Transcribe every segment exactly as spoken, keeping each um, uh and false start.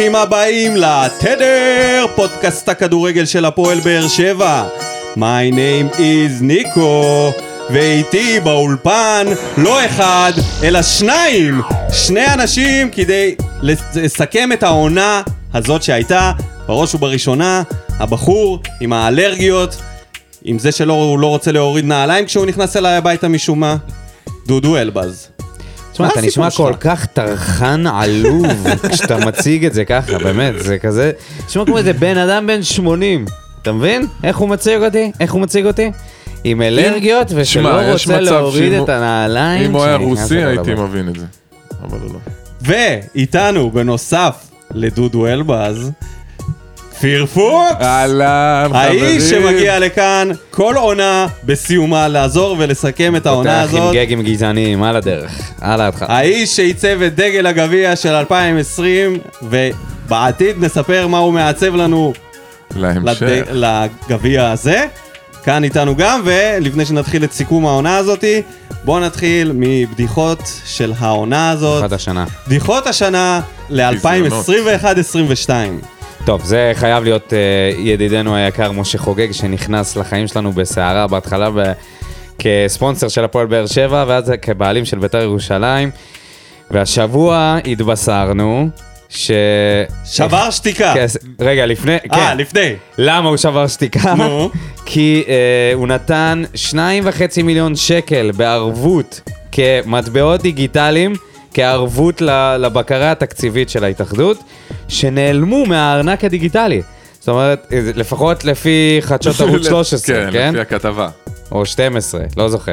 ברוכים הבאים לתדר, פודקאסט הכדורגל של הפועל באר שבע. My name is ניקו, ואיתי באולפן לא אחד, אלא שניים. שני אנשים כדי לסכם את העונה הזאת שהייתה. בראש ובראשונה, הבחור עם האלרגיות, עם זה שהוא לא רוצה להוריד נעליים כשהוא נכנס אליי הביתה משום מה, דודו אלבז. תשמע, אתה נשמע כל כך טרחן עלוב כשאתה מציג את זה ככה, באמת, זה כזה, נשמע כמו איזה בן אדם בן שמונים, אתה מבין? איך הוא מציג אותי? איך הוא מציג אותי? עם אלרגיות ושלא רוצה להוריד את הנעליים. אם הוא היה רוסי הייתי מבין את זה, אבל לא. ואיתנו בנוסף לדודו אלבז, כפיר פוקס, אהלן, חברים. האיש שמגיע לכאן כל עונה בסיומה לעזור ולסכם את העונה הזאת. פותח עם גגים גזעניים, על הדרך, על ההתחלה. האיש שייצב את דגל הגביע של אלפיים עשרים, ובעתיד נספר מה הוא מעצב לנו להמשך. לגביע הזה. כאן איתנו גם, ולפני שנתחיל את סיכום העונה הזאת, בואו נתחיל מבדיחות של העונה הזאת. בדיחות השנה. בדיחות השנה ל-אלפיים עשרים ואחת עשרים ושתיים. טוב, זה חייב להיות uh, ידידנו היקר משה חוגג, שנכנס לחיים שלנו בסערה בהתחלה ב- כספונסר של הפועל באר שבע, ואז כבעלים של בית"ר ירושלים. והשבוע התבשרנו ש... שבר שתיקה. כס... רגע, לפני... אה, כן. לפני. למה הוא שבר שתיקה? נו. כי uh, הוא נתן שניים וחצי מיליון שקל בערבות כמטבעות דיגיטליים, כערבות לבקרה התקציבית של ההתאחדות, שנעלמו מהארנק הדיגיטלי. זאת אומרת, לפחות לפי חדשות ערוץ שלוש עשרה, כן? כן? לפי הכתבה. או שתים עשרה, לא זוכר.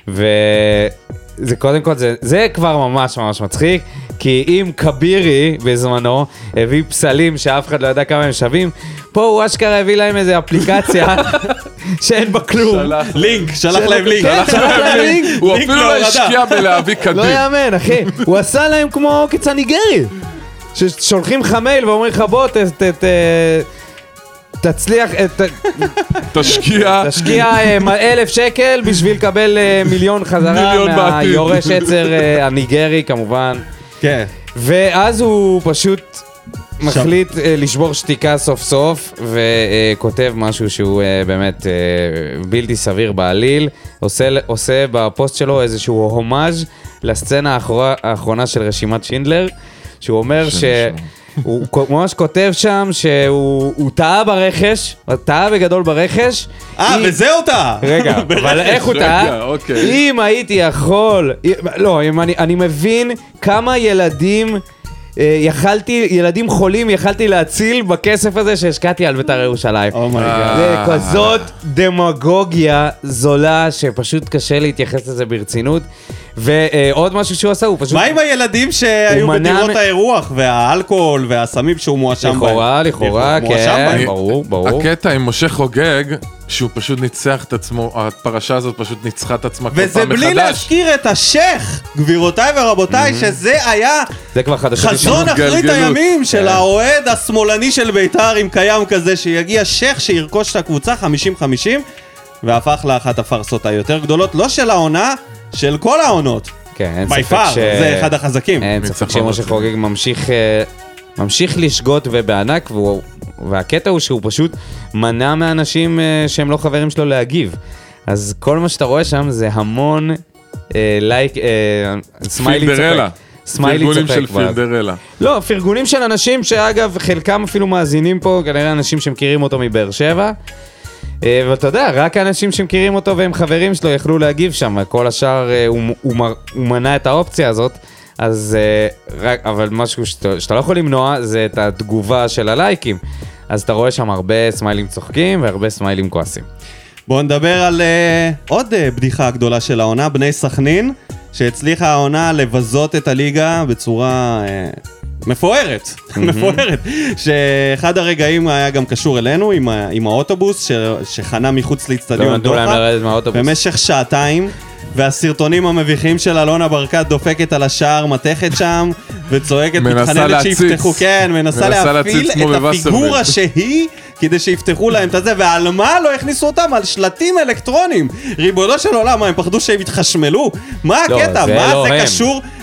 וזה קודם כל, זה, זה כבר ממש ממש מצחיק, כי אם קבירי בזמנו הביא פסלים שאף אחד לא ידע כמה הם שווים, פה הוא אשכרה הביא להם איזה אפליקציה שאין בה כלום. לינק, שלח להם לינק. כן, שלח להם לינק. הוא אפילו לא השקיע בלהביא קדים. לא יאמן, אחי. הוא עשה להם כמו קיצה ניגרי. ששולחים לך מייל ואומרים לך בוא, תצליח, תשקיע. תשקיע אלף שקל בשביל לקבל מיליון חזרה מהיורש עצר הניגרי כמובן. כן. ואז הוא פשוט מחליט לשבור שתיקה סוף סוף, וכותב משהו שהוא באמת בלתי סביר בעליל. עושה בפוסט שלו איזשהו הומאז' לסצנה האחרונה של רשימת שינדלר, שהוא אומר שהוא ממש כותב שם שהוא טעה ברכש, טעה בגדול ברכש. אה, וזה אותה! רגע, אבל איך הוא טעה? אם הייתי יכול, לא, אני מבין כמה ילדים יכלתי, ילדים חולים יכלתי להציל בכסף הזה שהשקעתי על בית"ר ירושלים. זה כזאת דמגוגיה זולה שפשוט קשה להתייחס לזה ברצינות. ועוד משהו שהוא עשה, הוא פשוט... מה עם הילדים שהיו בדירות האירוח והאלכוהול והסמים שהוא מואשם בהם? לכאורה, לכאורה, כן, ברור, ברור. הקטע עם משה חוגג, שהוא פשוט ניצח את עצמו, הפרשה הזאת פשוט ניצחה את עצמה כל פעם מחדש. וזה בלי להזכיר את השייך, גבירותיי ורבותיי, שזה היה חזון אחרית הימים של האוהד השמאלני של בית"ר, אם קיים כזה, שיגיע שייך שירכוש את הקבוצה חמישים חמישים, והפך לאחת הפרסות היותר גדולות, לא של העונה, של כל העונות. כן, אין ספק ש... זה אחד החזקים. אין ספק שמשה חוגג ממשיך, ממשיך לשגות ובענק, והוא... והקטע הוא שהוא פשוט מנע מאנשים שהם לא חברים שלו להגיב. אז כל מה שאתה רואה שם זה המון לייק, סמיילי צוחק. פרגונים של פילדרלה. לא, פרגונים של אנשים שאגב חלקם אפילו מאזינים פה, כנראה אנשים שמכירים אותו מבאר שבע. ואתה יודע, רק האנשים שמכירים אותו והם חברים שלו יכלו להגיב שם, כל השאר הוא, הוא, הוא מנע את האופציה הזאת, אז רק, אבל משהו שאתה, שאתה לא יכול למנוע זה את התגובה של הלייקים, אז אתה רואה שם הרבה סמיילים צוחקים והרבה סמיילים כועסים. בואו נדבר על uh, עוד uh, בדיחה גדולה של העונה, בני סכנין, שהצליחה העונה לבזות את הליגה בצורה... Uh, מפוארת, מפוארת, שאחד הרגעים היה גם קשור אלינו עם, עם האוטובוס ש, שחנה מחוץ לאצטדיון דוחה במשך שעתיים, והסרטונים המביכים של אלונה ברקת דופקת על השער, מתכת שם וצועקת, מתחננת שיפתחו, כן, מנסה להפעיל את הפיגורה שהיא כדי שיפתחו להם את זה, ועל מה לא הכניסו אותם? על שלטים אלקטרונים. ריבונו של עולם, מה, הם פחדו שהם יתחשמלו? מה הקטע? מה זה קשור?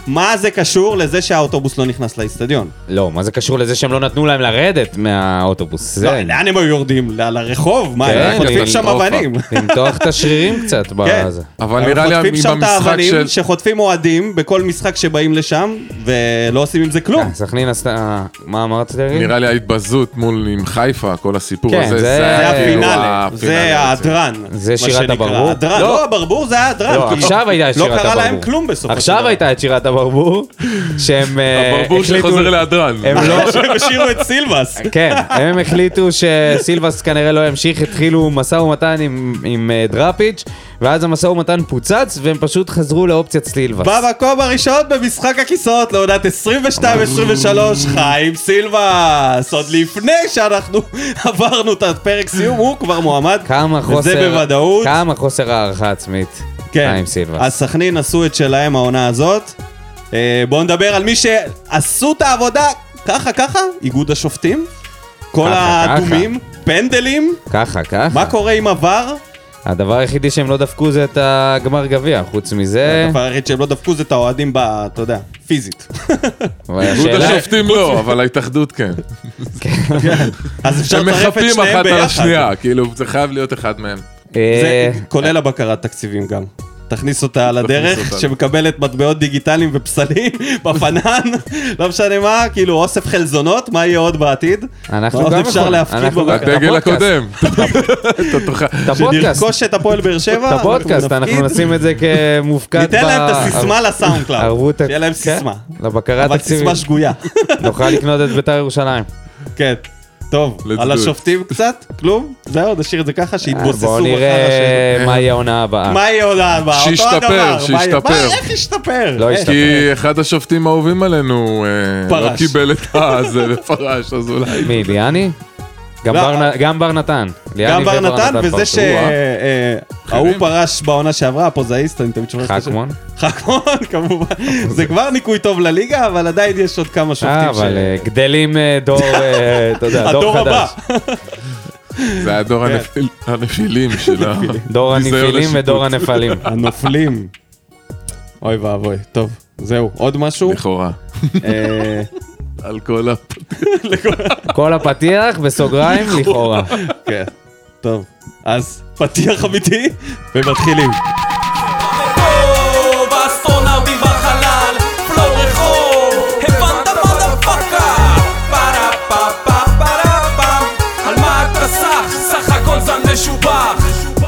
מה זה קשור לזה שהאוטובוס לא נכנס לאצטדיון? לא, מה זה קשור לזה שהם לא נתנו להם לרדת מהאוטובוס? לא, לאן הם היו יורדים? לרחוב? מה, הם חוטפים שם אבנים. למתוח את השרירים קצת בזה. אבל נראה לי חוטפים שם את במשחק האבנים של... שחוטפים אוהדים בכל משחק שבאים לשם, ולא עושים עם זה כלום. סכנין עשתה... מה אמרת להגיד? נראה לי ההתבזות מול עם חיפה, כל הסיפור כן, הזה. זה- זה כאילו הפינאלה, זה ההדרן. זה מה שירת שנקרא. הברבור? הדרן, לא. לא, הברבור זה ההדרן. לא, כאילו, עכשיו הייתה את שירת לא קרה הברבור. להם כלום בסופו של עכשיו דבר. הייתה את שירת הברבור, שהם אה, הברבור החליטו... שחוזר להדרן. הם לא... שהם השאירו את סילבס. כן, הם החליטו שסילבס כנראה לא ימשיך, התחילו משא ומתן עם, עם uh, דראפיץ', ואז המשא ומתן פוצץ, והם פשוט חזרו לאופציית סילבס. במקום הראשון במשחק הכיסאות לעונת עשרים ושתיים עשרים ושלוש, חיים סילבס. עוד לפני שאנחנו עברנו את הפרק סיום, הוא כבר מועמד. כמה חוסר... וזה בוודאות. כמה חוסר הערכה עצמית. כן, חיים סילבס. הסכנין עשו את שלהם העונה הזאת. אה, בואו נדבר על מי שעשו את העבודה ככה ככה, איגוד השופטים. כל ככה, האדומים, פנדלים. ככה, ככה. מה קורה עם עבר? הדבר היחידי שהם לא דפקו זה את הגמר גביע, חוץ מזה... הדבר היחיד שהם לא דפקו זה את האוהדים, ב- אתה יודע, פיזית. אבל איגוד השאלה- השופטים לא, אבל ההתאחדות כן. אז אפשר הם לצרף את מחפים שניהם אחת על ביחד. השנייה, כאילו זה חייב להיות אחד מהם. אה, זה כולל הבקרת תקציבים גם. תכניס אותה על הדרך, אותה. שמקבלת מטבעות דיגיטליים ופסלים בפנן, לא משנה מה, כאילו אוסף חלזונות, מה יהיה עוד בעתיד? אנחנו מה עוד גם אפשר יכולים. להפקיד אנחנו בבקרה? גם- הדגל הפודקאסט. הקודם. אתה תוכל- את הפודקאסט. שנרכוש את הפועל באר שבע, את הפודקאסט, אנחנו נשים את זה כמופקד... ניתן להם את ב- הסיסמה לסאונד קלאוד, ערבות- שיהיה להם כן, סיסמה, לבקרה אבל התקציבית. סיסמה שגויה. נוכל לקנות את בית"ר ירושלים. כן. טוב, Let's על do it. השופטים קצת? כלום? זהו, נשאיר את זה ככה, שיתבוססו בואו בחרא נראה של- מה יהיה העונה הבאה. מה יהיה עוד הבאה? אותו שישתפר, הדבר. מה יהיה- שישתפר. מה, איך ישתפר? לא איך? ישתפר. כי אחד השופטים האהובים עלינו אה, לא פרש. קיבל את הזה ופרש, אז אולי... מי, ליאני? גם לא, בר נ- גם בר נתן. ליאני גם בר ובר נתן, וזה פרשו. שההוא פרש בעונה שעברה, הפוזאיסט, אני תמיד שומע את השם. חכמון? חכמון, כמובן. זה כבר ניקוי טוב לליגה, אבל עדיין יש עוד כמה אה, שופטים אבל אה, גדלים אה, דור, אה, אתה יודע, דור הדור הבא. חדש. זה היה דור כן. הנפיל- הנפילים של ה... דור ביזיון הנפילים השיפוט. ודור הנפלים. הנופלים. אוי ואבוי. טוב, זהו. עוד משהו? לכאורה. אה, על כל ה... כל הפתיח בסוגריים לכאורה. כן. טוב. אז פתיח אמיתי, ומתחילים. טוב, האסטרונאוטים בחלל, פלואו רחוב, הבנת מודפאקה? פרה פה פה פרה פם, על מה אתה סח? סך הכל זן משובח.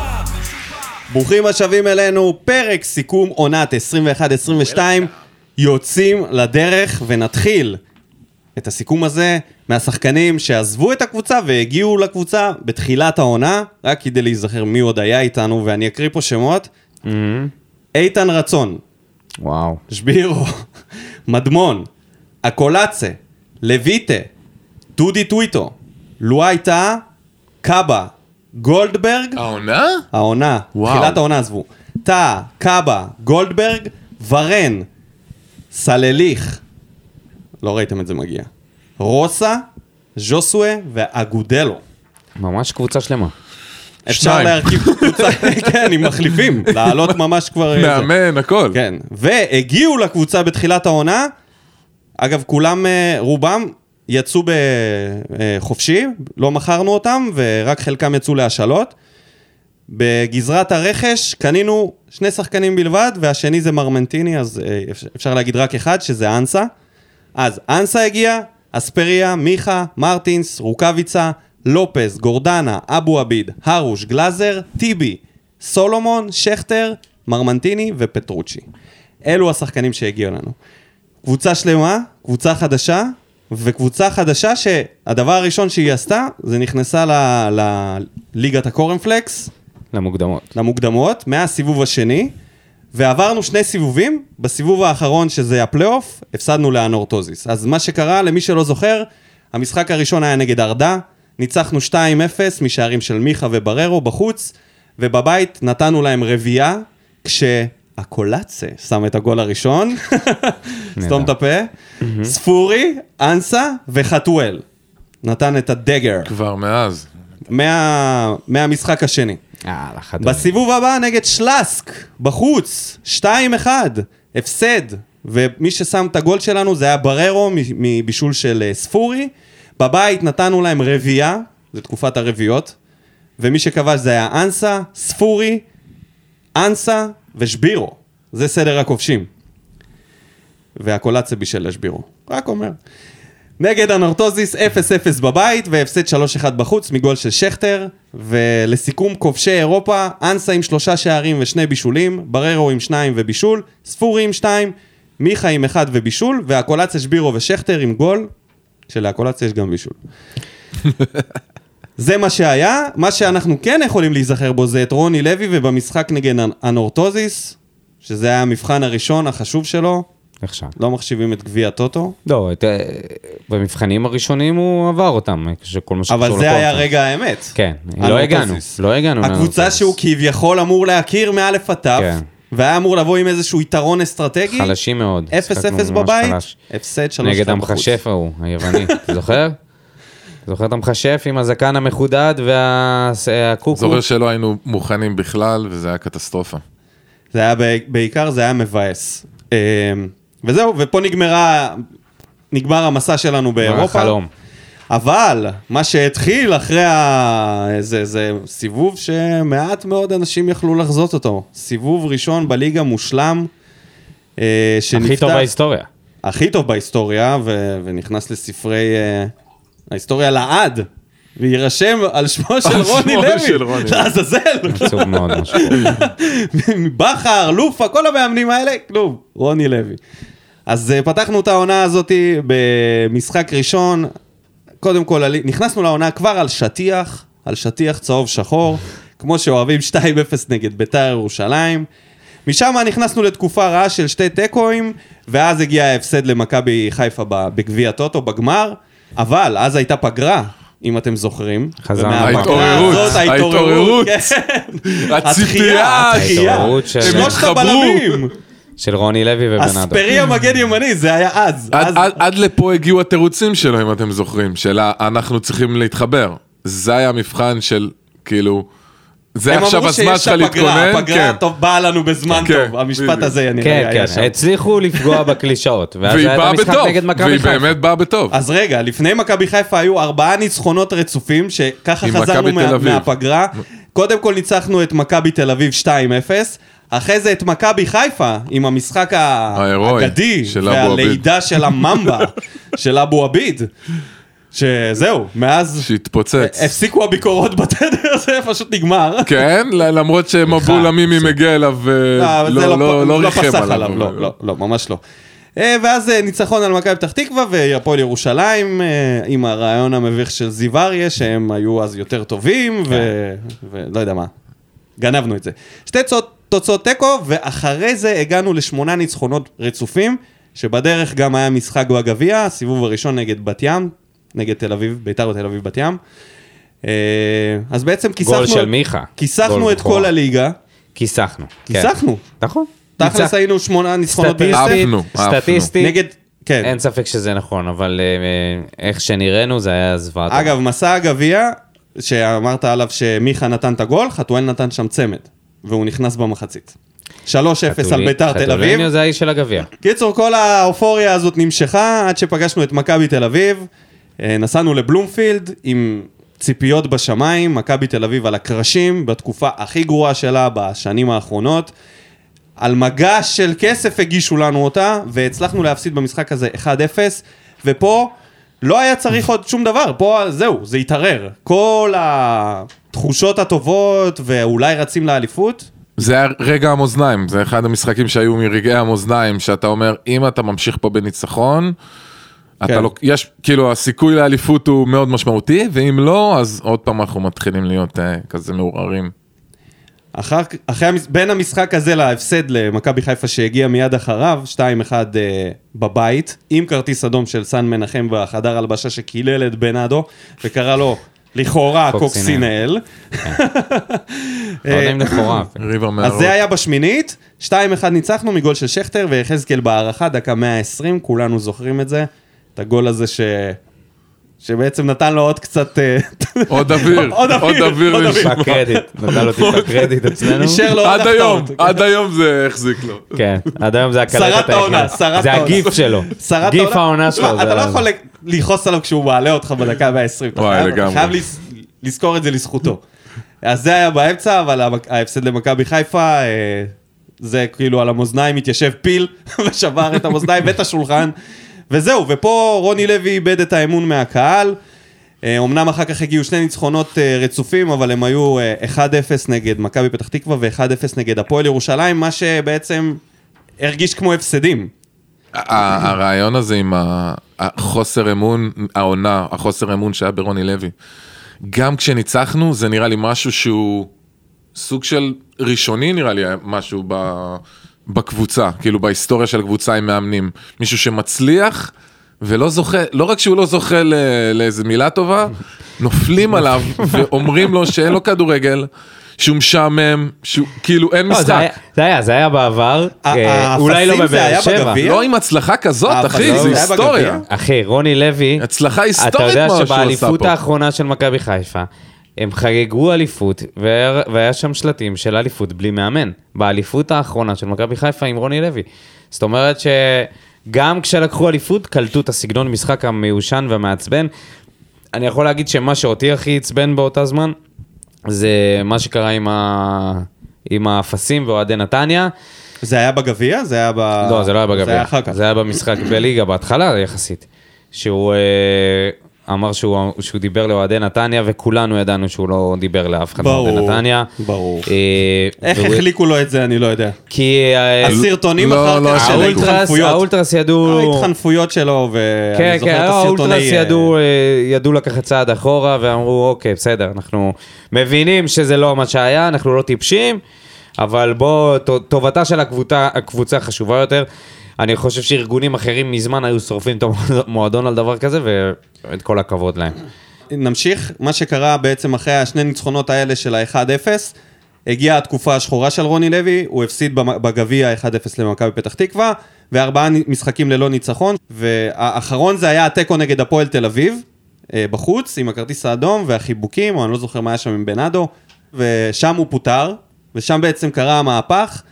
ברוכים השבים אלינו, פרק סיכום עונת עשרים ואחת עשרים ושתיים, יוצאים לדרך ונתחיל את הסיכום הזה מהשחקנים שעזבו את הקבוצה והגיעו לקבוצה בתחילת העונה, רק כדי להיזכר מי עוד היה איתנו, ואני אקריא פה שמות. איתן רצון, וואו. שבירו, מדמון, אקולצה, לויטה, דודי טוויטו, לואי טאה, קאבה, גולדברג, העונה? העונה, וואו. תחילת העונה עזבו. טאה, קאבה, גולדברג, ורן, סלליך, לא ראיתם את זה מגיע, רוסה, ז'וסווה ואגודלו. ממש קבוצה שלמה. אפשר שניים. להרכיב קבוצה, כן, עם מחליפים, לעלות ממש כבר... איזה. מאמן, הכל. כן, והגיעו לקבוצה בתחילת העונה, אגב, כולם, אה, רובם, יצאו בחופשי, לא מכרנו אותם, ורק חלקם יצאו להשאלות. בגזרת הרכש קנינו שני שחקנים בלבד, והשני זה מרמנטיני, אז אה, אפשר להגיד רק אחד, שזה אנסה. אז אנסה הגיע, אספריה, מיכה, מרטינס, רוקביצה, לופס, גורדנה, אבו עביד, הרוש, גלאזר, טיבי, סולומון, שכטר, מרמנטיני ופטרוצ'י. אלו השחקנים שהגיעו לנו. קבוצה שלמה, קבוצה חדשה, וקבוצה חדשה שהדבר הראשון שהיא עשתה, זה נכנסה ל- לליגת הקורנפלקס, למוקדמות. למוקדמות, מהסיבוב השני, ועברנו שני סיבובים, בסיבוב האחרון שזה הפלייאוף, הפסדנו לאנורטוזיס. אז מה שקרה, למי שלא זוכר, המשחק הראשון היה נגד ארדה, ניצחנו שתיים אפס משערים של מיכה ובררו בחוץ, ובבית נתנו להם רביעה, כשהקולצה שם את הגול הראשון, סתום את הפה, ספורי, אנסה וחתואל. נתן את הדגר כבר מאז. מה, מהמשחק השני. אה, לחדון. בסיבוב הבא נגד שלסק, בחוץ, שתיים אחד, הפסד, ומי ששם את הגול שלנו זה היה בררו מבישול של ספורי. בבית נתנו להם רביעה, זה תקופת הרביעות, ומי שכבש זה היה אנסה, ספורי, אנסה ושבירו. זה סדר הכובשים. והקולציה בישל לשבירו. רק אומר. נגד הנורטוזיס, אפס אפס בבית, והפסד שלוש אחד בחוץ, מגול של שכטר, ולסיכום כובשי אירופה, אנסה עם שלושה שערים ושני בישולים, בררו עם שניים ובישול, ספורי עם שתיים, מיכה עם אחד ובישול, והקולציה שבירו ושכטר עם גול, שלהקולציה יש גם בישול. זה מה שהיה, מה שאנחנו כן יכולים להיזכר בו, זה את רוני לוי, ובמשחק נגד הנורטוזיס, שזה היה המבחן הראשון החשוב שלו, עכשיו. לא מחשיבים את גביע טוטו. לא, את, במבחנים הראשונים הוא עבר אותם, שכל מה אבל זה היה רגע האמת. כן, לא הגענו, לא הגענו. הקבוצה שהוא כביכול אמור להכיר מאלף עטף, כן. והיה אמור לבוא עם איזשהו יתרון אסטרטגי. חלשים מאוד. אפס אפס בבית, הפסד שלוש נגד המחשף ההוא, היווני, אתה זוכר? זוכר את המחשף עם הזקן המחודד והקוקו? זוכר שלא היינו מוכנים בכלל, וזה היה קטסטרופה. זה היה בעיקר, זה היה מבאס. וזהו, ופה נגמרה, נגמר המסע שלנו באירופה. חלום. אבל מה שהתחיל אחרי ה... זה, זה סיבוב שמעט מאוד אנשים יכלו לחזות אותו. סיבוב ראשון בליגה מושלם. שנפתח, הכי טוב בהיסטוריה. הכי טוב בהיסטוריה, ו... ונכנס לספרי ההיסטוריה לעד. וירשם על שמו של רוני לוי. לעזאזל. עצוב מאוד משהו. בכר, לופה, כל המאמנים האלה, כלום. רוני לוי. אז פתחנו את העונה הזאת במשחק ראשון. קודם כל, נכנסנו לעונה כבר על שטיח, על שטיח צהוב שחור, כמו שאוהבים שתיים אפס נגד בית"ר ירושלים. משם נכנסנו לתקופה רעה של שתי טקואים, ואז הגיע ההפסד למכבי חיפה בגביע טוטו, בגמר, אבל אז הייתה פגרה, אם אתם זוכרים. חזרנו. ההתעוררות, ההתעוררות, הציפייה, ההתעוררות של... שלושת הבלמים. של רוני לוי ובנאדו. אספריה מגן ימני, זה היה אז. עד, עד, עד לפה הגיעו התירוצים שלו, אם אתם זוכרים, של אנחנו צריכים להתחבר. זה היה המבחן של, כאילו, זה עכשיו הזמן שלך להתכונן. הפגרה טוב, באה לנו בזמן טוב, המשפט הזה אני כן, כן, הצליחו לפגוע בקלישאות. והיא באה בטוב, והיא באמת באה בטוב. אז רגע, לפני מכבי חיפה היו ארבעה ניצחונות רצופים, שככה חזרנו מהפגרה. קודם כל ניצחנו את מכבי תל אביב שתיים אפס, אחרי זה את מכבי חיפה, עם המשחק האגדי, והלידה של הממבה, של אבו עביד, שזהו, מאז... שהתפוצץ. הפסיקו הביקורות בתדר, זה פשוט נגמר. כן, למרות שמבול המימי מגיע אליו, לא ריחם עליו. לא, לא, לא, ממש לא. ואז ניצחון על מכבי פתח תקווה, והפועל ירושלים, עם הרעיון המביך של זיו אריה, שהם היו אז יותר טובים, ולא יודע מה. גנבנו את זה. שתי תוצאות טקו, ואחרי זה הגענו לשמונה ניצחונות רצופים, שבדרך גם היה משחק בגביע, הסיבוב הראשון נגד בת ים, נגד תל אביב, בית"ר ותל אביב בת ים. אז בעצם כיסחנו... גול של מיכה. כיסחנו את כל הליגה. כיסחנו. כיסחנו. נכון. תכלס היינו שמונה ניצחונות ברצף. סטטיסטית. נגד... כן. אין ספק שזה נכון, אבל איך שנראינו זה היה זוועת. אגב, מסע הגביע, שאמרת עליו שמיכה נתן את הגול, חתואל נתן שם צמד, והוא נכנס במחצית. שלוש אפס על בית"ר תל אביב. חתוליניו זה האיש של הגביע. קיצור, כל האופוריה הזאת נמשכה, עד שפגשנו את מכבי תל אביב, נסענו לבלומפילד עם ציפיות בשמיים, מכבי תל אביב על הקרשים, בתקופה הכי גרועה שלה בשנים האחרונות, על מגש של כסף הגישו לנו אותה, והצלחנו להפסיד במשחק הזה אחד אפס, ופה לא היה צריך עוד שום דבר, פה זהו, זה התערער. כל התחושות הטובות, ואולי רצים לאליפות. זה היה רגע המאזניים, זה אחד המשחקים שהיו מרגעי המאזניים, שאתה אומר, אם אתה ממשיך פה בניצחון, כן. אתה לא, יש, כאילו, הסיכוי לאליפות הוא מאוד משמעותי, ואם לא, אז עוד פעם אנחנו מתחילים להיות אה, כזה מעוררים. אחר, אחרי, בין המשחק הזה להפסד למכבי חיפה שהגיע מיד אחריו, שתיים אחד אה, בבית, עם כרטיס אדום של סן מנחם בחדר הלבשה שקילל את בנאדו, וקרא לו לכאורה קוקסינל. לא יודעים לכאורה. אז זה היה בשמינית, שתיים אחד ניצחנו מגול של שכטר, ויחזקאל בהערכה, דקה מאה ועשרים, כולנו זוכרים את זה, את הגול הזה ש... שבעצם נתן לו עוד קצת... עוד אוויר, עוד אוויר. בקרדיט, נתן לו טיפה קרדיט אצלנו. נשאר לו עוד עד היום, עד היום זה החזיק לו. כן, עד היום זה הקלטת שרת העונה, שרת העונה. זה הגיף שלו. גיף העונה שלו. אתה לא יכול לכעוס עליו כשהוא מעלה אותך בדקה מאה-ועשרים. וואי, לגמרי. אתה חייב לזכור את זה לזכותו. אז זה היה באמצע, אבל ההפסד למכבי חיפה, זה כאילו על המאזניים התיישב פיל, ושבר את המאזניים ואת השולחן. וזהו, ופה רוני לוי איבד את האמון מהקהל. אמנם אחר כך הגיעו שני ניצחונות רצופים, אבל הם היו אחד אפס נגד מכבי פתח תקווה ו-אחד אפס נגד הפועל ירושלים, מה שבעצם הרגיש כמו הפסדים. הרעיון הזה עם החוסר אמון, העונה, החוסר אמון שהיה ברוני לוי. גם כשניצחנו, זה נראה לי משהו שהוא סוג של ראשוני, נראה לי משהו בקבוצה, כאילו בהיסטוריה של הקבוצה עם מאמנים. מישהו שמצליח ולא זוכה, לא רק שהוא לא זוכה לאיזו מילה טובה, נופלים עליו ואומרים לו שאין לו כדורגל, שהוא משעמם, שהוא כאילו אין משחק. זה היה, זה היה בעבר, אולי לא בבאר שבע. לא עם הצלחה כזאת, אחי, זה היסטוריה. אחי, רוני לוי, הצלחה היסטורית אתה יודע מה שהוא עשה פה. שבאליפות האחרונה של מכבי חיפה, הם חגגו אליפות, והיה שם שלטים של אליפות בלי מאמן. באליפות האחרונה של מכבי חיפה עם רוני לוי. זאת אומרת שגם כשלקחו אליפות, קלטו את הסגנון משחק המיושן והמעצבן. אני יכול להגיד שמה שאותי הכי עצבן באותה זמן, זה מה שקרה עם ה... עם האפסים ואוהדי נתניה. זה היה בגביע? זה היה ב... לא, זה לא היה בגביע. זה היה אחר כך. זה היה במשחק בליגה בהתחלה יחסית. שהוא אה, אמר שהוא, שהוא דיבר לאוהדי נתניה, וכולנו ידענו שהוא לא דיבר לאף אחד מאוהדי נתניה. ברור. אה, איך והוא... החליקו לו את זה, אני לא יודע. כי... אה, הסרטונים לא, אחר לא, כך של ההתחנפויות. האולטרס ידעו... ההתחנפויות שלו, ואני כן, זוכר כן, את הסרטוני... האולטרס ידעו, ידעו לקחת צעד אחורה, ואמרו, אוקיי, בסדר, אנחנו מבינים שזה לא מה שהיה, אנחנו לא טיפשים, אבל בוא, טובתה של הקבוצה, הקבוצה חשובה יותר. אני חושב שארגונים אחרים מזמן היו שורפים את המועדון על דבר כזה, ואת כל הכבוד להם. נמשיך, מה שקרה בעצם אחרי השני ניצחונות האלה של ה-אחד אפס, הגיעה התקופה השחורה של רוני לוי, הוא הפסיד בגביע אחד אפס למכבי פתח תקווה, וארבעה משחקים ללא ניצחון, והאחרון זה היה הטקו נגד הפועל תל אביב, בחוץ, עם הכרטיס האדום והחיבוקים, או אני לא זוכר מה היה שם עם בנאדו, ושם הוא פוטר, ושם בעצם קרה המהפך.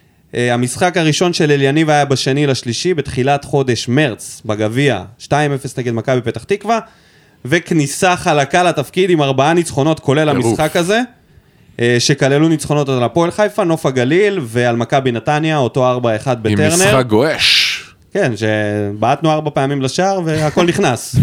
המשחק הראשון של אליניב היה בשני לשלישי, בתחילת חודש מרץ, בגביע, שתיים אפס נגד מכבי פתח תקווה, וכניסה חלקה לתפקיד עם ארבעה ניצחונות, כולל המשחק הזה, שכללו ניצחונות על הפועל חיפה, נוף הגליל, ועל מכבי נתניה, אותו ארבע אחד בטרנר. עם משחק גואש. כן, שבעטנו ארבע פעמים לשער, והכל נכנס.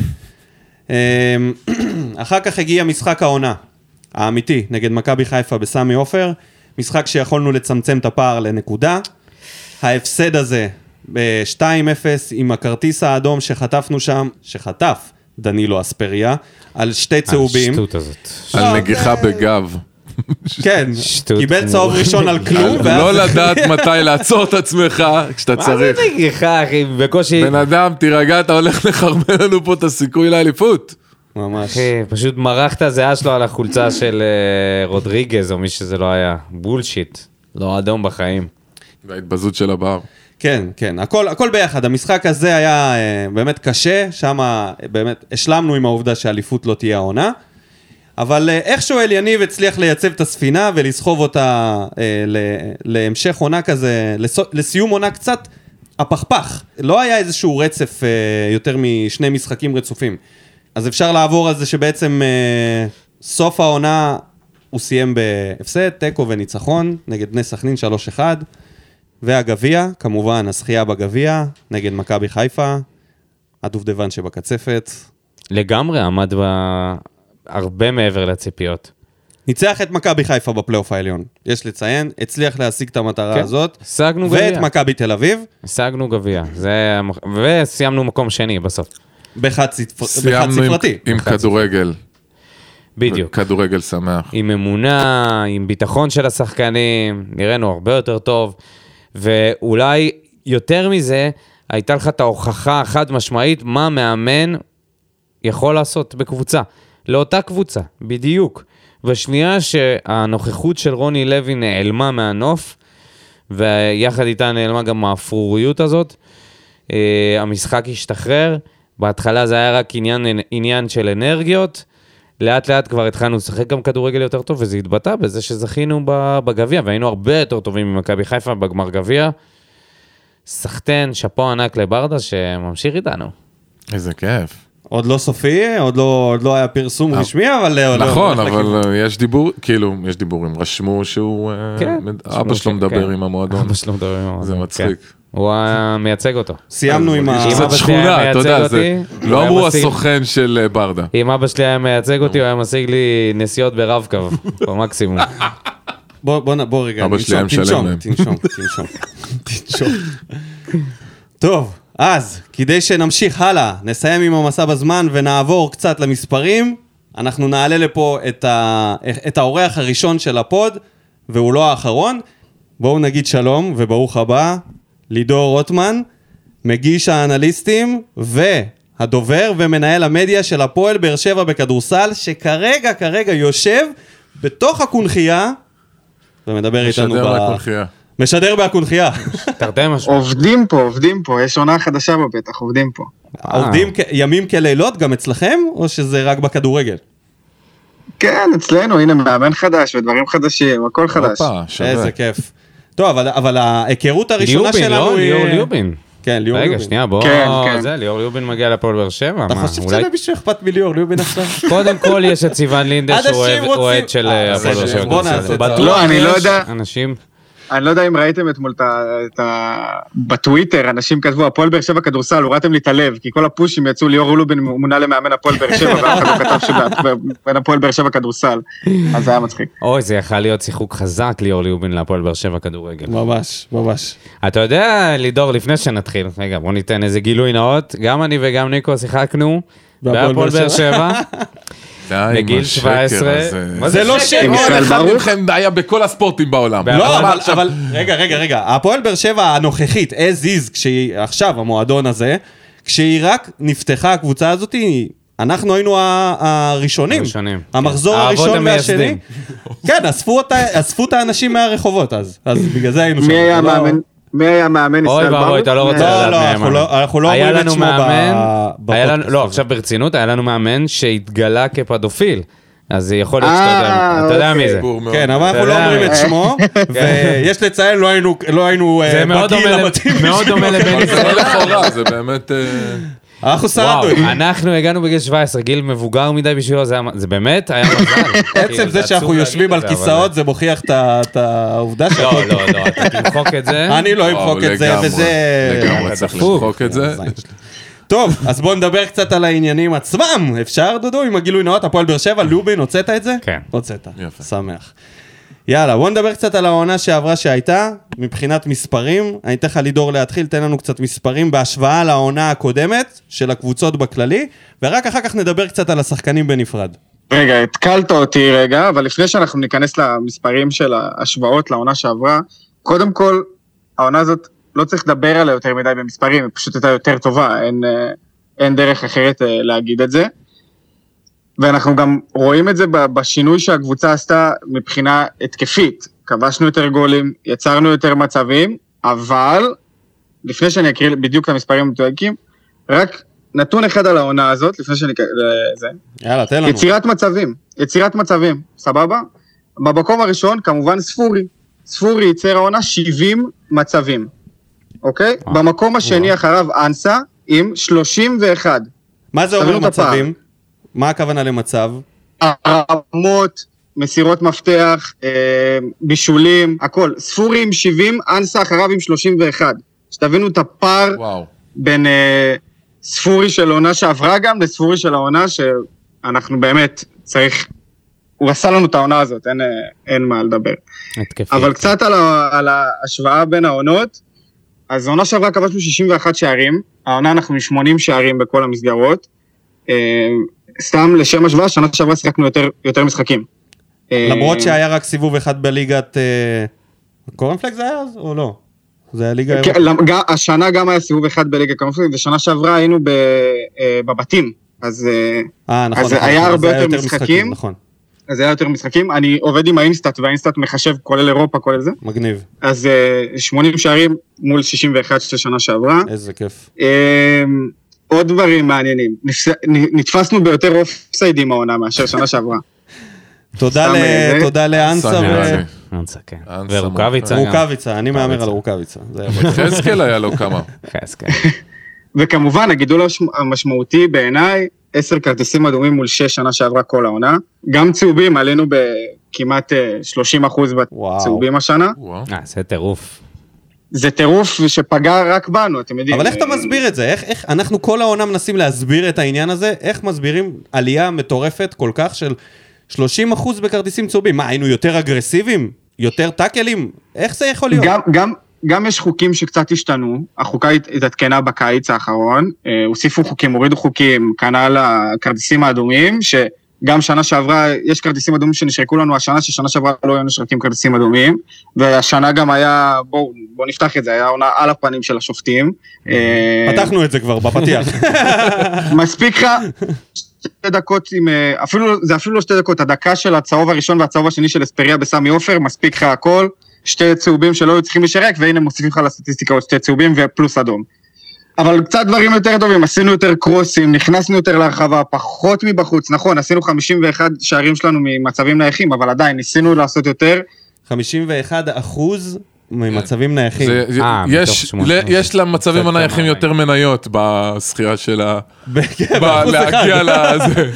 אחר כך הגיע משחק העונה, האמיתי, נגד מכבי חיפה בסמי עופר, משחק שיכולנו לצמצם את הפער לנקודה. ההפסד הזה ב-שתיים אפס עם הכרטיס האדום שחטפנו שם, שחטף דנילו אספריה, על שתי צהובים. השטות הזאת. על נגיחה בגב. כן, קיבל צהוב ראשון על כלום. לא לדעת מתי לעצור את עצמך כשאתה צריך. מה זה נגיחה, אחי? בקושי... בן אדם, תירגע, אתה הולך לחרמן לנו פה את הסיכוי לאליפות. ממש. אחי, פשוט מרח את הזהה שלו על החולצה של רודריגז, או מי שזה לא היה. בולשיט. לא אדום בחיים. וההתבזות של הבר. כן, כן. הכל, הכל ביחד. המשחק הזה היה באמת קשה, שם באמת השלמנו עם העובדה שהאליפות לא תהיה העונה. אבל איכשהו אליניב הצליח לייצב את הספינה ולסחוב אותה להמשך עונה כזה, לסיום עונה קצת הפכפך. לא היה איזשהו רצף יותר משני משחקים רצופים. אז אפשר לעבור על זה שבעצם אה, סוף העונה הוא סיים בהפסד, טקו וניצחון, נגד בני סכנין שלוש אחד, והגביע, כמובן, הזכייה בגביע, נגד מכבי חיפה, הדובדבן שבקצפת. לגמרי, עמד בה הרבה מעבר לציפיות. ניצח את מכבי חיפה בפלייאוף העליון, יש לציין, הצליח להשיג את המטרה כן. הזאת, השגנו גביע. ואת מכבי תל אביב. השגנו גביע, זה... וסיימנו מקום שני בסוף. בחד ספרתי. עם כדורגל. בדיוק. כדורגל שמח. עם אמונה, עם ביטחון של השחקנים, נראינו הרבה יותר טוב, ואולי יותר מזה, הייתה לך את ההוכחה החד משמעית, מה מאמן יכול לעשות בקבוצה. לאותה קבוצה, בדיוק. בשנייה שהנוכחות של רוני לוי נעלמה מהנוף, ויחד איתה נעלמה גם האפרוריות הזאת, המשחק השתחרר, בהתחלה זה היה רק עניין, עניין של אנרגיות, לאט לאט כבר התחלנו לשחק גם כדורגל יותר טוב, וזה התבטא בזה שזכינו בגביע, והיינו הרבה יותר טובים ממכבי חיפה בגמר גביע. סחטן, שפו ענק לברדה שממשיך איתנו. איזה כיף. עוד לא סופי, עוד לא, עוד לא היה פרסום רשמי, אבל... נכון, אבל יש דיבור, כאילו, יש דיבורים, רשמו שהוא... אבא שלו מדבר עם המועדון. אבא שלו מדבר עם המועדון. זה מצחיק. הוא מייצג אותו. סיימנו עם ה... קצת שכונה, אתה יודע, לא אמרו הסוכן של ברדה. אם אבא שלי היה מייצג אותי, הוא היה משיג לי נסיעות ברב-קו, במקסימום. בוא רגע, תנשום, תנשום, תנשום, תנשום, תנשום. טוב, אז כדי שנמשיך הלאה, נסיים עם המסע בזמן ונעבור קצת למספרים, אנחנו נעלה לפה את, ה... את האורח הראשון של הפוד, והוא לא האחרון. בואו נגיד שלום וברוך הבא, לידור רוטמן, מגיש האנליסטים והדובר ומנהל המדיה של הפועל באר שבע בכדורסל, שכרגע, כרגע יושב בתוך הקונחייה, ומדבר איתנו ב... משדר לקונחייה. משדר בהקונחייה. תרתי משמע. עובדים פה, עובדים פה, יש עונה חדשה בפתח, עובדים פה. עובדים ימים כלילות גם אצלכם, או שזה רק בכדורגל? כן, אצלנו, הנה מאמן חדש ודברים חדשים, הכל חדש. איזה כיף. טוב, אבל, אבל ההיכרות הראשונה ליובין, שלנו לא? היא... ליאור ליובין. כן, ליאור רגע, ליובין. רגע, שנייה, בוא... כן, כן. זה, ליאור ליובין מגיע לפועל באר שבע. אתה מה, חושב אולי... שלמישהו אכפת מליאור ליובין עכשיו? קודם כל יש את סיוון לינדה שהוא אנשים אוהד- אוהד רוצים- של אה, הפועל באר בסדר, שבע. בוא נעשה את זה. בטוח לא, אני לא יש יודע. אנשים... אני לא יודע אם ראיתם אתמול את ה... את ה... בטוויטר, אנשים כתבו, הפועל באר שבע כדורסל, הורדתם לי את הלב, כי כל הפושים יצאו, ליאור לובין מונה למאמן הפועל באר שבע, ואף אחד לא כתב שבין הפועל באר שבע כדורסל, אז זה היה מצחיק. אוי, זה יכול להיות שיחוק חזק ליאור ליובין להפועל באר שבע כדורגל. ממש, ממש. אתה יודע, לידור, לפני שנתחיל, רגע, בוא ניתן איזה גילוי נאות, גם אני וגם ניקו שיחקנו בהפועל באר שבע, בגיל שבע עשרה. זה לא שקר. מיכאל כל אחד ברוך? מכם היה בכל הספורטים בעולם. לא, אבל- אבל, אבל, רגע, רגע, רגע, הפועל באר שבע הנוכחית, as is, כשהיא, עכשיו, המועדון הזה, כשהיא רק נפתחה הקבוצה הזאת, אנחנו היינו ה- הראשונים. הראשונים. המחזור האבות הראשון והשני. המייסדים. כן, אספו אותה- אספו את האנשים מהרחובות אז. אז בגלל זה היינו שם. מי היה זה לא- מאמן? מי היה מאמן אוי ישראל ברוך? ואבוי, אתה לא רוצה לא, לדעת לא, מי היה אנחנו מאמן. לא- אנחנו לא היה אומרים את לנו שמו ב- מאמן, היה לנו- בפודקאסט לא, הזה. עכשיו ברצינות, היה לנו מאמן שהתגלה כפדופיל. אז זה יכול להיות שאתה יודע, אה, אתה יודע אוקיי. מי זה. סיפור מאוד. כן, אבל אנחנו אתה לא יודע. אומרים את שמו, ויש לציין, לא היינו- לא היינו זה אה, מאוד בגיל דומה ל- המתאים. מאוד דומה לבן אבל זה לא ישראל. לכאורה, זה באמת... אה, אנחנו וואו, שרדנו. אנחנו הגענו בגיל שבע עשרה, גיל מבוגר מדי בשבילו, זה היה- זה באמת היה מזל. עצם כאילו, זה עצוב שאנחנו להגיד יושבים את על זה, אבל- כיסאות, זה מוכיח את ה- את העובדה שלנו. לא, לא, לא, אתה תמחוק את זה. אני לא וואו, אמחוק את זה, לגמרי, וזה... לגמרי, צריך דפוק. למחוק את זה. טוב, אז בואו נדבר קצת על העניינים עצמם. אפשר, דודו, עם הגילוי נאות, הפועל באר שבע, לובין, הוצאת את זה? כן. הוצאת. יפה. שמח. יאללה, בואו נדבר קצת על העונה שעברה שהייתה, מבחינת מספרים. אני אתן לך לידור להתחיל, תן לנו קצת מספרים בהשוואה לעונה הקודמת של הקבוצות בכללי, ורק אחר כך נדבר קצת על השחקנים בנפרד. רגע, התקלת אותי רגע, אבל לפני שאנחנו ניכנס למספרים של ההשוואות לעונה שעברה, קודם כל, העונה הזאת לא צריך לדבר עליה יותר מדי במספרים, היא פשוט הייתה יותר טובה, אין, אה, אין דרך אחרת אה, להגיד את זה. ואנחנו גם רואים את זה ב- בשינוי שהקבוצה עשתה מבחינה התקפית. כבשנו יותר גולים, יצרנו יותר מצבים, אבל, לפני שאני אקריא בדיוק את המספרים המתויקים, רק נתון אחד על העונה הזאת, לפני שאני... זה, יאללה, תן לנו. יצירת מצבים, יצירת מצבים, סבבה? במקום הראשון, כמובן ספורי. ספורי ייצר העונה שבעים מצבים, אוקיי? במקום השני אחריו אנסה עם שלושים ואחת. מה זה אומר תבינו את הפער. מצבים? מה הכוונה למצב? הרמות, מסירות מפתח, אה, בישולים, הכל. ספורי עם שבעים, אנסה אחריו עם שלושים ואחת. שתבינו את הפער וואו. בין אה, ספורי של העונה שעברה גם לספורי של העונה שאנחנו באמת צריך, הוא עשה לנו את העונה הזאת, אין, אה, אין מה לדבר. התקפי. אבל קצת על, ה, על ההשוואה בין העונות, אז העונה שעברה כבשנו שישים ואחת שערים, העונה אנחנו מ-שמונים שערים בכל המסגרות, אה, סתם לשם השוואה, שנה שעברה שיחקנו יותר, יותר משחקים. אה, למרות שהיה רק סיבוב אחד בליגת... אה, קורנפלקס זה היה אז או לא? זה היה ליגה... כן, למ- גם- השנה גם היה סיבוב אחד בליגה קונפלקס, ושנה שעברה היינו ב, אה, בבתים, אז, אה, אה, נכון. אז נכון, היה נכון, הרבה זה יותר משחקים. נכון, אז היה יותר משחקים, אני עובד עם האינסטאט, והאינסטאט מחשב כולל אירופה, כולל זה, מגניב, אז אה, שמונים שערים מול שישים ואחת של שנה שעברה. איזה כיף. אה, עוד דברים מעניינים. נתפסנו ביותר אופסיידים העונה מאשר שנה שעברה. תודה לאנסה ו... אנסה, כן. ורוקביצה. רוקביצה, אני מאמר על רוקביצה. חזקאל היה לו כמה. חזקאל. וכמובן, הגידול המשמעותי בעיניי, עשר כרטיסים אדומים מול שש שנה שעברה כל העונה. גם צהובים, עלינו בכמעט שלושים אחוז בצהובים השנה. אה, זה טירוף. זה טירוף שפגע רק בנו, אתם יודעים. אבל איך אתה מסביר את זה? איך, איך, אנחנו כל העונה מנסים להסביר את העניין הזה, איך מסבירים עלייה מטורפת כל כך של שלושים אחוז בכרטיסים צהובים? מה, היינו יותר אגרסיביים? יותר טאקלים? איך זה יכול להיות? גם, גם, גם יש חוקים שקצת השתנו, החוקה התעדכנה בקיץ האחרון, הוסיפו חוקים, הורידו חוקים, כנ"ל הכרטיסים האדומים, ש... גם שנה שעברה, יש כרטיסים אדומים שנשרקו לנו השנה, ששנה שעברה לא היו נשרקים כרטיסים אדומים, והשנה גם היה, בואו בוא נפתח את זה, היה עונה על הפנים של השופטים. פתחנו את זה כבר בפתיח. מספיק לך שתי דקות, עם, אפילו, זה אפילו לא שתי דקות, הדקה של הצהוב הראשון והצהוב השני של אספריה בסמי עופר, מספיק לך הכל, שתי צהובים שלא היו צריכים לשרק, והנה מוסיפים לך לסטטיסטיקה עוד שתי צהובים ופלוס אדום. אבל קצת דברים יותר טובים, עשינו יותר קרוסים, נכנסנו יותר להרחבה, פחות מבחוץ, נכון, עשינו חמישים ואחד שערים שלנו ממצבים נייחים, אבל עדיין ניסינו לעשות יותר. חמישים ואחד אחוז ממצבים נייחים. יש למצבים הנייחים יותר מניות בשחייה של ה... להגיע לזה.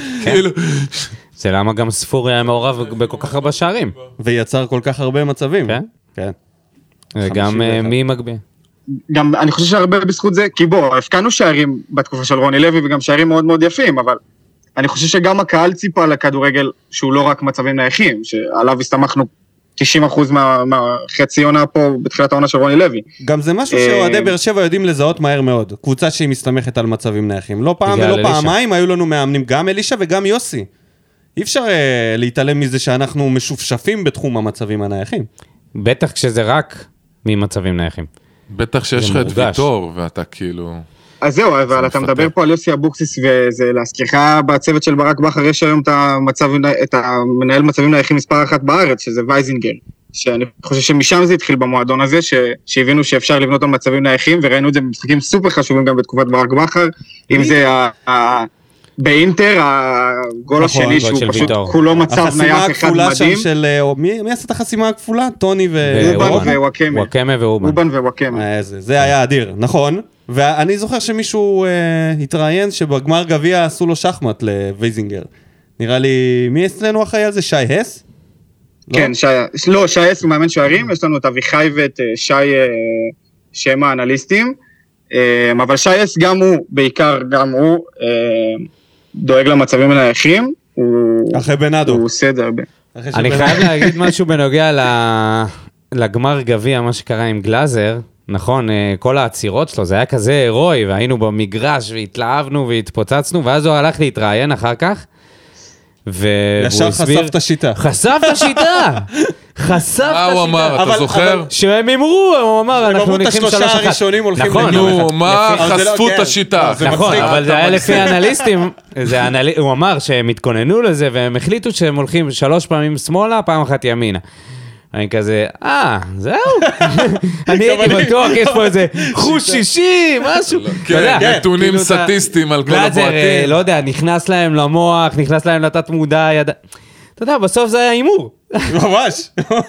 זה למה גם ספורי היה מעורב בכל כך הרבה שערים. ויצר כל כך הרבה מצבים. כן? כן. וגם מי מגביע? גם אני חושב שהרבה בזכות זה, כי בוא, הפקענו שערים בתקופה של רוני לוי, וגם שערים מאוד מאוד יפים, אבל אני חושב שגם הקהל ציפה לכדורגל, שהוא לא רק מצבים נייחים, שעליו הסתמכנו תשעים אחוז מהחצי עונה פה, בתחילת העונה של רוני לוי. גם זה משהו שאוהדי באר שבע יודעים לזהות מהר מאוד, קבוצה שהיא מסתמכת על מצבים נייחים. לא פעם ולא פעמיים, היו לנו מאמנים, גם אלישה וגם יוסי. אי אפשר להתעלם מזה שאנחנו משופשפים בתחום המצבים הנייחים. בטח כשזה רק ממצבים נייחים. בטח שיש לך את ויטור, ואתה כאילו... אז זהו, אבל אתה מדבר פה על יוסי אבוקסיס, וזה להזכירך בצוות של ברק בכר, יש היום את המנהל מצבים נייחים מספר אחת בארץ, שזה וייזינגר, שאני חושב שמשם זה התחיל במועדון הזה, שהבינו שאפשר לבנות על מצבים נייחים, וראינו את זה במשחקים סופר חשובים גם בתקופת ברק בכר, אם זה באינטר, הגול השני שהוא פשוט כולו מצב נייח אחד מדהים. מי עשה את החסימה הכפולה? טוני ווואקמה. וואקמה ואובן. אובן וואקמה. זה היה אדיר, נכון. ואני זוכר שמישהו התראיין שבגמר גביע עשו לו שחמט לווייזינגר. נראה לי, מי אצלנו אחראי על זה? שי הס? כן, שי, לא, שי הס הוא מאמן שערים, יש לנו את אביחי ואת שי שהם האנליסטים. אבל שי הס גם הוא, בעיקר גם הוא, דואג למצבים הנייחים. אחרי בנאדו. הוא עושה את זה הרבה. אני חייב להגיד משהו בנוגע לגמר גביע, מה שקרה עם גלאזר, נכון, כל העצירות שלו, זה היה כזה הירואי, והיינו במגרש, והתלהבנו והתפוצצנו, ואז הוא הלך להתראיין אחר כך, ישר חשף את השיטה. חשף את השיטה! חשף את השיטה. מה הוא אמר, אתה זוכר? שהם אמרו, הוא אמר, אנחנו נלכים שלוש אחת. הראשונים הולכים נו, מה חשפו את השיטה? נכון, אבל זה היה לפי אנליסטים, הוא אמר שהם התכוננו לזה, והם החליטו שהם הולכים שלוש פעמים שמאלה, פעם אחת ימינה. אני כזה, אה, זהו. אני הייתי בטוח, יש פה איזה חוש שישי, משהו. כן, נתונים סטטיסטיים על כל הבועטים. לא יודע, נכנס להם למוח, נכנס להם לתת מודע, ידע. אתה יודע, בסוף זה היה אימור. ממש.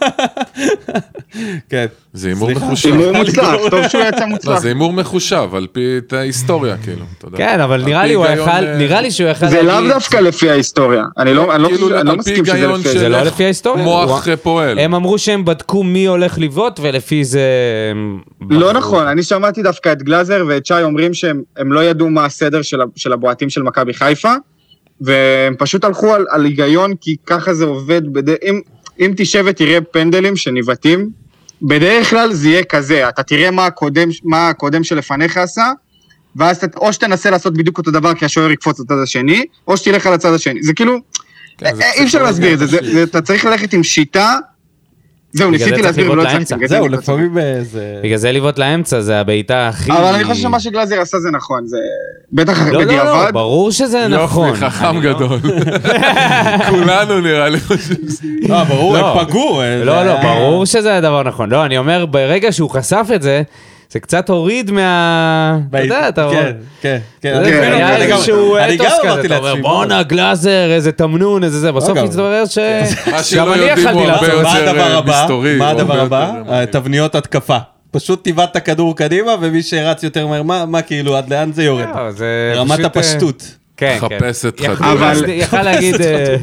כן. זה אימור מחושב. אימור מוצלח, טוב שהוא יצא מוצלח. זה אימור מחושב, על פי את ההיסטוריה, כאילו. כן, אבל נראה לי הוא יכל, נראה לי שהוא יכל... זה לאו דווקא לפי ההיסטוריה. אני לא מסכים שזה לפי זה לא לפי ההיסטוריה. מוח פועל. הם אמרו שהם בדקו מי הולך לבעוט, ולפי זה... לא נכון, אני שמעתי דווקא את גלאזר ואת שי אומרים שהם לא ידעו מה הסדר של הבועטים של מכבי חיפה, והם פשוט הלכו על, על היגיון, כי ככה זה עובד, בד... אם, אם תשב ותראה פנדלים שניבטים, בדרך כלל זה יהיה כזה, אתה תראה מה הקודם, מה הקודם שלפניך עשה, ואז ת... או שתנסה לעשות בדיוק אותו דבר, כי השוער יקפוץ לצד השני, או שתלך על הצד השני, זה כאילו, כן, זה אי אפשר להסביר את זה, זה, זה, אתה צריך ללכת עם שיטה, זהו, ניסיתי להסביר, ולא הצלחתי. זהו, לפעמים זה... בגלל זה לבעוט לאמצע, זה הבעיטה הכי... אבל אני חושב שמה שגלאזר עשה זה נכון, זה בטח בדיעבד. לא, לא, לא, ברור שזה נכון. יופי, חכם גדול. כולנו נראה לי חושב. לא, ברור, הם פגעו. לא, לא, ברור שזה הדבר נכון. לא, אני אומר, ברגע שהוא חשף את זה, זה קצת הוריד מה... אתה יודע, אתה אומר... כן, כן, כן. זה היה איזשהו אני אתוס גם כזה, אמרתי אתה אומר, לעצמי, בואנה, גלאזר, איזה תמנון, איזה זה, בסוף גם. מתברר ש... מה גם שלא אני יודעים יכלתי הוא הרבה לעשות. מה הדבר יותר הבא? מסתורי. מה הוא הדבר הרבה הבא? יותר- תבניות התקפה. פשוט תיבד את הכדור קדימה, ומי שרץ יותר מהר, מה מה כאילו, עד לאן זה יורד? לא, זה רמת פשוט, הפשטות. כן, כן. חפש את יכול- חדור. אבל- יכל להגיד... אה,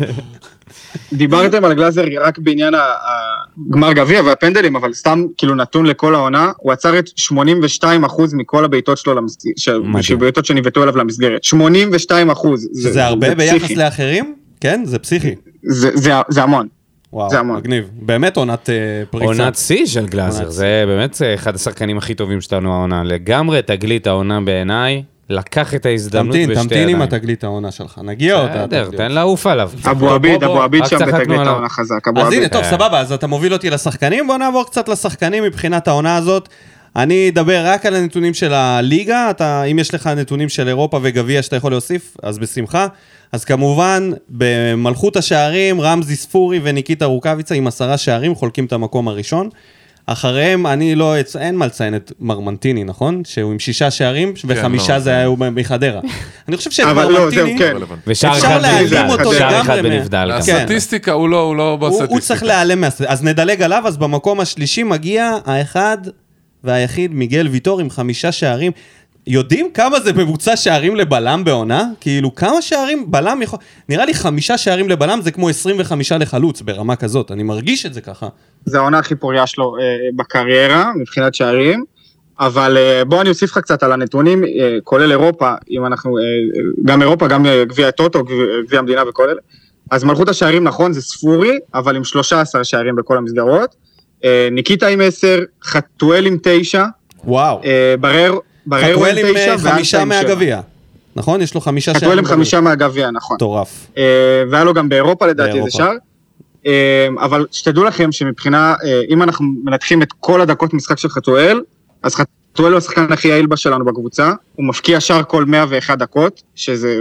דיברתם על גלאזר רק בעניין הגמר גביע והפנדלים, אבל סתם כאילו נתון לכל העונה, הוא עצר את שמונים ושתיים אחוז מכל הבעיטות שלו למסגרת, בעיטות שניבטו אליו למסגרת, שמונים ושתיים אחוז. שזה הרבה ביחס לאחרים? כן, זה פסיכי. זה המון. וואו, זה המון. מגניב. באמת עונת אה, פריצה. עונת שיא של גלאזר, עונת זה באמת אחד השחקנים הכי טובים שלנו העונה. לגמרי תגלית העונה בעיניי, לקח את ההזדמנות בשתי תמתין, ידיים. תמתין עם התגלית העונה שלך. נגיע אותה. בסדר, תן לעוף עליו. אבו בוא, עביד, בוא, אבו עביד רק שם צחקנו בתגלית עליו. העונה חזק, אבו אז הנה, עביד. טוב, סבבה, אז אתה מוביל אותי לשחקנים, בוא נעבור קצת לשחקנים מבחינת העונה הזאת. אני אדבר רק על הנתונים של הליגה, אתה, אם יש לך נתונים של אירופה וגביע שאתה יכול להוסיף, אז בשמחה. אז כמובן, במלכות השערים, רמזי ספורי וניקיטה רוקאביצה עם עשרה שערים, חולקים את המקום הראשון. אחריהם, אני לא, אין מה לציין את מרמנטיני, נכון? שהוא עם שישה שערים, וחמישה לא, זה היה מחדרה. אני חושב שאת אבל לא, זהו, מרמנטיני, כן. ושער אפשר אחד להעלים בנבדל, אותו שער אחד לגמרי מה- בנבדל. גם. כן. הסטטיסטיקה, הוא לא הוא לא הוא, בסטטיסטיקה. הוא צריך להיעלם מהסטטיסטיקה. אז נדלג עליו, אז במקום השלישי מגיע האחד והיחיד, מיגל ויטור עם חמישה שערים. יודעים כמה זה ממוצע שערים לבלם בעונה? כאילו, כמה שערים בלם יכול... נראה לי חמישה שערים לבלם זה כמו עשרים וחמישה לחלוץ ברמה כזאת. אני מרגיש את זה ככה. זה העונה הכי פוריה שלו אה, בקריירה, מבחינת שערים, אבל אה, בוא אני אוסיף לך קצת על הנתונים, אה, כולל אירופה, אם אנחנו, אה, גם אירופה, גם אה, גביע טוטו, גביע, גביע המדינה וכל אלה, אז מלכות השערים נכון, זה ספורי, אבל עם שלושה עשר שערים בכל המסגרות, אה, ניקיטה עם עשר, חתואל עם תשע, וואו. אה, ברר, ברר חתואל עם תשע, אה, חמישה ואנסה עם שבע. מהגביע. נכון? יש לו חמישה שערים. חתואל עם חמישה מהגביע, נכון. מטורף. אה, והיה לו גם באירופה לדעתי באירופה. איזה שער. אה, אבל שתדעו לכם שמבחינה, אה, אם אנחנו מנתחים את כל הדקות משחק של חתואל, אז חתואל הוא השחקן הכי יעיל שלנו בקבוצה, הוא מפקיע שער כל מאה ואחת דקות, שזה...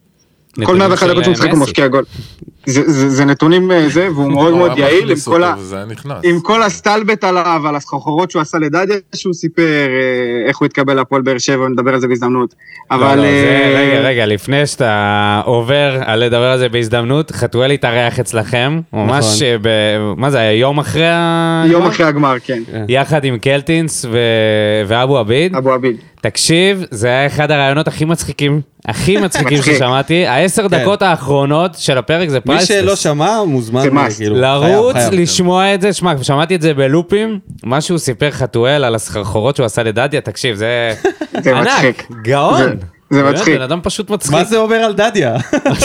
כל מאה ואחת דקות שהוא משחק הוא מפקיע גול. זה, זה, זה נתונים אה, זה, והוא מאוד מאוד יעיל, עם כל, ה... זה היה נכנס. עם כל הסטלבט עליו, על הסחרחורות שהוא עשה לדדיה, שהוא סיפר אה, איך הוא התקבל לפועל באר שבע, נדבר על זה בהזדמנות. אבל... לא, לא, זה, אה, רגע, רגע, לפני שאתה עובר על לדבר על זה בהזדמנות, חתואל התארח אצלכם, ממש, ב... מה זה היה, יום אחרי ה... יום אחרי הגמר, כן. יחד עם קלטינס ו... ואבו עביד. אבו עביד. תקשיב, זה היה אחד הרעיונות הכי מצחיקים, הכי מצחיקים מצחיק. ששמעתי, העשר דקות האחרונות של הפרק זה מי פרייסלס. שלא שמע, מוזמן. זה must. כאילו, לרוץ, חייב, חייב. לשמוע את זה, שמע, שמעתי את זה בלופים, מה שהוא סיפר חתואל על הסחרחורות שהוא עשה לדדיה, תקשיב, זה זה ענק, מצחיק. גאון. זה- זה באמת, מצחיק. בן אדם פשוט מצחיק. מה זה אומר על דדיה?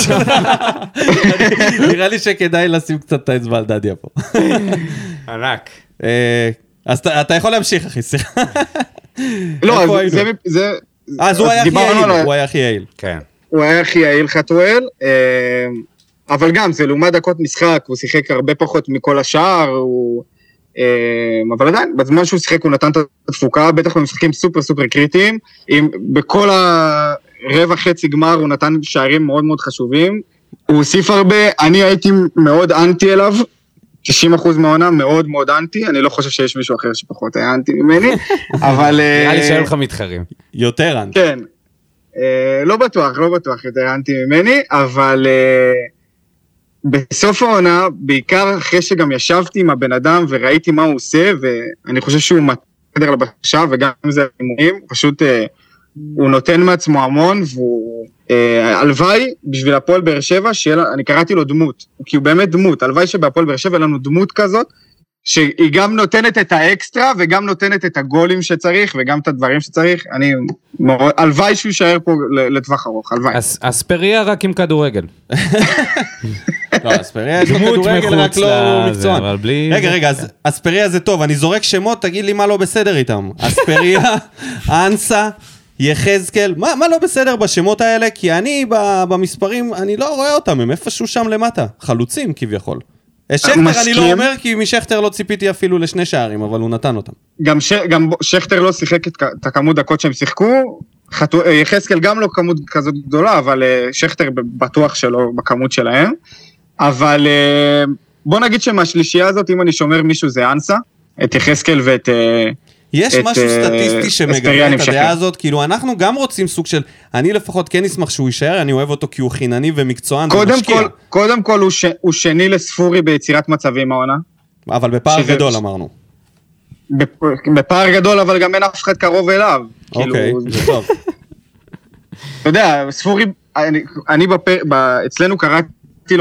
נראה לי שכדאי לשים קצת את האצבע על דדיה פה. ענק. אה, אז אתה- אתה יכול להמשיך, אחי, סליחה. לא, איפה אז זה... היינו? זה- אז הוא היה הכי דיברנו יעיל, על ה- הוא היה הכי יעיל. כן. הוא היה הכי יעיל חתואל, אה, אבל גם זה לעומת דקות משחק, הוא שיחק הרבה פחות מכל השאר, הוא... אה, אבל עדיין, בזמן שהוא שיחק הוא נתן את התפוקה, בטח במשחקים סופר סופר קריטיים, עם, בכל הרבע חצי גמר הוא נתן שערים מאוד מאוד חשובים, הוא הוסיף הרבה, אני הייתי מאוד אנטי אליו, תשעים אחוז מהעונה מאוד מאוד אנטי, אני לא חושב שיש מישהו אחר שפחות היה אנטי ממני, אבל... אה, נראה לי שהיו לך מתחרים. יותר אנטי. כן, אה, לא בטוח, לא בטוח יותר אנטי ממני, אבל אה, בסוף העונה, בעיקר אחרי שגם ישבתי עם הבן אדם וראיתי מה הוא עושה, ואני חושב שהוא מתדר לבקשה, וגם אם זה אימונים, פשוט אה, הוא נותן מעצמו המון, והוא אה, הלוואי בשביל הפועל באר שבע, שאני קראתי לו דמות, כי הוא באמת דמות, הלוואי שבהפועל באר שבע לנו דמות כזאת, שהיא גם נותנת את האקסטרה, וגם נותנת את הגולים שצריך, וגם את הדברים שצריך, אני, מאוד- הלוואי שהוא יישאר פה לטווח ארוך, הלוואי. אס- אספריה רק עם כדורגל. לא, אספריה יש לו דמות כדורגל, רק מחוץ לא לזה, מקצוען. אבל בלי... רגע, רגע, אז אספריה זה טוב, אני זורק שמות, תגיד לי מה לא בסדר איתם. אספריה, אנסה, יחזקאל, מה מה לא בסדר בשמות האלה? כי אני ב- במספרים, אני לא רואה אותם, הם איפשהו שם למטה, חלוצים כביכול. שכטר אני מסכים. לא אומר, כי משכטר לא ציפיתי אפילו לשני שערים, אבל הוא נתן אותם. גם, ש... גם שכטר לא שיחק את, את הכמות דקות שהם שיחקו, חתו... יחזקאל גם לא כמות כזאת גדולה, אבל uh, שכטר בטוח שלא בכמות שלהם, אבל uh, בוא נגיד שמהשלישייה הזאת, אם אני שומר מישהו זה אנסה, את יחזקאל ואת... Uh, יש את, משהו אה, סטטיסטי שמגבה אספריאן את המשכי. הדעה הזאת, כאילו אנחנו גם רוצים סוג של, אני לפחות כן אשמח שהוא יישאר, אני אוהב אותו כי הוא חינני ומקצוען קודם ומשקיע. כל, קודם כל הוא, ש... הוא שני לספורי ביצירת מצבים העונה. אבל בפער שזה- גדול אמרנו. בפ... בפער גדול, אבל גם אין אף אחד קרוב אליו. אוקיי, כאילו, זה טוב. אתה יודע, ספורי, אני, אני בפ... ב... אצלנו קראתי לו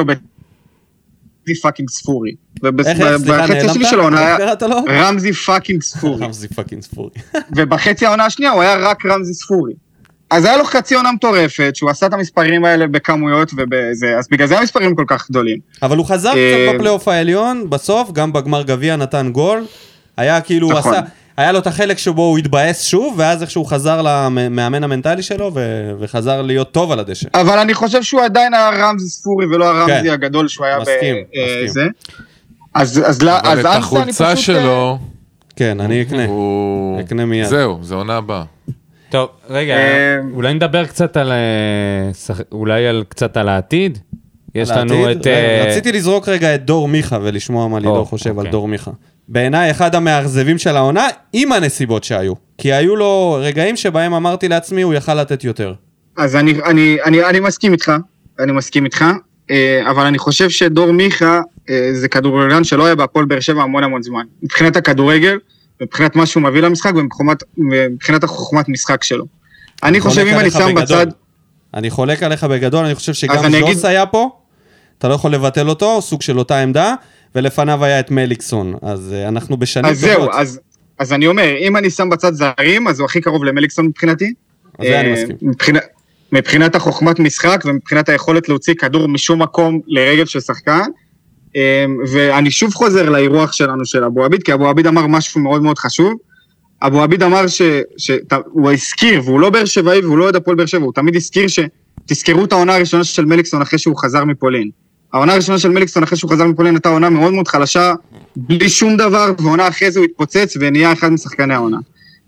רמזי פאקינג ספורי. איך, איך, סליחה, ובחצי השני נעלמת? שלו העונה איך היה קראת לו? רמזי פאקינג ספורי. רמזי פאקינג ספורי. ובחצי העונה השנייה הוא היה רק רמזי ספורי. אז היה לו חצי עונה מטורפת, שהוא עשה את המספרים האלה בכמויות ובזה, אז בגלל זה המספרים כל כך גדולים. אבל הוא חזר אה, קצת בפלייאוף העליון, בסוף, גם בגמר גביע נתן גול. היה כאילו, הוא נכון. עשה, היה לו את החלק שבו הוא התבאס שוב, ואז איכשהו חזר למאמן המנטלי שלו, ו- וחזר להיות טוב על הדשא. אבל אני חושב שהוא עדיין היה רמזי ספורי, ולא הרמזי כן. הגדול שהוא היה מסכים, ב- מסכים. זה. אז אז לא- אבל אז את אנסה אני החולצה פשוט... שלו, כן, אני אקנה. הוא... אקנה מיד. זהו, זה עונה הבאה. טוב, רגע, אה, אולי נדבר קצת על... אה, שח- אולי על קצת על העתיד? יש לנו לעתיד. את... אה, רציתי לזרוק רגע את דור מיכה ולשמוע מה לידור או, חושב על אוקיי. דור מיכה. בעיניי אחד המאכזבים של העונה, עם הנסיבות שהיו. כי היו לו רגעים שבהם אמרתי לעצמי, הוא יכל לתת יותר. אז אני, אני, אני, אני מסכים איתך, אני מסכים איתך, אה, אבל אני חושב שדור מיכה אה, זה כדורגלן שלא היה בהפועל באר שבע המון המון זמן. מבחינת הכדורגל, מבחינת מה שהוא מביא למשחק, ומבחינת, מבחינת החוכמת משחק שלו. אני חושב חולק אם אני עליך שם בגדול. בצד, אני חולק עליך בגדול, אני חושב שגם אז אני ז'וס אגיד- היה פה, אתה לא יכול לבטל אותו, סוג של אותה עמדה, ולפניו היה את מליקסון, אז uh, אנחנו בשנים אז זהו, אז, אז אני אומר, אם אני שם בצד זרים, אז הוא הכי קרוב למליקסון מבחינתי. אז זה אני אה, מסכים. מבחינת, מבחינת החוכמת משחק, ומבחינת היכולת להוציא כדור משום מקום לרגל של שחקן, אה, ואני שוב חוזר לאירוח שלנו של אבו עביד, כי אבו עביד אמר משהו מאוד מאוד חשוב. אבו עביד אמר ש, שהוא הזכיר, והוא לא באר שבעי והוא לא יודע הפועל באר שבע, הוא תמיד הזכיר שתזכרו את העונה הראשונה של מליקסון אחרי שהוא חזר מפולין. העונה הראשונה של מליקסון אחרי שהוא חזר מפולין הייתה עונה מאוד מאוד חלשה, בלי שום דבר, ועונה אחרי זה הוא התפוצץ ונהיה אחד משחקני העונה.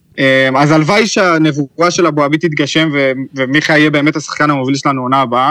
אז הלוואי שהנבואה של אבו עביד תתגשם, ומיכה יהיה באמת השחקן המוביל שלנו עונה הבאה.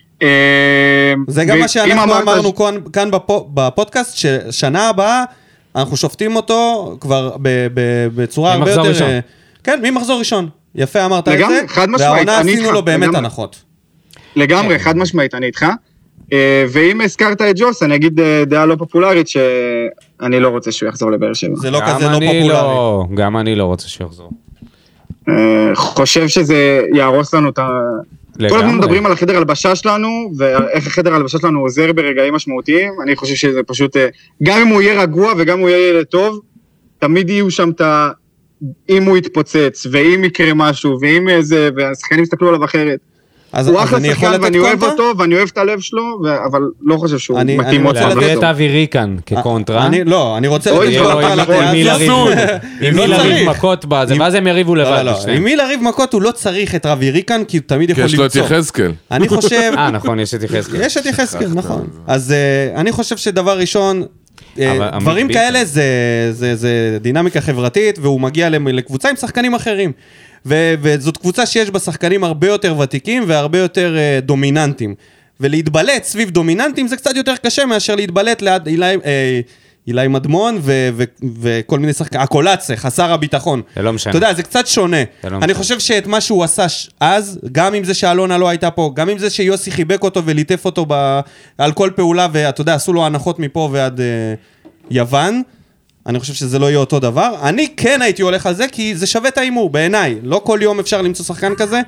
זה גם מה שאנחנו אמרת- אמרנו כאן, כאן בפו, בפודקאסט, ששנה הבאה אנחנו שופטים אותו כבר ב, ב, בצורה הרבה ממחזור יותר... ראשון. כן, ממחזור ראשון. יפה אמרת את לגמרי, זה, חד משמעית, והעונה אני עשינו איתך, לו באמת לגמרי. הנחות. לגמרי, חד משמעית, אני איתך. אה, ואם הזכרת את ג'וס, אני אגיד אה, דעה לא פופולרית, שאני לא רוצה שהוא יחזור לבאר שבע. זה לא גם כזה לא אני פופולרי. לא- גם אני לא רוצה שיחזור. אה, חושב שזה יהרוס לנו את ה... כל הזמן לגמרי. מדברים על החדר הלבשה שלנו, ואיך החדר הלבשה שלנו עוזר ברגעים משמעותיים, אני חושב שזה פשוט, אה, גם אם הוא יהיה רגוע וגם אם הוא יהיה ילד טוב, תמיד יהיו שם את ה... אם הוא יתפוצץ, ואם יקרה משהו, ואם איזה, והשחקנים יסתכלו עליו אחרת. אז, הוא אז אחלה אני יכול שחקן לתת ואני אוהב קונטרה? אותו, ואני אוהב את הלב שלו, ו- אבל לא חושב שהוא אני- אני מתאים עוד רוצה פעם. להביא את לחזור. אבי ריקן כקונטרה. אני, לא, אני רוצה אוי, לתת לא, קונטרה עם- לדעה עם מי הזאת. לריב, עם לא מי לריב צריך. מכות בזה, עם- ואז הם יריבו לא, לבד. לא, שניהם. עם מי לריב מכות הוא לא צריך את רבי ריקן, כי הוא תמיד כי יכול יש לו את למצוא. יחזקאל. אני חושב... אה, נכון, יש את יחזקאל. יש את יחזקאל, שכחת נכון. מזה. אז אה, אני חושב שדבר ראשון, אה, אבל עמית דברים ביטון. כאלה זה, זה, זה דינמיקה חברתית, והוא מגיע למ- לקבוצה עם שחקנים אחרים. ו- וזאת קבוצה שיש בה שחקנים הרבה יותר ותיקים והרבה יותר אה, דומיננטים. ולהתבלט סביב דומיננטים זה קצת יותר קשה מאשר להתבלט ליד אילי, אה, אילי מדמון ו- ו- וכל מיני שחקנים, הקולצה, חסר הביטחון. זה לא משנה. אתה יודע, זה קצת שונה. זה לא אני משנה. חושב שאת מה שהוא עשה ש- אז, גם עם זה שאלונה לא הייתה פה, גם עם זה שיוסי חיבק אותו וליטף אותו ב- על כל פעולה, ואתה יודע, עשו לו הנחות מפה ועד אה, יוון, אני חושב שזה לא יהיה אותו דבר. אני כן הייתי הולך על זה, כי זה שווה את האימור, בעיניי. לא כל יום אפשר למצוא שחקן כזה.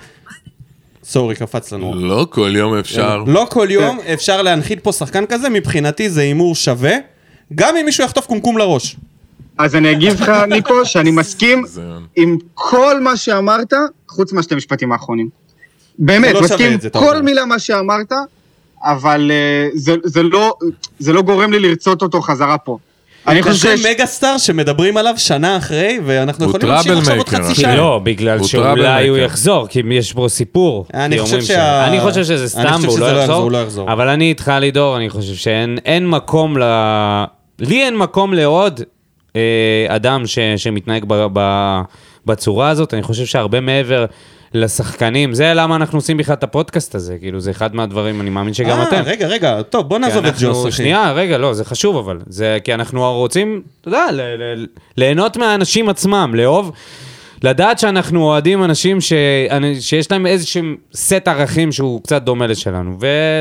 סורי, קפץ לנו. לא כל יום אפשר. לא כל יום אפשר להנחית פה שחקן כזה, מבחינתי זה אימור שווה, גם אם מישהו יחטוף קומקום לראש. אז אני אגיב לך, ניקו, שאני מסכים זה- עם כל מה שאמרת, חוץ מהשתי משפטים האחרונים. באמת, זה לא שווה מסכים את זה, אתה כל אומר. מילה מה שאמרת, אבל אה, זה, זה, לא, זה לא גורם לי לרצות אותו חזרה פה. אני חושב כזה שיש... מגה סטאר שמדברים עליו שנה אחרי, ואנחנו הוא יכולים להמשיך עכשיו עוד טראבל חצי מייקר, שעה. לא, בגלל הוא שאולי טראבל הוא מייקר. יחזור, כי יש פה סיפור. אני כי חושב אומרים שה- ש- אני חושב שזה אני סתם, חושב והוא שזה לא לא יחזור, יחזור. הוא לא יחזור. אבל אני איתך לידור, אני חושב שאין אין מקום ל... לי אין מקום לעוד אה, אדם ש, שמתנהג ב, ב, בצורה הזאת, אני חושב שהרבה מעבר לשחקנים, זה למה אנחנו עושים בכלל את הפודקאסט הזה, כאילו זה אחד מהדברים, אני מאמין שגם אה, אתם. רגע, רגע, טוב, בוא נעזוב את ג'וס, אחי. שנייה, רגע, לא, זה חשוב אבל, זה כי אנחנו רוצים, אתה יודע, ל, ל, ליהנות מהאנשים עצמם, לאהוב, לדעת שאנחנו אוהדים אנשים ש, שיש להם איזשהו סט ערכים שהוא קצת דומה לשלנו,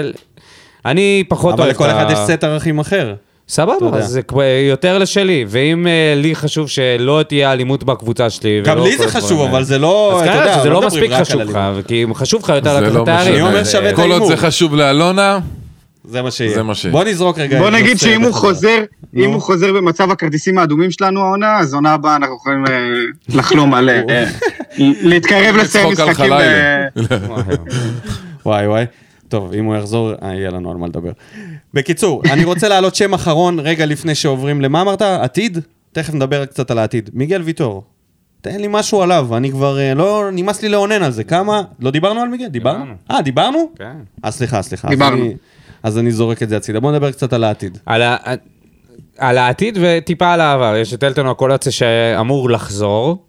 ואני פחות אבל אוהב לכל אחד יש סט ערכים אחר. סבבה, אז זה יותר לשלי, ואם לי חשוב שלא תהיה אלימות בקבוצה שלי, גם לי זה חשוב, אבל זה לא, אתה יודע, זה לא מספיק חשוב לך, כי חשוב לך יותר לקחת תארים. אני אומר שווה את כל האימור. עוד זה חשוב לאלונה, זה מה שיהיה. זה מה שיהיה. בוא נזרוק רגע. בוא נגיד שאם הוא חוזר, אם הוא חוזר במצב הכרטיסים האדומים שלנו העונה, אז עונה הבאה אנחנו יכולים לחלום על להתקרב לסיים לצחוק על משחקים. חלילה. וואי וואי. טוב, אם הוא יחזור, יהיה לנו על מה לדבר. בקיצור, אני רוצה להעלות שם אחרון רגע לפני שעוברים למה אמרת? עתיד? תכף נדבר קצת על העתיד. מיגל ויטור. תן לי משהו עליו, אני כבר לא, נמאס לי לעונן על זה. כמה? לא דיברנו על מיגל? דיברנו? אה, דיברנו? כן. אה, סליחה, סליחה. דיברנו. אז אני זורק את זה הצידה. בוא נדבר קצת על העתיד. על, ה... על העתיד וטיפה על העבר. יש את אלטון הקולציה שאמור לחזור,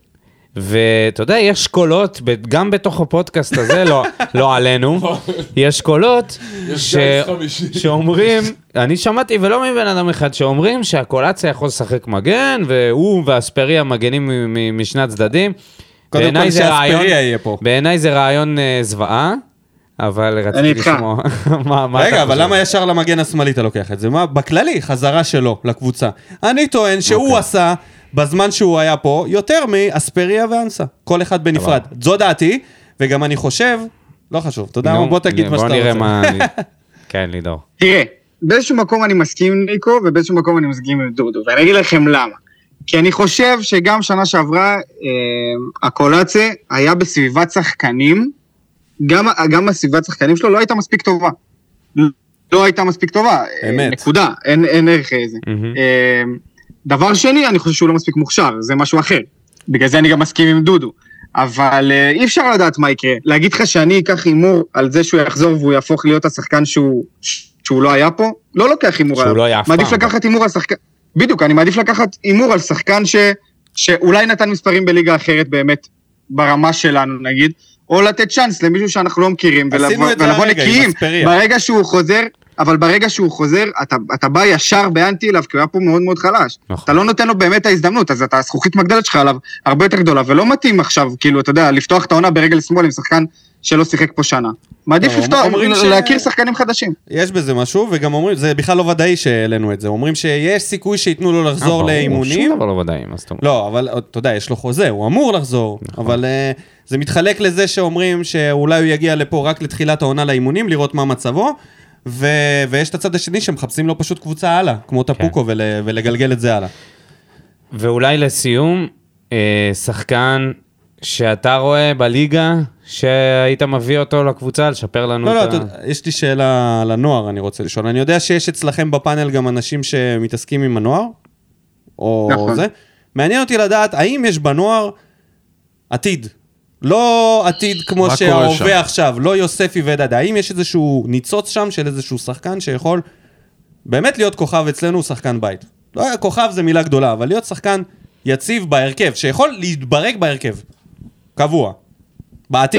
ואתה יודע, יש קולות, גם בתוך הפודקאסט הזה, לא, לא עלינו, יש קולות ש... שאומרים, אני שמעתי ולא מבין אדם אחד, שאומרים שהקולציה יכול לשחק מגן, והוא והאספריה מגנים מ- משני הצדדים. קודם כל שהאספריה יהיה פה. בעיניי זה רעיון uh, זוועה, אבל רציתי לשמוע מה, מה רגע, אבל למה ישר למגן השמאלי אתה לוקח את זה? מה, בכללי, חזרה שלו לקבוצה. אני טוען שהוא עשה, בזמן שהוא היה פה, יותר מאספריה ואנסה. כל אחד בנפרד. זו דעתי, וגם אני חושב, לא חשוב, אתה יודע מה, בוא תגיד מה שאתה רוצה. בוא נראה מה... כן, לידור. תראה, באיזשהו מקום אני מסכים עם ניקו, ובאיזשהו מקום אני מסכים עם דודו, ואני אגיד לכם למה. כי אני חושב שגם שנה שעברה, אה, הקולציה היה בסביבת שחקנים, גם, גם הסביבת שחקנים שלו לא הייתה מספיק טובה. לא הייתה מספיק טובה. אמת. נקודה, אין, אין ערך איזה. Mm-hmm. אה, דבר שני, אני חושב שהוא לא מספיק מוכשר, זה משהו אחר. בגלל זה אני גם מסכים עם דודו. אבל אה, אי אפשר לדעת מה יקרה. להגיד לך שאני אקח אימור על זה שהוא יחזור והוא יהפוך להיות השחקן שהוא, שהוא לא היה פה, לא לוקח אימור עליו. שהוא לא היה אף פעם. מעדיף לקחת אימור על שחקן... בדיוק, אני מעדיף לקחת אימור על שחקן ש... שאולי נתן מספרים בליגה אחרת באמת, ברמה שלנו נגיד, או לתת צ'אנס למישהו שאנחנו לא מכירים, ולבוא, ולבוא נקיים, ברגע שהוא חוזר, אבל ברגע שהוא חוזר, אתה, אתה בא ישר באנטי אליו, כי הוא היה פה מאוד מאוד חלש. נכון. אתה לא נותן לו באמת ההזדמנות, אז אתה הזכוכית מגדלת שלך עליו הרבה יותר גדולה, ולא מתאים עכשיו, כאילו, אתה יודע, לפתוח את העונה ברגל שמאל עם שחקן שלא שיחק פה שנה. מעדיף לא, לפתוח, ש... להכיר שחקנים חדשים. יש בזה משהו, וגם אומרים, זה בכלל לא ודאי שהעלינו את זה, אומרים שיש סיכוי שייתנו לו לחזור אה, לאימונים. שום דבר לא ודאי, מה זאת אומרת? לא, אבל אתה יודע, יש לו חוזה, הוא אמור לחזור, נכון. אבל uh, זה מתחלק לזה שאומרים שאולי הוא יגיע לפה רק לתחילת העונה לאימונים, לראות מה מצבו, ו... ויש את הצד השני שמחפשים לו פשוט קבוצה הלאה, כמו טפוקו, כן. ול... ולגלגל את זה הלאה. ואולי לסיום, אה, שחקן שאתה רואה בליגה, שהיית מביא אותו לקבוצה, לשפר לנו לא, את לא, ה... לא, יש לי שאלה לנוער, אני רוצה לשאול. אני יודע שיש אצלכם בפאנל גם אנשים שמתעסקים עם הנוער, או נכון. זה. מעניין אותי לדעת, האם יש בנוער עתיד? לא עתיד כמו שההווה עכשיו, לא יוספי ודד. האם יש איזשהו ניצוץ שם של איזשהו שחקן שיכול באמת להיות כוכב אצלנו, שחקן בית? לא, כוכב זה מילה גדולה, אבל להיות שחקן יציב בהרכב, שיכול להתברג בהרכב. קבוע. בעתיד.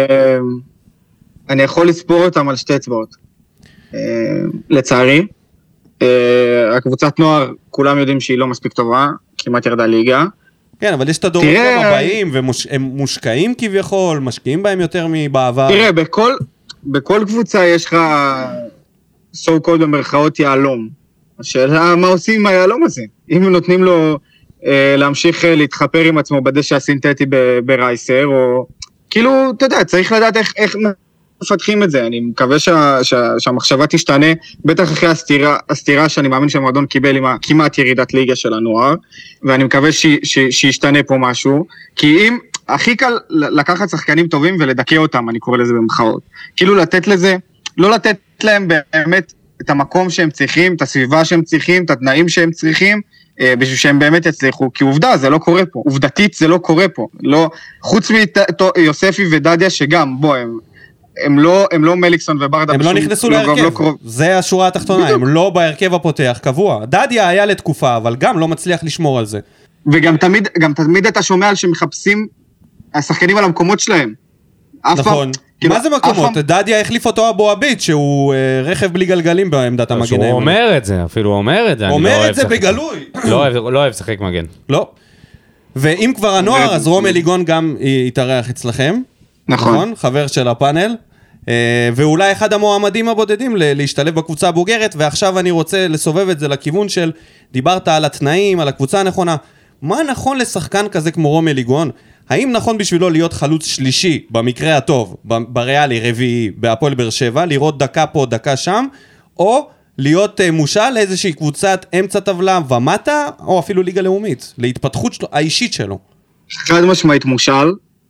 אני יכול לספור אותם על שתי אצבעות. לצערי. הקבוצת נוער, כולם יודעים שהיא לא מספיק טובה, כמעט ירדה ליגה. כן, אבל יש את הדורות הבאים, והם מושקעים כביכול, משקיעים בהם יותר מבעבר. תראה, בכל, בכל קבוצה יש לך so called במרכאות יעלום. השאלה, מה עושים עם היעלום הזה? אם נותנים לו אה, להמשיך אה, להתחפר עם עצמו בדשא הסינתטי ב- ברייסר, או כאילו, אתה יודע, צריך לדעת איך, איך מפתחים את זה. אני מקווה שה, שה, שהמחשבה תשתנה, בטח אחרי הסתירה, הסתירה שאני מאמין שהמועדון קיבל עם כמעט ירידת ליגה של הנוער, ואני מקווה ש, ש, שישתנה פה משהו, כי אם, הכי קל לקחת שחקנים טובים ולדכא אותם, אני קורא לזה במחאות. כאילו לתת לזה, לא לתת להם באמת את המקום שהם צריכים, את הסביבה שהם צריכים, את התנאים שהם צריכים, בשביל שהם באמת יצליחו, כי עובדה, זה לא קורה פה, עובדתית זה לא קורה פה, לא, חוץ מיוספי ודדיה שגם, בוא, הם, הם לא, הם לא מליקסון וברדה. הם לא נכנסו להרכב, זה השורה התחתונה, הם לא בהרכב הפותח קבוע. דדיה היה לתקופה, אבל גם לא מצליח לשמור על זה. וגם תמיד, גם תמיד אתה שומע על שמחפשים השחקנים על המקומות שלהם. נכון. מה זה מקומות? דדיה החליף אותו אבו עביד, שהוא רכב בלי גלגלים בעמדת המגן. הוא אומר את זה, אפילו הוא אומר את זה. אומר את זה בגלוי. לא אוהב שחק מגן. לא. ואם כבר הנוער, אז רומי ליגון גם יתארח אצלכם. נכון. חבר של הפאנל. ואולי אחד המועמדים הבודדים להשתלב בקבוצה הבוגרת, ועכשיו אני רוצה לסובב את זה לכיוון של, דיברת על התנאים, על הקבוצה הנכונה. מה נכון לשחקן כזה כמו רומי ליגון? האם נכון בשבילו להיות חלוץ שלישי, במקרה הטוב, בריאלי רביעי, בהפועל באר שבע, לראות דקה פה, דקה שם, או להיות מושל לאיזושהי קבוצת אמצע טבלה ומטה, או אפילו ליגה לאומית, להתפתחות שלו, האישית שלו? חד משמעית מושל,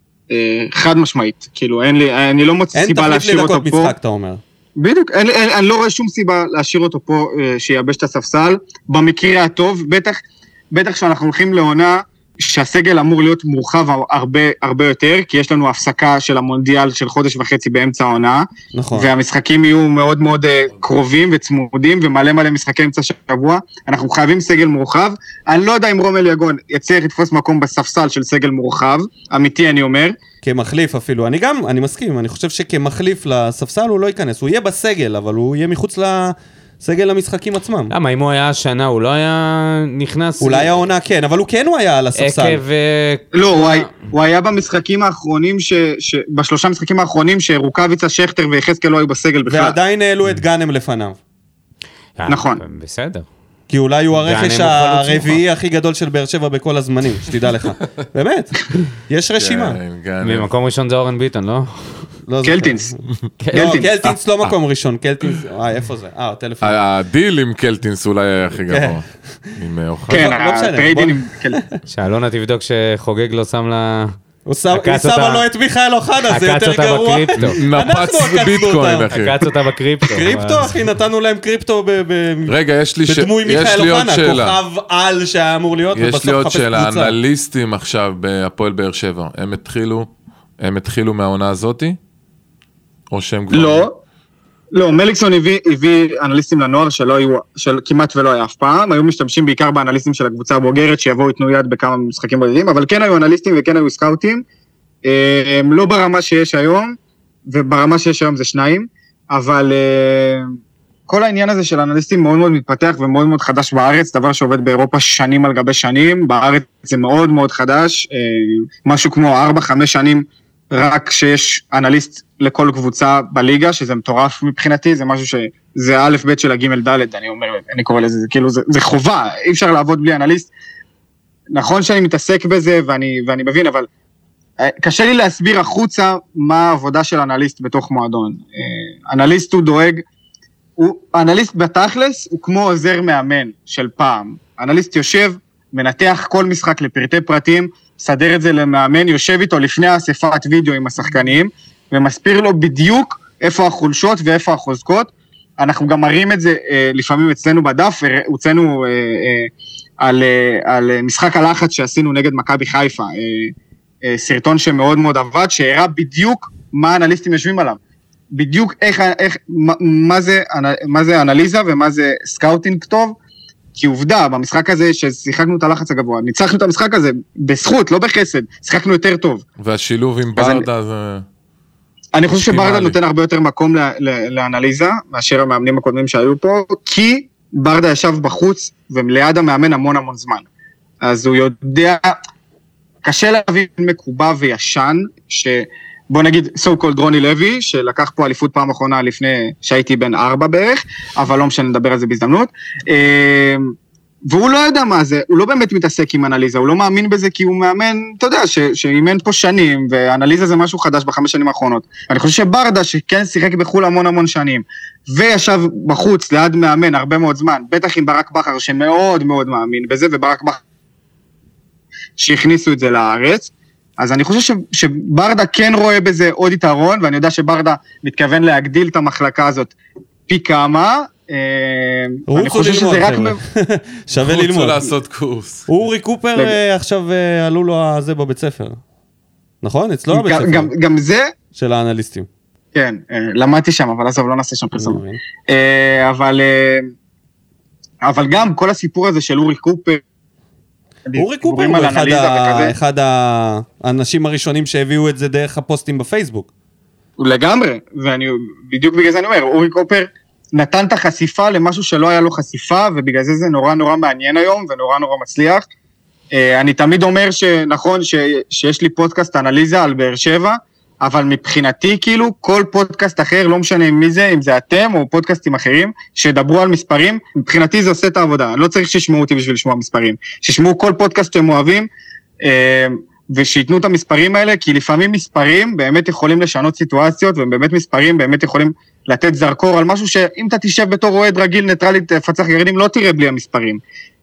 חד משמעית, כאילו אין לי, אני לא מוצא סיבה להשאיר אותו פה. אין תכלית לדקות משחק, אתה אומר. בדיוק, אין, אין, אני לא רואה שום סיבה להשאיר אותו פה, שיבש את הספסל, במקרה הטוב, בטח, בטח שאנחנו הולכים לעונה, שהסגל אמור להיות מורחב הרבה, הרבה יותר, כי יש לנו הפסקה של המונדיאל של חודש וחצי באמצע העונה, נכון. והמשחקים יהיו מאוד מאוד קרובים וצמודים, ומלא מלא משחקי אמצע שבוע, אנחנו חייבים סגל מורחב, אני לא יודע אם רומי ליגון יצליח לתפוס מקום בספסל של סגל מורחב, אמיתי אני אומר. כמחליף אפילו, אני גם, אני מסכים, אני חושב שכמחליף לספסל הוא לא ייכנס, הוא יהיה בסגל, אבל הוא יהיה מחוץ ל... סגל למשחקים עצמם. למה, אם הוא היה השנה, הוא לא היה נכנס... אולי העונה כן, אבל הוא כן הוא היה על הספסל. עקב... לא, הוא היה במשחקים האחרונים, בשלושה משחקים האחרונים, שרוקביצה, שכטר ויחזקאל לא היו בסגל בכלל. ועדיין העלו את גאנם לפניו. נכון. בסדר. כי אולי הוא הרכש הרביעי הכי גדול של באר שבע בכל הזמנים, שתדע לך. באמת, יש רשימה. ממקום ראשון זה אורן ביטון, לא? קלטינס. קלטינס לא מקום ראשון, קלטינס, אה, איפה זה? אה, הטלפון. הדיל עם קלטינס אולי היה הכי גבוה. כן, הטריידין עם קלטינס. שאלונה תבדוק שחוגג לא שם לה... הוא שמה לו את מיכאל אוחנה, זה יותר גרוע. נפץ ביטקוין, אחי. עקץ אותה בקריפטו. קריפטו, אחי, נתנו להם קריפטו רגע, יש לי עוד שאלה. כוכב על שהיה אמור להיות, יש לי עוד שאלה, אנליסטים עכשיו בהפועל באר שבע, הם התחילו, הם התחילו מהעונה הזאתי? או שהם כבר... לא, לא, מליקסון הביא, הביא אנליסטים לנוער שלא היו, של כמעט ולא היה אף פעם, היו משתמשים בעיקר באנליסטים של הקבוצה הבוגרת, שיבואו יתנו יד בכמה משחקים בודדים, אבל כן היו אנליסטים וכן היו סקאוטים, הם לא ברמה שיש היום, וברמה שיש היום זה שניים, אבל כל העניין הזה של אנליסטים מאוד מאוד מתפתח ומאוד מאוד חדש בארץ, דבר שעובד באירופה שנים על גבי שנים, בארץ זה מאוד מאוד חדש, משהו כמו ארבע, חמש שנים, רק שיש אנליסט לכל קבוצה בליגה, שזה מטורף מבחינתי, זה משהו שזה א' ב' של הג' ד', אני אומר, אני קורא לזה, זה כאילו, זה, זה חובה, אי אפשר לעבוד בלי אנליסט. נכון שאני מתעסק בזה, ואני, ואני מבין, אבל קשה לי להסביר החוצה מה העבודה של אנליסט בתוך מועדון. אנליסט הוא דואג, הוא, אנליסט בתכלס הוא כמו עוזר מאמן של פעם. אנליסט יושב, מנתח כל משחק לפרטי פרטים, סדר את זה למאמן, יושב איתו לפני האספת וידאו עם השחקנים, ומסביר לו בדיוק איפה החולשות ואיפה החוזקות. אנחנו גם מראים את זה אה, לפעמים אצלנו בדף, והוצאנו אה, אה, על, אה, על משחק הלחץ שעשינו נגד מכבי חיפה, אה, אה, סרטון שמאוד מאוד עבד, שהראה בדיוק מה האנליסטים יושבים עליו. בדיוק איך, איך, מה, מה זה, מה זה אנליזה ומה זה סקאוטינג טוב, כי עובדה, במשחק הזה ששיחקנו את הלחץ הגבוה, ניצחנו את המשחק הזה בזכות, לא בחסד, שיחקנו יותר טוב. והשילוב עם ברדה אני, זה... אני חושב שברדה נותן הרבה יותר מקום ל, ל, לאנליזה, מאשר המאמנים הקודמים שהיו פה, כי ברדה ישב בחוץ, וליד המאמן המון המון זמן. אז הוא יודע, קשה להבין מקובע וישן, ש... בוא נגיד, so called רוני לוי, שלקח פה אליפות פעם אחרונה לפני שהייתי בן ארבע בערך, אבל לא משנה לדבר על זה בהזדמנות, והוא לא יודע מה זה, הוא לא באמת מתעסק עם אנליזה, הוא לא מאמין בזה כי הוא מאמן, אתה יודע, שאימן פה שנים, ואנליזה זה משהו חדש בחמש שנים האחרונות. אני חושב שברדה, שכן שיחק בחול המון המון שנים, וישב בחוץ ליד מאמן הרבה מאוד זמן, בטח עם ברק בכר שמאוד מאוד מאמין בזה, וברק בכר שהכניסו את זה לארץ, אז אני חושב שברדה כן רואה בזה עוד יתרון, ואני יודע שברדה מתכוון להגדיל את המחלקה הזאת פי כמה, אני חושב שזה רק... שווה ללמוד. רוצו לעשות קורס. אורי קופר עכשיו עלו לו הזה בבית ספר. נכון? אצלו בבית ספר. גם זה... של האנליסטים. כן, למדתי שם, אבל עזוב, לא נעשה שם פרסום. אבל, אבל גם כל הסיפור הזה של אורי קופר, אורי קופר הוא אחד, ה... אחד האנשים הראשונים שהביאו את זה דרך הפוסטים בפייסבוק. לגמרי, ואני, בדיוק בגלל זה אני אומר, אורי קופר נתן את החשיפה למשהו שלא היה לו חשיפה, ובגלל זה זה נורא נורא מעניין היום, ונורא נורא מצליח. אני תמיד אומר שנכון ש... שיש לי פודקאסט אנליזה על באר שבע, אבל מבחינתי כאילו כל פודקאסט אחר, לא משנה מי זה, אם זה אתם או פודקאסטים אחרים, שדברו על מספרים, מבחינתי זה עושה את העבודה, אני לא צריך שישמעו אותי בשביל לשמוע מספרים, שישמעו כל פודקאסט שהם אוהבים, ושיתנו את המספרים האלה, כי לפעמים מספרים באמת יכולים לשנות סיטואציות, ובאמת מספרים באמת יכולים לתת זרקור על משהו שאם אתה תשב בתור אוהד רגיל, ניטרלית, פצח גרעינים, לא תראה בלי המספרים.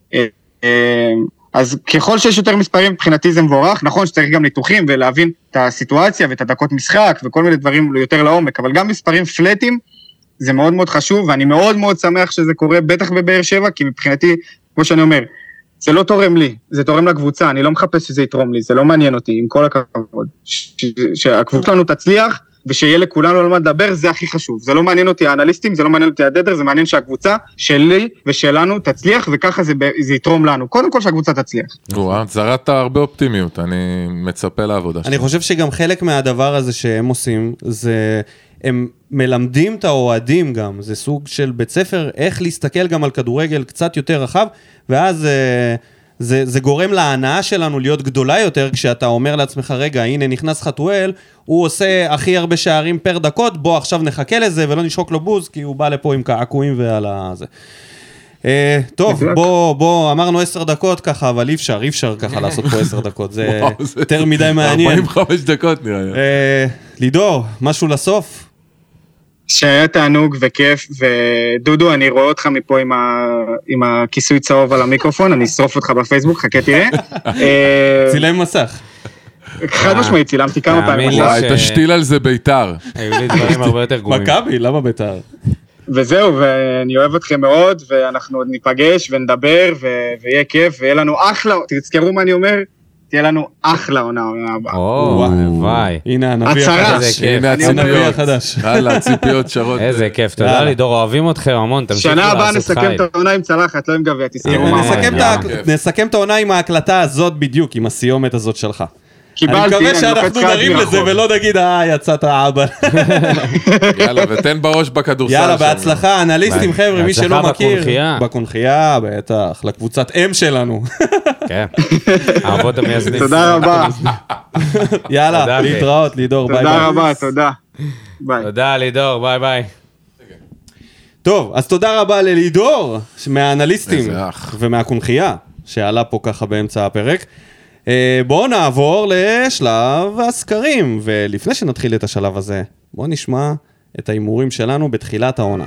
אז ככל שיש יותר מספרים, מבחינתי זה מבורך, נכון שצריך גם ניתוחים ולהבין את הסיטואציה ואת הדקות משחק וכל מיני דברים יותר לעומק, אבל גם מספרים פלטים זה מאוד מאוד חשוב, ואני מאוד מאוד שמח שזה קורה, בטח בבאר שבע, כי מבחינתי, כמו שאני אומר, זה לא תורם לי, זה תורם לקבוצה, אני לא מחפש שזה יתרום לי, זה לא מעניין אותי, עם כל הכבוד. שהקבוצה שלנו תצליח, ושיהיה לכולנו על מה לדבר, זה הכי חשוב. זה לא מעניין אותי האנליסטים, זה לא מעניין אותי הדדר, זה מעניין שהקבוצה שלי ושלנו תצליח, וככה זה, זה יתרום לנו. קודם כל שהקבוצה תצליח. וואו, זרעת הרבה אופטימיות, אני מצפה לעבודה. אני חושב שגם חלק מהדבר הזה שהם עושים, זה הם מלמדים את האוהדים גם, זה סוג של בית ספר, איך להסתכל גם על כדורגל קצת יותר רחב, ואז זה, זה גורם להנאה שלנו להיות גדולה יותר, כשאתה אומר לעצמך, רגע, הנה נכנס חתואל, הוא עושה הכי הרבה שערים פר דקות, בוא עכשיו נחכה לזה ולא נשרוק לו בוז, כי הוא בא לפה עם קעקועים ועל הזה. אה, טוב, בוא, בוא, אמרנו עשר דקות ככה, אבל אי אפשר, אי אפשר ככה לעשות פה עשר דקות, זה יותר מדי מעניין. ארבעים וחמש דקות נראה לי. אה, לידור, משהו לסוף? שהיה תענוג וכיף, ודודו, אני רואה אותך מפה עם, ה... עם הכיסוי צהוב על המיקרופון, אני אשרוף אותך בפייסבוק, חכה תראה. צילם מסך. חד משמעית, צילמתי כמה פעמים. וואי, תשתיל על זה ביתר. היו לי דברים הרבה יותר גרועים. מכבי, למה ביתר? וזהו, ואני אוהב אתכם מאוד, ואנחנו עוד ניפגש ונדבר, ויהיה כיף, ויהיה לנו אחלה, תזכרו מה אני אומר, תהיה לנו אחלה עונה הבאה. וואי. הנה הנביא החדש. הנה הנביא החדש. הלאה, הציפיות שרות. איזה כיף, תודה לידור, אוהבים אתכם המון, תמשיכו לעשות חי. שנה הבאה נסכם את העונה עם צלחת, לא עם גביע, תזכרו מה. נסכם את העונה עם ההקלטה הזאת בדיוק, עם הסיומת הזאת שלך. קיבלתי, אני מקווה שאנחנו נרים לזה ולא נגיד, אה, יצאת האבא. יאללה, ותן בראש בכדורסל. יאללה, בהצלחה, אנליסטים, חבר'ה, מי שלא מכיר. בקונחייה. בקונחייה, בטח, לקבוצת אם שלנו. כן, האבות המייסדים. תודה רבה. יאללה, להתראות, לידור, ביי ביי. תודה רבה, תודה. ביי. תודה, לידור, ביי ביי. טוב, אז תודה רבה ללידור, מהאנליסטים ומהקונחייה, שעלה פה ככה באמצע הפרק. בואו נעבור לשלב הסקרים, ולפני שנתחיל את השלב הזה, בואו נשמע את האימורים שלנו בתחילת העונה.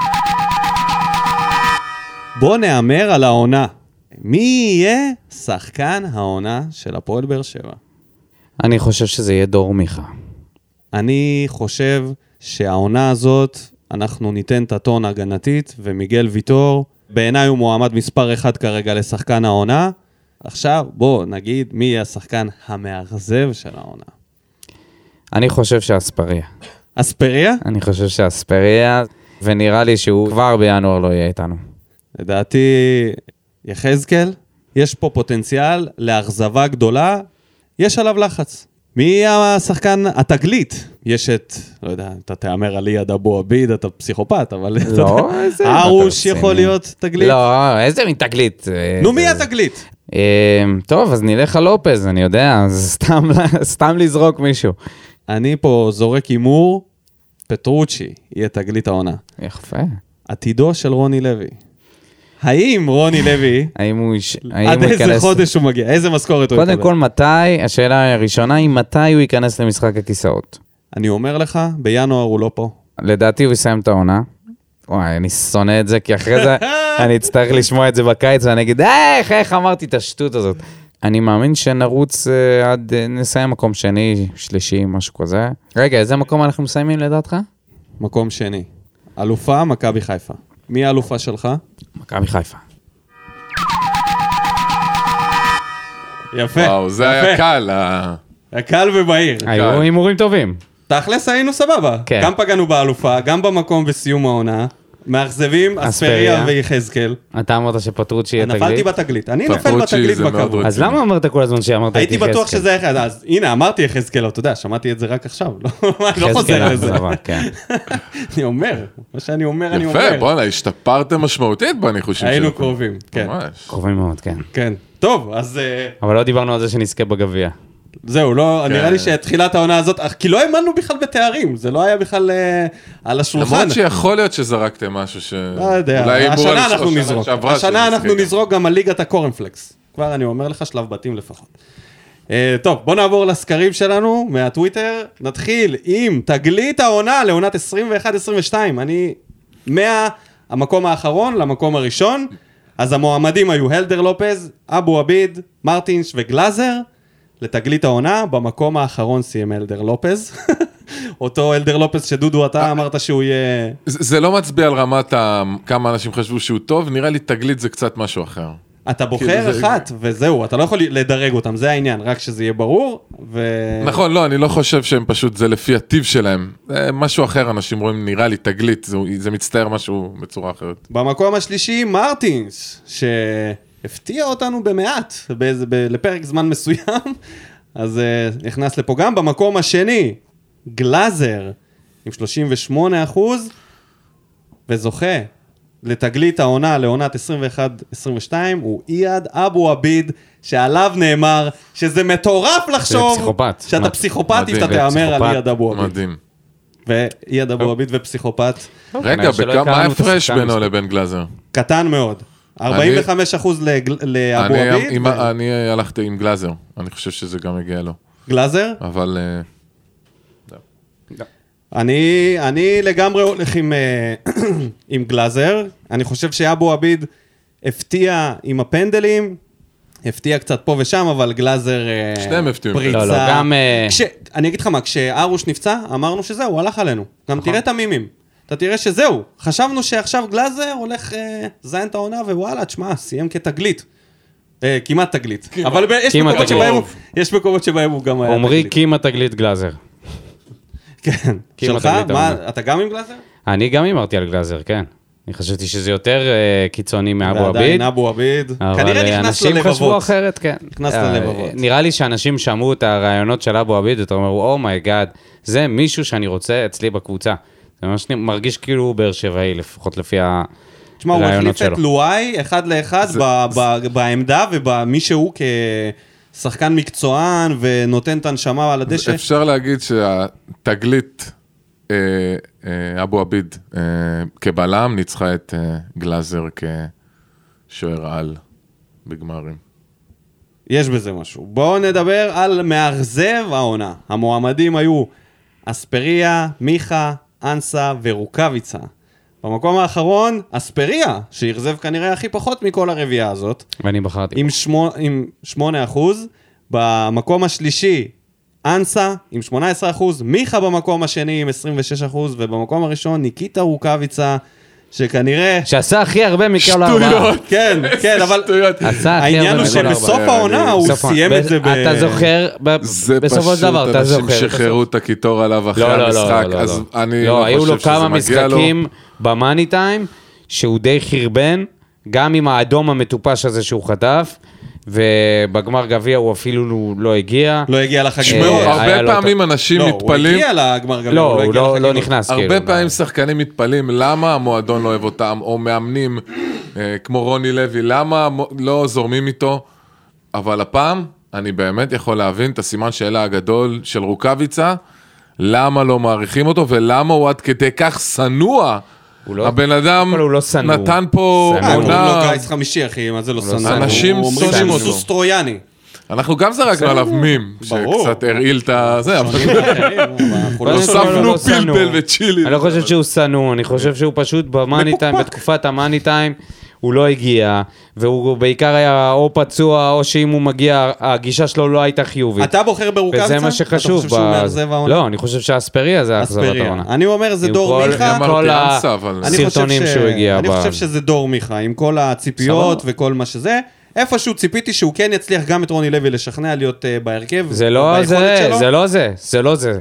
בואו נאמר על העונה. מי יהיה שחקן העונה של הפועל באר שבע? אני חושב שזה יהיה דור מיכה. אני חושב שהעונה הזאת, אנחנו ניתן את הטון הגנתית, ומיגל ויטור, בעיניי הוא מועמד מספר אחד כרגע לשחקן העונה, עכשיו בוא נגיד מי יהיה השחקן המאכזב של העונה. אני חושב שאספריה. אספריה? אני חושב שאספריה, ונראה לי שהוא כבר בינואר לא יהיה איתנו. לדעתי, יחזקאל, יש פה פוטנציאל לאכזבה גדולה, יש עליו לחץ. מי יהיה השחקן התגלית? יש את, לא יודע, אתה תאמר על יד אבו עביד, אתה פסיכופת, אבל... לא, איזה... ארוש יכול להיות תגלית? לא, איזה מין תגלית? נו, מי התגלית? טוב, אז נלך על לופז, אני יודע, סתם לזרוק מישהו. אני פה זורק אימור, פטרוצ'י יהיה תגלית העונה. יפה. עתידו של רוני לוי. האם רוני לוי, האם הוא עד איזה חודש הוא מגיע? איזה משכורת הוא יקבל? קודם כל, מתי, השאלה הראשונה היא מתי הוא ייכנס למשחק הכיסאות. אני אומר לך, בינואר הוא לא פה. לדעתי הוא יסיים את העונה. וואי, אני שונא את זה, כי אחרי זה אני אצטרך לשמוע את זה בקיץ, ואני אגיד, איך, איך אמרתי את השטות הזאת. אני מאמין שנרוץ עד נסיים מקום שני, שלישי, משהו כזה. רגע, איזה מקום אנחנו מסיימים לדעתך? מקום שני. אלופה, מכבי חיפה. מי האלופה שלך? מכבי חיפה. יפה. וואו, זה היה קל. היה קל ובהיר. היו הימורים טובים. תכלס היינו סבבה. כן. גם פגענו באלופה, גם במקום בסיום העונה. מאכזבים, אספריה ויחזקאל. אתה אמרת שפטרוצ'י יהיה תגלית? נפלתי בתגלית. אני נופל פטרוצ'י בתגלית זה מאוד בכבוד. רציני. אז למה אמרת כל הזמן שאמרת את הייתי יחזקאל? בטוח שזה אחד, אז הנה, אמרתי יחזקאל, אתה יודע, שמעתי את זה רק עכשיו, לא לא יחזקאל, חוזר לזה. אכזבה, כן. אני אומר, מה שאני אומר, אני אומר. יפה, בוא'נה, השתפרתם משמעותית בניחושים היינו שלכם. קרובים, כן, ממש. קרובים מאוד, כן. כן. טוב, אז אה, אבל לא דיברנו על זה שנזכה בגביע. זהו, לא, נראה לי כן. שתחילת העונה הזאת, אך- כי לא האמנו בכלל בתארים, זה לא היה בכלל אה, על השולחן. למרות שיכול להיות שזרקתם משהו ש... לא יודע, אולי הימור על השנה אנחנו שנה נזרוק, שעברה השנה שנזכה אנחנו גם. נזרוק גם על ליגת הקורנפלקס. כבר אני אומר לך, שלב בתים לפחות. אה, טוב, בוא נעבור לסקרים שלנו מהטוויטר. נתחיל עם תגלית העונה לעונת עשרים ואחת עשרים ושתיים. אני מהמקום האחרון למקום הראשון. אז המועמדים היו הלדר לופז, אבו עביד, מרטינש וגלאזר. לתגלית העונה, במקום האחרון סיים הלדר לופז. אותו הלדר לופז שדודו אתה אמרת שהוא יהיה... זה זה לא מצביע על רמת ה... כמה אנשים חשבו שהוא טוב, נראה לי תגלית זה קצת משהו אחר. אתה בוחר כאילו זה- אחת, וזהו, אתה לא יכול לדרג אותם, זה העניין, רק שזה יהיה ברור, ו... נכון, לא, אני לא חושב שהם פשוט, זה לפי הטיב שלהם. זה משהו אחר, אנשים רואים, נראה לי תגלית, זה, זה מצטער משהו בצורה אחרת. במקום השלישי, מרטינס, שהפתיע אותנו במעט, באיזה, ב... לפרק זמן מסוים, אז uh, נכנס לפה גם. במקום השני, גלאזר, עם שלושים ושמונה אחוז, וזוכה לתגלית העונה, לעונת עשרים ואחת עשרים ושתיים, הוא אייד אבו עביד, שעליו נאמר שזה מטורף לחשוב, פסיכופת. שאתה מדהים. פסיכופת אם מדהים, אתה תאמר על פסיכופת. אייד אבו עביד. מדהים. ואייד אבו עביד ופסיכופת, רגע, כנראה שלא בכמה הכרנו את ההפרש השחקן בינו הזה. לבין גלאזר? קטן מאוד. ארבעים וחמישה אחוז לגל- לאבו אני- עביד, עם- ו- אני הלכתי עם גלאזר, אני חושב שזה גם הגיע לו. גלאזר. אבל... אה, אני, אני לגמרי הולך עם, אה, עם גלאזר. אני חושב שאבו עביד הפתיע עם הפנדלים, הפתיע קצת פה ושם, אבל גלאזר אה, שניהם הפתיעו. פריצה. לא, לא, גם, אה, כש, אני אגיד לך מה, כשארוש נפצע, אמרנו שזהו, הוא הלך עלינו. גם תראה את המימים. אתה תראה שזהו. חשבנו שעכשיו גלאזר הולך אה, זיין את העונה, ווואלה, תשמע, סיים כתגלית. אה, כמעט תגלית. אבל ב- יש כמעט מקומות תגלית. שבהם הוא- יש מקומות שבהם הוא גם היה עומרי תגלית. קימה תגלית גלאזר. כן. כמעט שלך? תגלית מה, העונה. אתה גם עם גלאזר? אני גם אמרתי על גלאזר, כן. אני חשבתי שזה יותר אה, קיצוני מאבו עביד. ועדיין אבו עביד. אבל כנראה אה, נכנס אנשים חשבו ללבבות. אחרת, כן. נכנס אה, ללבבות. נראה לי שאנשים שמעו את הרעיונות של אבו עביד, ואתה אומר, אומייגאד, זה מישהו שאני רוצה אצלי בקבוצה. זה ממש מרגיש כאילו הוא באר שבעי, לפחות לפי תשמע, הוא הרעיונות החליף את שלו. לואי אחד לאחד ב- ב- בעמדה ובמי שהוא כשחקן מקצוען ונותן את הנשמה על הדשא. אפשר להגיד שהתגלית אה, אה, אבו עביד אה, כבלם ניצחה את אה, גלאזר כשוער על בגמרים. יש בזה משהו. בואו נדבר על מאכזב העונה. המועמדים היו אספריה, מיכה, אנסה ורוקביצה. במקום האחרון, אספריה, שהרזב כנראה הכי פחות מכל הרביעה הזאת, ואני בחרתי. עם, שמו, עם שמונה אחוז. במקום השלישי, אנסה עם שמונה עשרה אחוז, מיכה במקום השני עם עשרים ושש אחוז, ובמקום הראשון, ניקיטה רוקביצה, שכנראה... שעשה הכי הרבה מכל הארבעה. שטויות. כן, כן, אבל שטויות. עשה הכי העניין הרבה הוא מכל שבסוף הארבעה. העונה הוא בסוף העונה. סיים את זה ב... אתה זוכר, ב- זה בסופו של דבר, אתה פשוט זוכר. אנשים שחררו בסוף. את הקיטור עליו אחרי לא, לא, המשחק, לא, לא, אז לא. אני לא, לא היו חושב לו שזה כמה מגיע לו. משחקים במאני טיים, שהוא די חרבן, גם עם האדום המטופש הזה שהוא חטף, ובגמר גביע הוא אפילו לא הגיע. לא הגיע לחגיגות. תשמעו, אה, היה הרבה לו פעמים אנשים לא, הוא מתפלאים, הגיע לגמר גביע, לא, הוא הגיע לא- לא לחגיגות. נכנס. הרבה כאילו, פעמים ב- שחקנים מתפלאים למה המועדון לא אוהב אותם, או מאמנים אה, כמו רוני לוי, למה מו- לא זורמים איתו, אבל הפעם אני באמת יכול להבין את הסימן שאלה הגדול של רוקביצה, למה לא מעריכים אותו, ולמה הוא עד כדי כך שנוע. הוא לא- הבן אדם אבל הוא לא שנוא. נתן פה שנוא. אה, קוראים לו עונה, קיץ חמישי, אחי, מה זה לא הוא לא שנוא? שנוא. אנשים הוא- אומרים שונאים שהוא אותו. סוס טרויאני. אנחנו גם זרקנו עליו מים, ברור. שקצת הרעיל את הזה, אבל אנחנו לא קודם כל, שונאים. הוא לא הוספנו שנוא. פלפל וצ'ילי. אני לא חושב שהוא שנוא, אני חושב שהוא פשוט במאני טיים, בתקופת המאני טיים, הוא לא הגיע, והוא בעיקר היה או פצוע, או שאם הוא מגיע, הגישה שלו לא הייתה חיובית. אתה בוחר ברוקביצה? וזה מה שחשוב. אתה חושב שהוא ב- מאכזב העונה? לא, אני חושב שהאספריה זה האכזבת אספריה. העונה. אני אומר, זה עם דור כל- מיכה. אמרתי כל אנסה, אבל- אני חושב הסרטונים ש- שהוא הגיע אני ב- חושב שזה דור מיכה, עם כל הציפיות סבבה. וכל מה שזה. איפשהו ציפיתי שהוא כן יצליח גם את רוני לוי לשכנע להיות uh, בהרכב. זה לא ביכולת זה, שלו. זה לא זה, זה לא זה.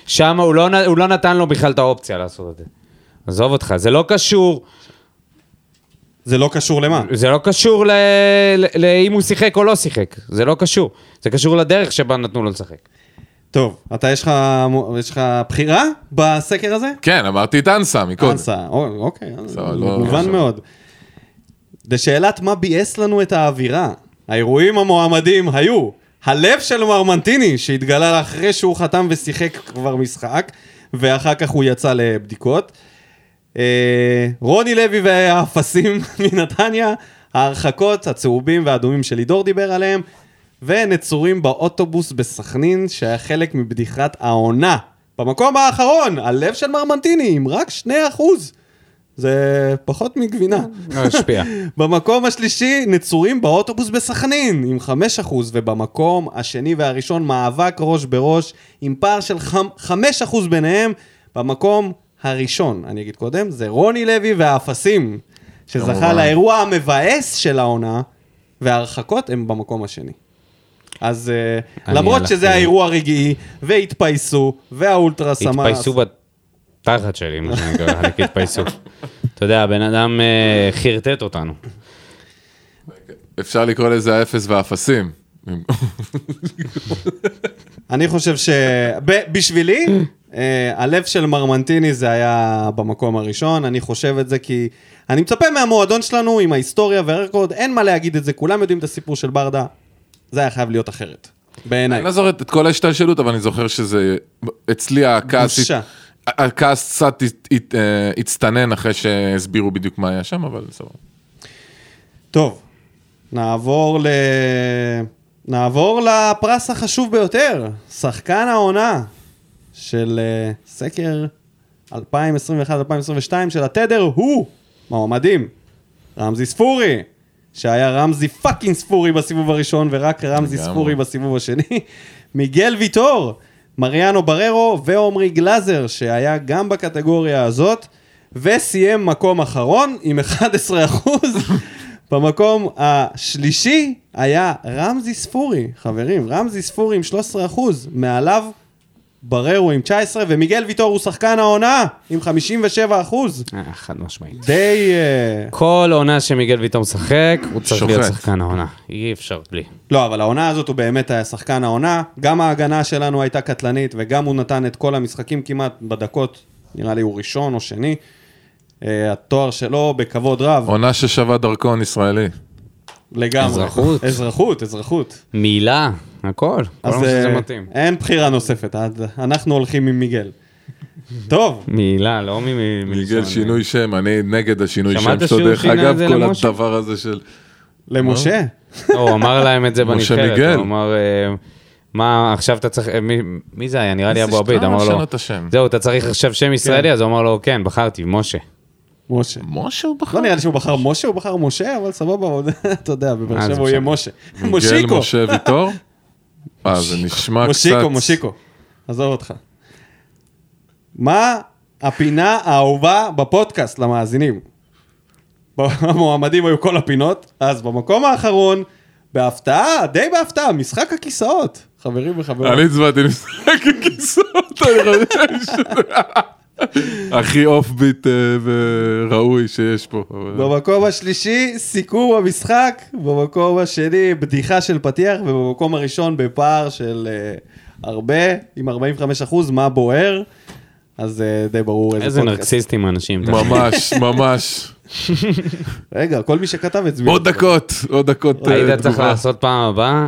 שם הוא לא, הוא לא נתן לו בכלל את האופציה לעשות את זה. עזוב אותך, זה לא קשור... זה לא קשור למה? זה לא קשור לאם הוא שיחק או לא שיחק, זה לא קשור. זה קשור לדרך שבה נתנו לו לשחק. טוב, אתה יש לך, יש לך בחירה בסקר הזה? כן, אמרתי את אנסה מקודם. אנסה, אוקיי, לא- מובן מאוד. לשאלת מה ביאס לנו את האווירה, האירועים המועמדים היו הלב של מרמנטיני שהתגלה אחרי שהוא חתם ושיחק כבר משחק, ואחר כך הוא יצא לבדיקות. רוני לוי והאפסים מנתניה, ההרחקות, הצהובים והאדומים של לידור דיבר עליהם, ונצורים באוטובוס בסכנין, שהיה חלק מבדיחת העונה. במקום האחרון, הלב של מרמנטיני, עם רק שני אחוז. זה פחות מגבינה. לא השפיע. במקום השלישי, נצורים באוטובוס בסכנין, עם חמש אחוז, ובמקום השני והראשון, מאבק ראש בראש, עם פער של חמש אחוז ביניהם. במקום הראשון, אני אגיד קודם, זה רוני לוי והאפסים, שזכה לאירוע המבאס של העונה, וההרחקות הם במקום השני. אז למרות שזה האירוע רגעי, והתפייסו, והאולטרה סמאס... התפייסו בתחת שלי, מה שאני קורא, חלק התפייסו. אתה יודע, הבן אדם חרטט אותנו. אפשר לקרוא לזה האפס והאפסים. אני חושב שבשבילי, הלב של מרמנטיני זה היה במקום הראשון, אני חושב את זה כי... אני מצפה מהמועדון שלנו עם ההיסטוריה והרקורד, אין מה להגיד את זה, כולם יודעים את הסיפור של ברדה, זה היה חייב להיות אחרת, בעיניי. אני לא זוכר את כל ההשתלשלות, אבל אני זוכר שזה, אצלי הכעס, הכעס קצת הצטנן אחרי שהסבירו בדיוק מה היה שם, אבל בסדר. טוב, נעבור ל... נעבור לפרס החשוב ביותר, שחקן העונה של סקר אלפיים עשרים ואחת אלפיים עשרים ושתיים של התדר הוא מועמדים, רמזי ספורי, שהיה רמזי פאקינג ספורי בסיבוב הראשון, ורק רמזי ספורי בסיבוב השני, מיגל ויטור, מריאנו בררו ועומרי גלזר, שהיה גם בקטגוריה הזאת, וסיים מקום אחרון עם אחד עשר אחוז, במקום השלישי היה רמזי ספורי, חברים, רמזי ספורי עם שלושה עשר אחוז, מעליו בררו עם תשע עשרה, ומיגל ויטור הוא שחקן העונה עם חמישים ושבע אחוז. חד משמעית. די... כל העונה שמיגל ויטור משחק, הוא צריך להיות שחקן העונה. אי אפשר בלי. לא, אבל העונה הזאת הוא באמת היה שחקן העונה. גם ההגנה שלנו הייתה קטלנית, וגם הוא נתן את כל המשחקים כמעט בדקות, נראה לי הוא ראשון או שני. התואר שלו בכבוד רב. עונה ששווה דרכון ישראלי. לגמרי. אזרחות. אזרחות, אזרחות. מילה, הכל. כל מה שזה מתאים. אין בחירה נוספת, אנחנו הולכים עם מיגל. טוב. מילה, לא מ... מיגל שינוי שם, אני נגד השינוי שם שלו, דרך אגב, כל הדבר הזה של... למשה? הוא אמר להם את זה בנבחרת. משה מיגל. הוא אמר, מה, עכשיו אתה צריך... מי זה היה? נראה לי אבו עביד, אמר לו... זהו, אתה צריך עכשיו שם ישראלי, אז הוא אמר לו, כן, בחרתי, משה. משה. משה הוא בחר? לא נראה לי שהוא בחר משה, הוא בחר משה, אבל סבבה, אתה יודע, בבאר שבע הוא יהיה משה. מושיקו. מיגל, משה ויטור? אה, זה נשמע קצת... מושיקו, מושיקו. עזוב אותך. מה הפינה האהובה בפודקאסט למאזינים? המועמדים היו כל הפינות, אז במקום האחרון, בהפתעה, די בהפתעה, משחק הכיסאות. חברים וחברים. אני הצבעתי משחק הכיסאות, אני חושב הכי אוף ביט וראוי שיש פה. במקום השלישי, סיכום המשחק, במקום השני, בדיחה של פתיח, ובמקום הראשון, בפער של הרבה, עם ארבעים וחמישה אחוז, מה בוער, אז די ברור איזה... איזה נרקסיסטים האנשים. ממש, ממש. רגע, כל מי שכתב את זה. עוד דקות, עוד דקות תגובה. היית צריך לעשות פעם הבאה,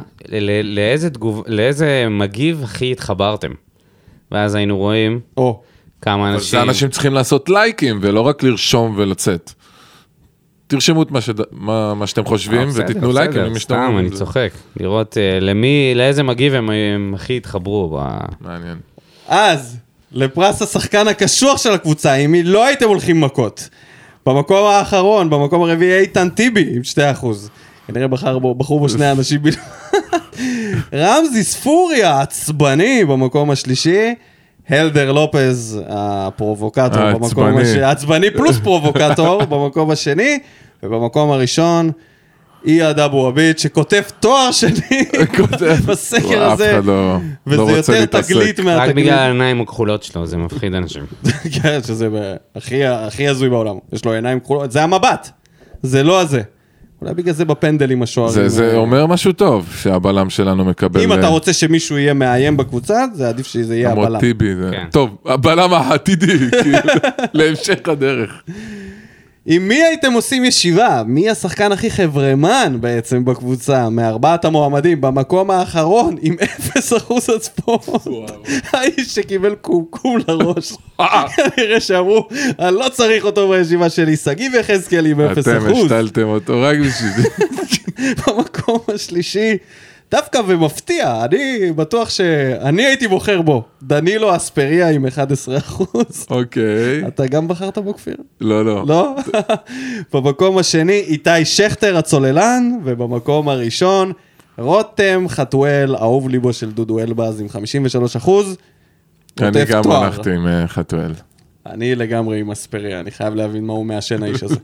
לאיזה מגיב הכי התחברתם? ואז היינו רואים... או. כמה אנשים... אז האנשים צריכים לעשות לייקים, ולא רק לרשום ולצאת. תרשמו את מה, ש... מה, מה שאתם חושבים, בסדר, ותיתנו בסדר, לייקים. סתם, אני צוחק. לראות uh, למי, לאיזה מגיב הם, הם הכי התחברו. ב... מעניין. אז, לפרס השחקן הקשוח של הקבוצה, אם מי לא הייתם הולכים מכות. במקום האחרון, במקום הרביעי, איתן טיבי, עם שתי אחוז. כנראה בחר בו, בחרו בו שני אנשים בלבד. רמזי ספורי, העצבני, במקום השלישי. הלדר לופז, הפרובוקטור, במקום השני, עצבני פלוס פרובוקטור, במקום השני, ובמקום הראשון, אייד אבו עביד, שכותב תואר שני בסקר הזה, וזה יותר תגלית מהתגלית. רק בגלל העיניים הכחולות שלו, זה מפחיד אנשים. כן, שזה הכי הזוי בעולם. יש לו עיניים כחולות, זה המבט, זה לא הזה. אולי בגלל זה בפנדלים השוערים. זה אומר משהו טוב, שהבלם שלנו מקבל... אם אתה רוצה שמישהו יהיה מאיים בקבוצה, זה עדיף שזה יהיה הבלם. טיבי, טוב, הבלם העתידי, להמשך הדרך. עם מי הייתם עושים ישיבה? מי השחקן הכי חברמן בעצם בקבוצה? מארבעת המועמדים במקום האחרון עם אפס אחוז הצפות. האיש שקיבל קומקום לראש. נראה שאמרו, אני לא צריך אותו בישיבה שלי, סגי וחזקאל עם אפס אחוז. אתם השתלתם אותו רק בשביל זה. במקום השלישי, דווקא ומפתיע, אני בטוח שאני הייתי בוחר בו. דנילו אספריה עם אחד עשר אחוז. אוקיי. אתה גם בחרת בו כפיר? לא, לא. לא? במקום השני, איתי שכטר הצוללן, ובמקום הראשון, רותם חתואל, אהוב ליבו של דודו אלבז עם חמישים ושלושה אחוז. אני גם הלכתי עם חתואל. אני לגמרי עם אספריה, אני חייב להבין מה הוא מעשן האיש הזה.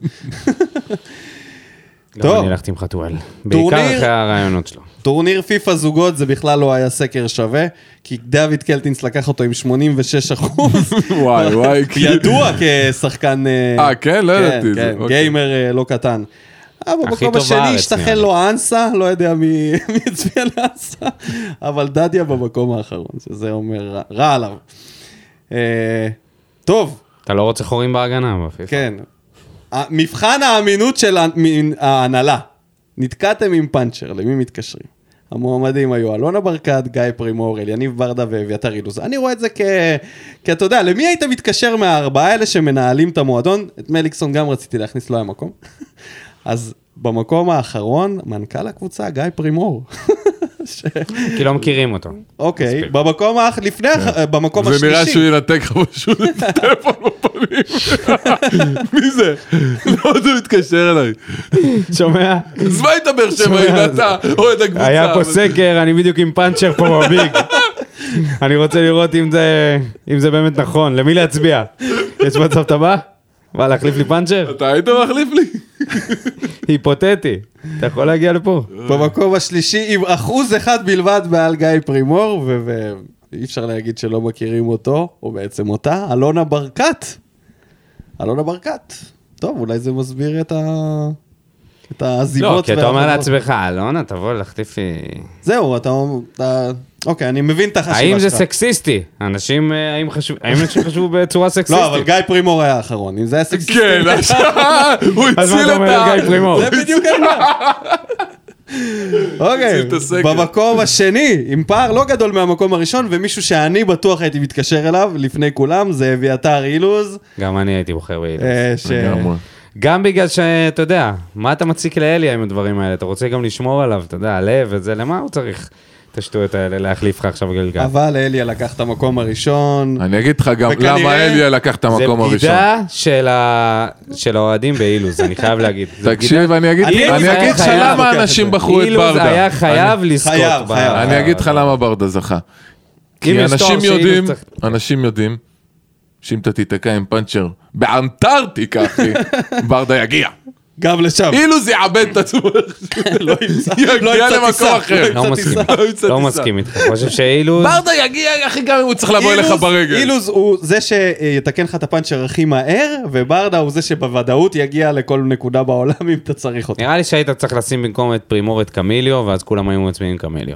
גם אני הלכתי עם חתואל, בעיקר אחרי הרעיונות שלו. טורניר פיפה זוגות זה בכלל לא היה סקר שווה, כי דוד קלטינס לקח אותו עם שמונים ושש אחוז. וואי וואי. ידוע כשחקן... אה, כן? לא ידעתי. כן, גיימר לא קטן. במקום השני השתחל לו אנסה, לא יודע מי הצביע לאנסה, אבל דדיה במקום האחרון, שזה אומר רע עליו. טוב. אתה לא רוצה חורים בהגנה בפיפה. כן. מבחן האמינות של ההנהלה. נתקעתם עם פאנצ'ר, למי מתקשרים? המועמדים היו אלונה ברקת, גיא פרימור, אליניב ברדה ואביתר אילוז. אני רואה את זה כ... כי אתה יודע, למי היית מתקשר מהארבעה האלה שמנהלים את המועדון? את מליקסון גם רציתי להכניס, לא היה מקום. אז במקום האחרון, מנכ"ל הקבוצה, גיא פרימור. כי לא מכירים אותו. אוקיי, במקום האח... לפני, במקום השלישי. זה נראה שהוא ינתק לך פשוט את הטלפון בפנים. מי זה? לא, זה מתקשר אליי. שומע? אז מה ידבר שם אתה אוהד הקבוצה? היה פה סקר, אני בדיוק עם פאנצ'ר פה בביג. אני רוצה לראות אם זה באמת נכון, למי להצביע. יש מצב אתה בא? בא להחליף לי פאנצ'ר? אתה היית מחליף לי? היפותטי. אתה יכול להגיע לפה. במקום השלישי עם אחוז אחד בלבד מעל גיא פרימור, ואי אפשר להגיד שלא מכירים אותו, או בעצם אותה, אלונה ברקת. אלונה ברקת. טוב, אולי זה מסביר את ה... את העזיבות. לא, כי אתה אומר לעצמך, אלונה, תבוא להחליף לי... זהו, אתה... אוקיי, אני מבין את החשיבה שלך. האם זה סקסיסטי? אנשים, האם אנשים חשבו בצורה סקסיסטית? לא, אבל גיא פרימור היה האחרון. אם זה היה סקסיסטי... כן, הוא הציל את ה... אז מה אתה אומר גיא פרימור? זה בדיוק היה. אוקיי, במקום השני, עם פער לא גדול מהמקום הראשון, ומישהו שאני בטוח הייתי מתקשר אליו לפני כולם, זה אביתר אילוז. גם אני הייתי בוחר באילוז. גם בגלל שאתה יודע, מה אתה מציק לאליה עם הדברים האלה? אתה רוצה גם לשמור עליו, אתה יודע, הלב וזה, למה הוא צריך את השטויות האלה להחליף לך עכשיו גלגל? אבל אליה לקח את המקום הראשון. אני אגיד לך גם למה אליה לקח את המקום הראשון. זה בגידה של האוהדים באילוז, אני חייב להגיד. תקשיב, אני אגיד לך למה אנשים בחרו את ברדה. אילוז היה חייב לזכות ברדה. אני אגיד לך למה ברדה זכה. כי אנשים יודעים, אנשים יודעים, שאם אתה תיתקע עם פאנצ'ר באנטארקטיקה, אחי, ברדה יגיע. גם לשם. אילו זה יעבד את עצמו. לא ימצא. יגיע למקום אחר. לא מסכים איתך. אני חושב שאילוז... ברדה יגיע, אחי, גם אם הוא צריך לבוא אליך ברגל. אילוז הוא זה שיתקן לך את הפאנצ'ר הכי מהר, וברדה הוא זה שבוודאות יגיע לכל נקודה בעולם אם אתה צריך אותו. נראה לי שהיית צריך לשים במקום את פרימור את קמיליו, ואז כולם היו מצביעים קמיליו.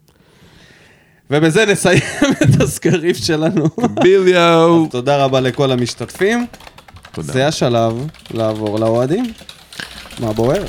ובזה נסיים את הסקרים שלנו. קמיליו. תודה רבה לכל המשתתפים. זה השלב לעבור לאוהדים. מה בוער?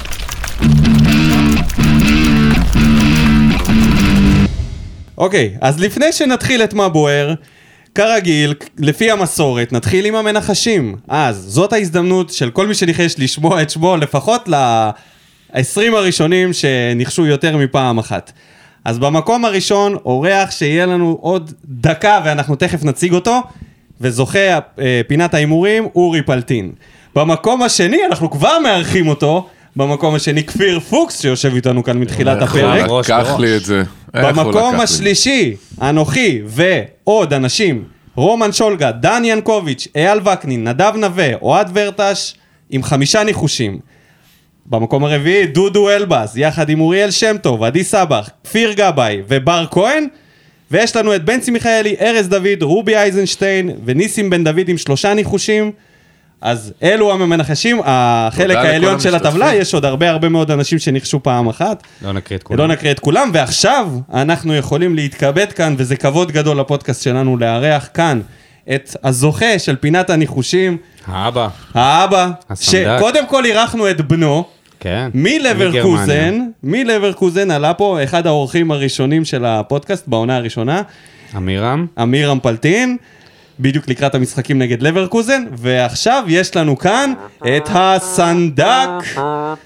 אוקיי, אז לפני שנתחיל את מה בוער, כרגיל, לפי המסורת, נתחיל עם המנחשים. אז זאת ההזדמנות של כל מי שניחש לשמוע את שמו, לפחות ל-עשרים הראשונים שניחשו יותר מפעם אחת. אז במקום הראשון, אורח שיהיה לנו עוד דקה, ואנחנו תכף נציג אותו, וזוכה פינת האימורים, אורי פלטין. במקום השני, אנחנו כבר מארחים אותו, במקום השני, כפיר פוקס, שיושב איתנו כאן מתחילת הפרק. לקח לי את זה. במקום השלישי, אנוכי ועוד אנשים, רומן שולגה, דן ינקוביץ', אייל וקנין, נדב נווה, אוהד ורטש, עם חמישה ניחושים. במקום הרביעי, דודו אלבאס, יחד עם אוריאל שם טוב, עדי סבח, כפיר גבאי ובר כהן, ויש לנו את בנצי מיכאלי, ארז דוד, רובי אייזנשטיין וניסים בן דוד עם שלושה ניחושים. אז אלו המנחשים, החלק העליון של הטבלה, יש עוד הרבה הרבה מאוד אנשים שניחשו פעם אחת. לא נקריא את כולם. לא נקריא את כולם, ועכשיו אנחנו יכולים להתכבד כאן, וזה כבוד גדול לפודקאסט שלנו לארח כאן את הזוכה של פינת הניחושים. האבא. האבא, הסנדק. שקודם כל אירחנו את בנו, כן. מלברקוזן, מלברקוזן עלה פה אחד האורחים הראשונים של הפודקאסט, בעונה הראשונה. אמירם. אמירם פלטין. בדיוק לקראת המשחקים נגד לברקוזן, ועכשיו יש לנו כאן את הסנדק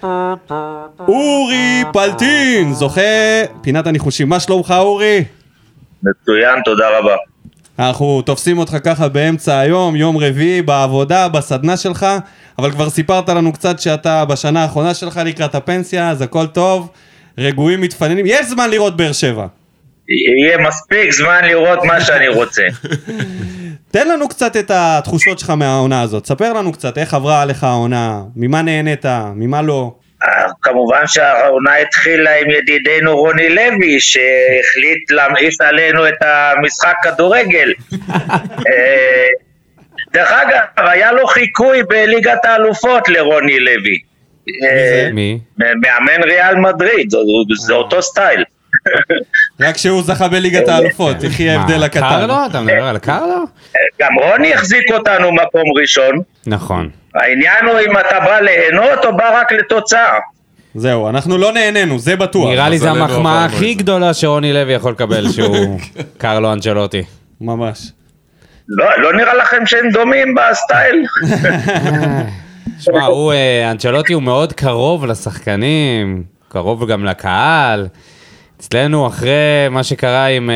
אורי פלטין, זוכה פינת הניחושים. מה שלומך אורי? מצוין, תודה רבה. אנחנו תופסים אותך ככה באמצע היום, יום רביעי, בעבודה, בסדנה שלך, אבל כבר סיפרת לנו קצת שאתה בשנה האחרונה שלך לקראת הפנסיה, אז הכל טוב, רגועים מתפננים, יש זמן לראות באר שבע. יהיה מספיק זמן לראות מה שאני רוצה. תן לנו קצת את התחושות שלך מהעונה הזאת, ספר לנו קצת איך עברה עליך העונה, ממה נהנית, ממה לא. כמובן שהעונה התחילה עם ידידנו רוני לוי, שהחליט להמאיס עלינו את המשחק כדורגל. דרך אגב, היה לו חיקוי בליגת האלופות לרוני לוי. מי? מאמן ריאל מדריד, זה אותו סטייל. רק שהוא זכה בליגת האלופות, יחי ההבדל הקטן. קרלו? אתה מדבר על קרלו? גם רוני החזיק אותנו מקום ראשון. נכון. העניין הוא אם אתה בא ליהנות או בא רק לתוצאה. זהו, אנחנו לא נהנינו, זה בטוח. נראה לי זה המחמאה הכי גדולה שרוני לוי יכול לקבל, שהוא קרלו אנצ'לוטי. ממש. לא, לא נראה לכם שהם דומים בסטייל? שמע, הוא, אנצ'לוטי הוא מאוד קרוב לשחקנים, קרוב גם לקהל. אצלנו אחרי מה שקרה עם,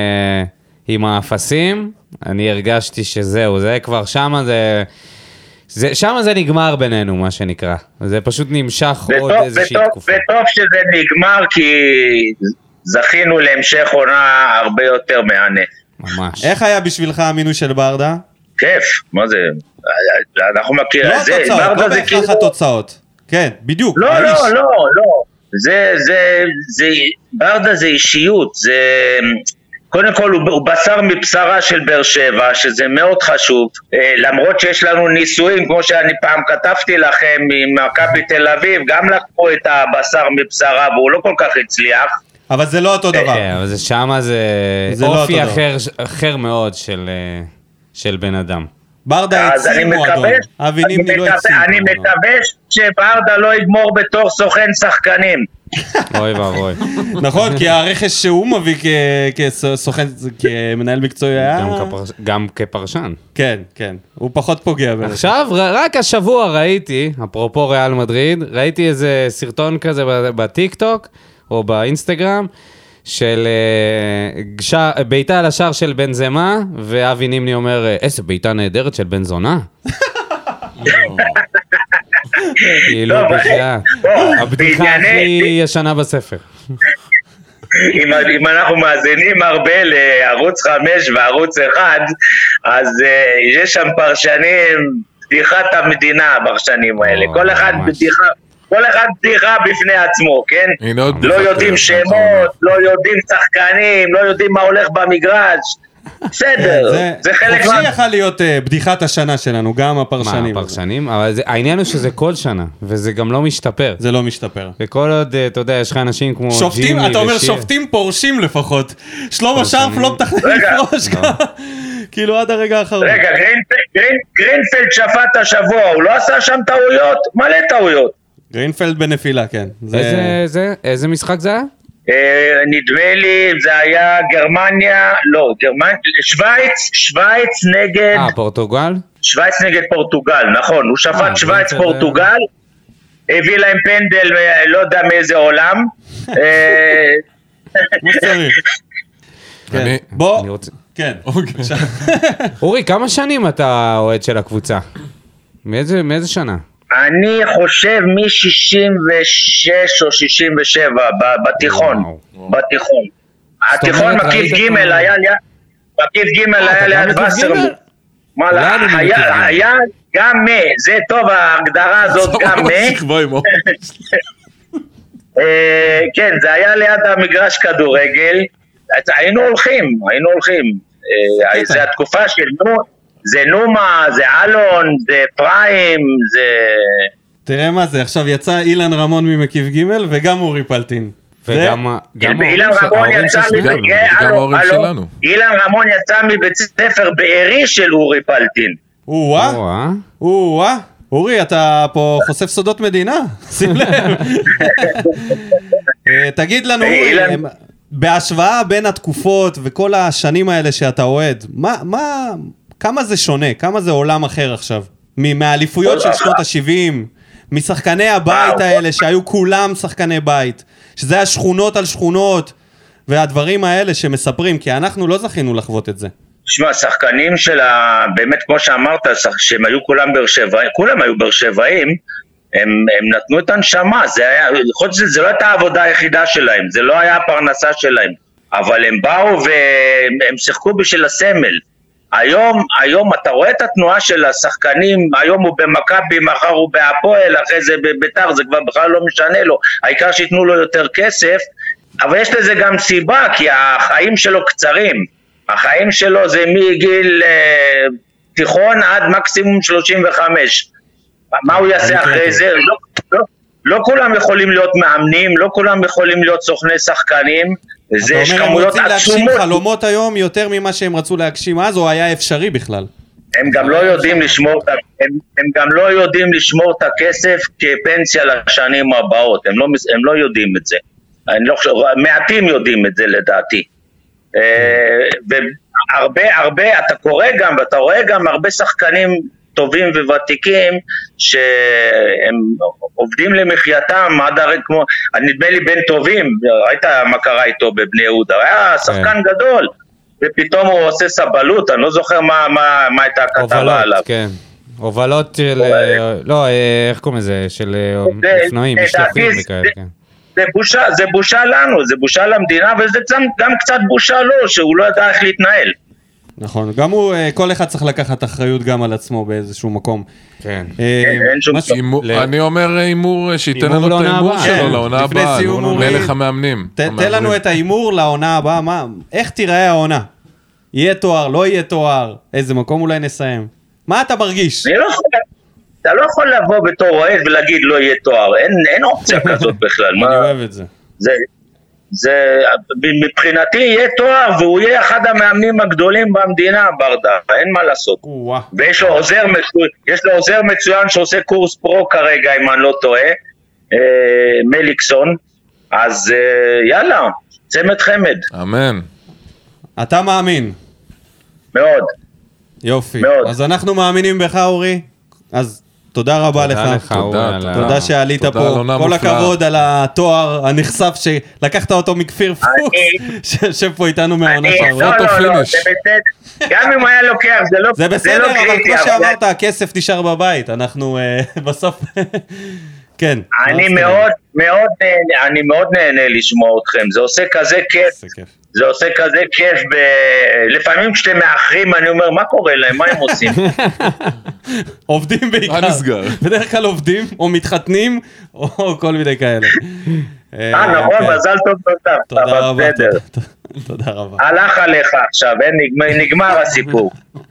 עם האפסים, אני הרגשתי שזהו, זה כבר שמה זה... זה, שמה זה נגמר בינינו, מה שנקרא. זה פשוט נמשך וטוב, עוד איזושהי וטוב, תקופה. וטוב שזה נגמר, כי זכינו להמשך עונה הרבה יותר מהנה. ממש. איך היה בשבילך המינוי של ברדה? כיף, מה זה? אנחנו מכירים לא את זה. התוצאות, ברדה לא זה בהכרח כאילו... התוצאות. כן, בדיוק. לא, האיש. לא, לא, לא. זה, זה, זה, ברדה זה אישיות, זה... קודם כל הוא, הוא בשר מבשרה של באר שבע, שזה מאוד חשוב, למרות שיש לנו ניסויים, כמו שאני פעם כתבתי לכם, ממכבי תל אביב, גם לקחו את הבשר מבשרה, והוא לא כל כך הצליח. אבל זה לא אותו דבר. כן, אבל זה שמה זה, זה לא אופי אותו אחר, אחר מאוד של, של בן אדם. ברדה אז אני הציל מועדון. מקווה, אבי אני נימני לא מקווה, הציל אני מועדון. מקווה שברדה לא יגמור בתור סוכן שחקנים. אוי ואבוי. נכון, כי הרכש שהוא מביא כ- כסוכן, כמנהל מקצועי היה... גם, כפרש, גם כפרשן. כן, כן. הוא פחות פוגע בזה. עכשיו, ר- רק השבוע ראיתי, אפרופו ריאל מדריד, ראיתי איזה סרטון כזה בטיק טוק, או באינסטגרם, של uh, ש... ביתה על השער של בן זמה, ואבי נימני אומר, איזה ביתה נהדרת של בן זונה. כאילו, טוב, בחייה. בוא, הבדיחה בענייני- הכי ישנה בספר. אם, אם אנחנו מאזינים הרבה לערוץ חמש וערוץ אחד, אז uh, יש שם פרשנים, בדיחת המדינה, הפרשנים האלה. או, כל אחד ממש. בדיחה, כל אחד בדיחה בפני עצמו, כן? הנה עוד לא בדיחה יודעים טובה, שמות, לא יודעים שחקנים, לא יודעים מה הולך במגרש. בסדר, זה זה חלק חופשי מה... יכול להיות אה, בדיחת השנה שלנו, גם מה, הפרשנים. הפרשנים? אבל זה- העניין הוא שזה כל שנה, וזה גם לא משתפר. זה לא משתפר. וכל עוד, אתה יודע, יש לך אנשים כמו שופטים, ג'ימי אתה אומר ושיר. שופטים פורשים לפחות. שלמה פורשנים. שרף לא מתכנן רגע. לפרוש גם. כאילו עד הרגע האחרון. רגע, גרינפלד, גרין, גרינפלד שפט השבוע, הוא לא עשה שם טעויות? מלא טעויות. גרינפלד בנפילה, כן. זה- איזה, זה, איזה משחק זה היה? אה, נדמה לי זה היה גרמניה, לא, גרמניה, שוויץ, שוויץ נגד, אה, פורטוגל? שוויץ נגד פורטוגל, נכון, הוא אה, שפט שוויץ זה- פורטוגל, הביא להם פנדל, אה, לא יודע מאיזה עולם, אה, כמו שצריך. כן. אני- בוא, אני רוצה- כן. בבקשה. אורי, כמה שנים אתה אוהד של הקבוצה? מאיזה, מאיזה שנה? אני חושב מ-שישים ושש או שישים ושבע ב- בתיכון, וואו. בתיכון. התיכון אומרת, מקיף ראית ג' אותו- היה ליד, מקיף ג' אה, היה אתה גם ליד מקיף וסרמוט. ג'? מה, היה, היה גם מה, זה טוב ההגדרה הזאת, גם מה. כן, זה היה ליד המגרש כדורגל, היינו הולכים, היינו הולכים. זה התקופה של נו, זה נומה, זה אלון, זה פריים, זה... תראה מה זה, עכשיו יצא אילן רמון ממקיף ג' וגם אורי פלטין. וגם אילן רמון יצא אילן רמון יצא מבית ספר בארי של אורי פלטין. או-אה, או-אה. אורי, אתה פה חושף סודות מדינה, שים לב. תגיד לנו, בהשוואה בין התקופות וכל השנים האלה שאתה אוהד, מה, מה, כמה זה שונה? כמה זה עולם אחר עכשיו? מהאליפויות של שנות ה-שבעים, משחקני הבית האלה שהיו כולם שחקני בית, שזה היה שכונות על שכונות, והדברים האלה שמספרים, כי אנחנו לא זכינו לחוות את זה. תשמע, השחקנים של ה... באמת כמו שאמרת, שהם היו כולם באר שבעים, כולם היו באר שבעים, הם, הם נתנו את הנשמה, זה היה, יכול להיות שזה לא הייתה העבודה היחידה שלהם, זה לא היה הפרנסה שלהם, אבל הם באו והם שיחקו בשביל הסמל. היום, היום אתה רואה את התנועה של השחקנים, היום הוא במכבי, מחר הוא בהפועל, אחרי זה בביתר, זה כבר בכלל לא משנה לו, העיקר שיתנו לו יותר כסף, אבל יש לזה גם סיבה, כי החיים שלו קצרים, החיים שלו זה מגיל אה, תיכון עד מקסימום שלושים וחמש. מה הוא יעשה אחרי זה? לא, לא, לא כולם יכולים להיות מאמנים, לא כולם יכולים להיות סוכני שחקנים. אתה אומר, הם רוצים להגשים חלומות היום יותר ממה שהם רצו להגשים אז, או היה אפשרי בכלל? הם גם לא יודעים לשמור, הם, הם גם לא יודעים לשמור את הכסף כפנסיה לשנים הבאות. הם לא, הם לא יודעים את זה. אני לא חושב, מעטים יודעים את זה לדעתי. והרבה הרבה אתה קורא גם ואתה רואה גם הרבה שחקנים טובים וותיקים שהם עובדים למחייתם עד הרי כמו נדמה לי בן טובים, ראית מה קרה איתו בבני יהודה, היה שחקן גדול ופתאום הוא עושה סבלות, אני לא זוכר מה, מה, מה הייתה הכתבה עליו. כן, הובלות של, לא, איך קוראים לזה, של אופנועים, משלוחים וכאלה, כן. זה בושה, זה בושה לנו, זה בושה למדינה, וזה גם, גם קצת בושה לו, שהוא לא ידע איך להתנהל. נכון, גם הוא, כל אחד צריך לקחת אחריות גם על עצמו באיזשהו מקום. כן. אין שום סוף. אני אומר אימור, שייתן לנו את האימור שלו לעונה הבאה, מלך המאמנים. תן לנו את האימור לעונה הבאה, איך תיראה העונה? יהיה תואר, לא יהיה תואר, איזה מקום אולי נסיים? מה אתה מרגיש? אני לא יכול... אתה לא יכול לבוא בתור אוהד ולהגיד לא יהיה תואר, אין, אין אופציה כזאת בכלל. אני מה, אוהב את זה. זה, זה, מבחינתי יהיה תואר והוא יהיה אחד המאמנים הגדולים במדינה, ברדה, אין מה לעשות. ווא. ויש לו עוזר, יש לו עוזר מצוין שעושה קורס פרו כרגע, אם אני לא טועה, אה, מליקסון, אז אה, יאללה, צמד חמד. אמן. אתה מאמין? מאוד. יופי. מאוד. אז אנחנו מאמינים בך, אורי, אז... תודה רבה לך. תודה לך, תודה, תודה. תודה שעלית פה. כל הכבוד על התואר הנכסף שלקחת אותו מכפיר פוקס, שיושב פה איתנו מהעונה שעברה. לא, לא, לא, זה בסדר. גם אם היה לוקח, זה לא קריטי. זה בסדר, אבל כמו שאמרת, הכסף נשאר בבית. אנחנו בסוף... כן. אני מאוד, מאוד נהנה, אני מאוד נהנה לשמוע אתכם. זה עושה כזה כיף. זה עושה כזה כיף, ב... לפעמים כשאתם מאחרים אני אומר, מה קורה להם? מה הם עושים? עובדים בעיקר. בדרך כלל עובדים, או מתחתנים, או כל מיני כאלה. אה, נכון, מזל טוב תודה. תודה רבה. תודה רבה. הלך עליך עכשיו, נגמר הסיפור.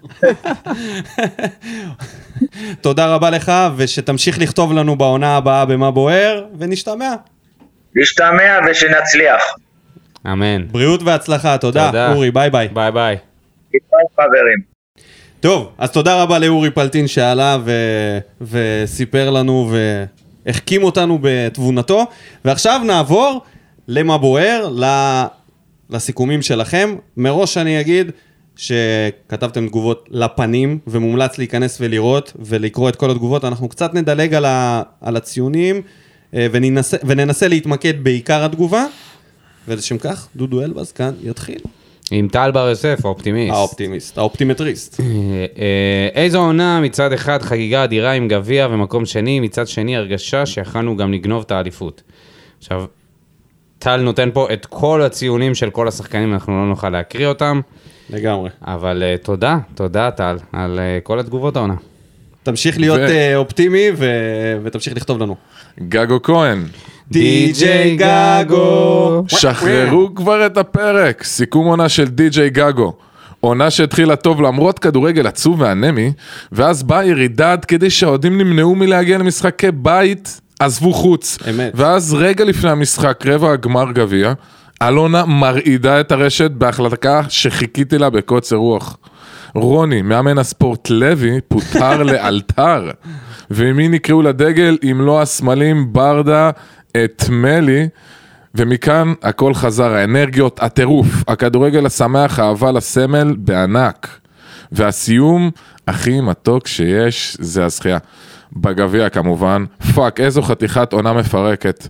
תודה רבה לך, ושתמשיך לכתוב לנו בעונה הבאה במה בוער, ונשתמע. נשתמע ושנצליח. אמן. בריאות והצלחה, תודה. תודה. אורי, ביי ביי. ביי ביי. חברים. טוב, אז תודה רבה לאורי פלטין שעלה ו... וסיפר לנו והחכים אותנו בתבונתו, ועכשיו נעבור למה בוער, לסיכומים שלכם. מראש אני אגיד שכתבתם תגובות לפנים, ומומלץ להיכנס ולראות ולקרוא את כל התגובות. אנחנו קצת נדלג על, ה... על הציונים וננסה... וננסה להתמקד בעיקר התגובה. ולשם כך, דודו אלבז כאן יתחיל. עם טל בר יוסף, האופטימיסט. האופטימיסט, האופטימטריסט. איזו עונה מצד אחד חגיגה אדירה עם גביע ומקום שני, מצד שני הרגשה שיכלנו גם לגנוב את העדיפות. עכשיו, טל נותן פה את כל הציונים של כל השחקנים, אנחנו לא נוכל להקריא אותם. לגמרי. אבל uh, תודה, תודה טל, על uh, כל התגובות העונה. תמשיך להיות ו- uh, אופטימי ו- ותמשיך לכתוב לנו. גגו כהן, די-ג'יי גגו. שחררו כבר את הפרק, סיכום עונה של די-ג'יי גגו. עונה שהתחילה טוב למרות כדורגל עצוב ואנמי, ואז באה ירידה עד כדי שהאוהדים נמנעו מלהגיע למשחקי בית, עזבו חוץ. אמת. ואז רגע לפני המשחק, רבע הגמר גביע, אלונה מרעידה את הרשת בהחלטה שחיכיתי לה בקוצר רוח. רוני, מאמן הספורט לוי, פוטר לאלתר. ומי נקראו לדגל אם לא הסמלים ברדה את מלי, ומכאן הכל חזר, האנרגיות, הטירוף, הכדורגל השמח, האהבה לסמל בענק. והסיום הכי מתוק שיש זה הזכייה. בגביע כמובן, פאק, איזו חתיכת עונה מפרקת.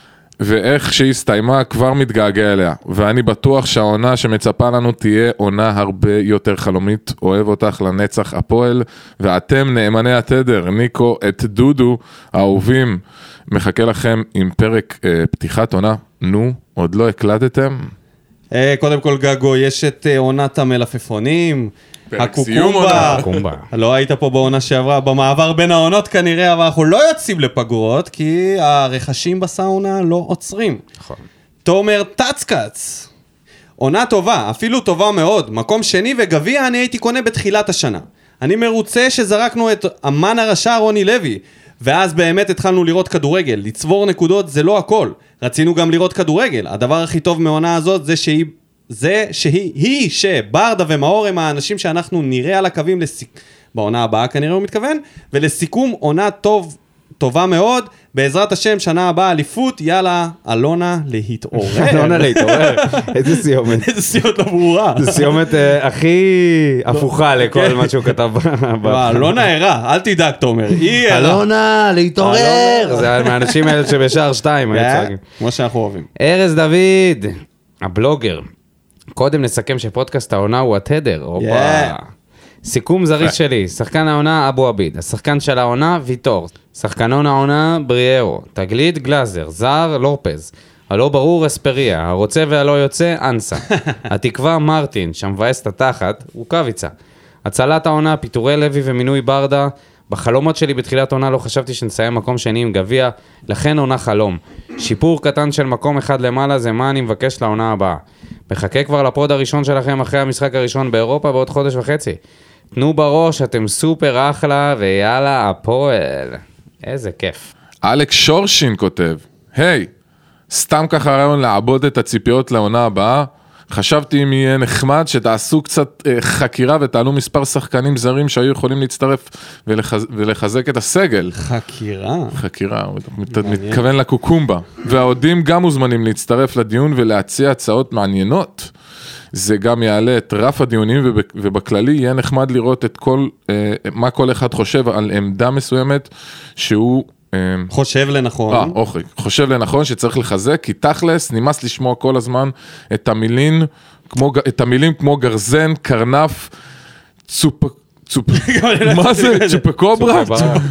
ואיך שהיא הסתיימה כבר מתגעגע אליה. ואני בטוח שהעונה שמצפה לנו תהיה עונה הרבה יותר חלומית. אוהב אותך לנצח הפועל, ואתם נאמני התדר, ניקו את דודו, האהובים. מחכה לכם עם פרק אה, פתיחת עונה. נו, עוד לא הקלטתם? אה, קודם כל גגו, יש את אה, עונת המלפפונים, פרק סיום הקוקומבה. הקוקומבה. לא היית פה בעונה שעברה, במעבר בין העונות כנראה, אבל אנחנו לא יוצאים לפגרות, כי הרכשים בסאונה לא עוצרים. נכון. תומר טצקץ, עונה טובה, אפילו טובה מאוד, מקום שני וגביע אני הייתי קונה בתחילת השנה. אני מרוצה שזרקנו את אמן הרשע רוני לוי, ואז באמת התחלנו לראות כדורגל. לצבור נקודות זה לא הכל. רצינו גם לראות כדורגל. הדבר הכי טוב מהעונה הזאת זה שהיא, זה שהיא, היא שברדה ומאור הם האנשים שאנחנו נראה על הקווים לסיק... בעונה הבאה כנראה הוא מתכוון, ולסיכום עונה טוב, טובה מאוד, בעזרת השם שנה הבאה אליפות, יאללה, אלונה להתעורר. אלונה להתעורר, איזה סיומת. איזה סיומת לא ברורה. זו סיומת אה, הכי הפוכה לכל מה שהוא כתב. ב- אלונה ערה, אל תדאג תומר, היא ערה. אלונה להתעורר! זה מהאנשים האלה שבשער שתיים, היו צועקים. כמו שאנחנו אוהבים. ארז דוד, הבלוגר. קודם נסכם שפודקאסט העונה הוא התדר. הופה. Yeah. סיכום זריז שלי, שחקן העונה אבו עביד, השחקן של העונה ויטור, שחקנון העונה בריארו, תגלית גלאזר, זר לופז, הלא ברור אספריה, הרוצה והלא יוצא אנסה, התקווה מרטין, שמבאס את התחת, רוקביצה, הצלת העונה, פיטורי לוי ומינוי ברדה, בחלומות שלי בתחילת עונה לא חשבתי שנסיים מקום שני עם גביע, לכן עונה חלום. שיפור קטן של מקום אחד למעלה זה מה אני מבקש לעונה הבאה. מחכה כבר לפוד הראשון שלכם אחרי המשחק הראשון באירופה בעוד חודש וחצי. תנו בראש, אתם סופר אחלה ויאללה הפועל. איזה כיף. אלכס שורשין כותב, היי, סתם ככה רעיון לעבוד את הציפיות לעונה הבאה, חשבתי אם יהיה נחמד שתעשו קצת אה, חקירה ותעלו מספר שחקנים זרים שהיו יכולים להצטרף ולחז... ולחזק את הסגל. חקירה. חקירה, הוא מת... מתכוון לקוקומבה. והעודים גם מוזמנים להצטרף לדיון ולהציע הצעות מעניינות. זה גם יעלה את רף הדיונים וב... ובכללי יהיה נחמד לראות את כל, אה, מה כל אחד חושב על עמדה מסוימת שהוא... חושב לנכון. אה, אוקיי. חושב לנכון שצריך לחזק, כי תכלס נמאס לשמוע כל הזמן את המילים, כמו, את המילים כמו גרזן, קרנף, צופ... צופ... מה זה? צ'ופקוברה?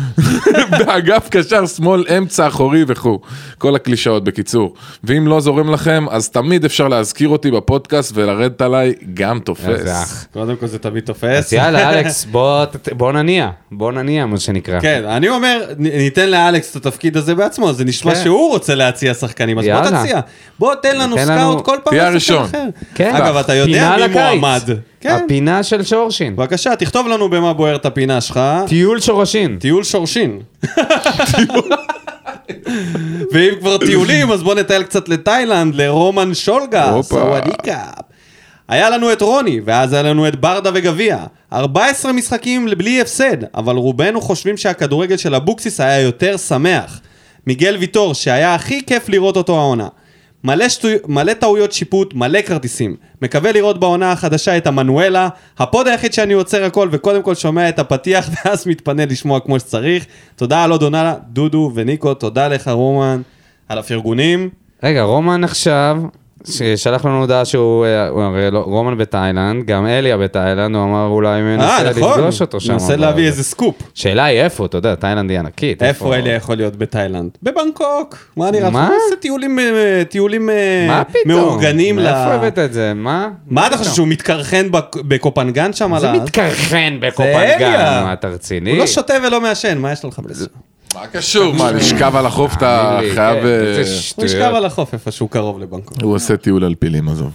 באגף קשר שמאל, אמצע אחורי וכו'. כל הקלישאות בקיצור. ואם לא זורם לכם, אז תמיד אפשר להזכיר אותי בפודקאסט ולרדת עליי גם תופס. קודם כל זה תמיד תופס. אז יאללה אלכס, בוא, בוא נניע. בוא נניע, מה שנקרא. כן, אני אומר, ניתן לאלכס את התפקיד הזה בעצמו, זה נשמע שהוא רוצה להציע שחקנים, אז בוא תציע. בוא תן לנו סקאוט כל פעם. תהיה הראשון. אגב, אתה יודע מי מועמד. הפינה של שורשין. בבקשה, תכתוב לנו במה בוער את הפינה שלך. טיול שורשין. טיול שורשין. ואם כבר טיולים, אז בוא נטייל קצת לתאילנד, לרומן שולגה. סוואדיקה. היה לנו את רוני, ואז היה לנו את ברדה וגביע. ארבעה עשר משחקים בלי הפסד, אבל רובנו חושבים שהכדורגל של אבוקסיס היה יותר שמח. מיגל ויטור, שהיה הכי כיף לראות אותו העונה. מלא, שטו... מלא טעויות שיפוט, מלא כרטיסים. מקווה לראות בעונה החדשה את המנואלה, הפוד היחיד שאני עוצר הכל וקודם כל שומע את הפתיח ואז מתפנה לשמוע כמו שצריך. תודה על עוד עונה, דודו וניקו, תודה לך רומן על הפרגונים. רגע, רומן עכשיו ששלח לנו הודעה שהוא, הוא הרי לא, רומן בתאילנד, גם אליה בתאילנד, הוא אמר אולי מנסה לפגוש אותו שם. מנסה להביא איזה סקופ. שאלה היא איפה, אתה יודע, תאילנד היא ענקית. איפה אליה יכול להיות בתאילנד? בבנקוק. מה נראה לך? מה? הוא עושה טיולים, טיולים מה פתאום? מאורגנים. מאיפה הבאת את זה? מה? מה אתה חושב שהוא מתקרחן בקופנגן שם? זה מתקרחן בקופנגן, מה אתה רציני? הוא לא שותה ולא מעשן, מה יש לך בלזה? מה קשור? מה, לשכב על החוף אתה חייב... הוא ישכב על החוף איפה שהוא קרוב לבנקוק. הוא עושה טיול על פילים, עזוב.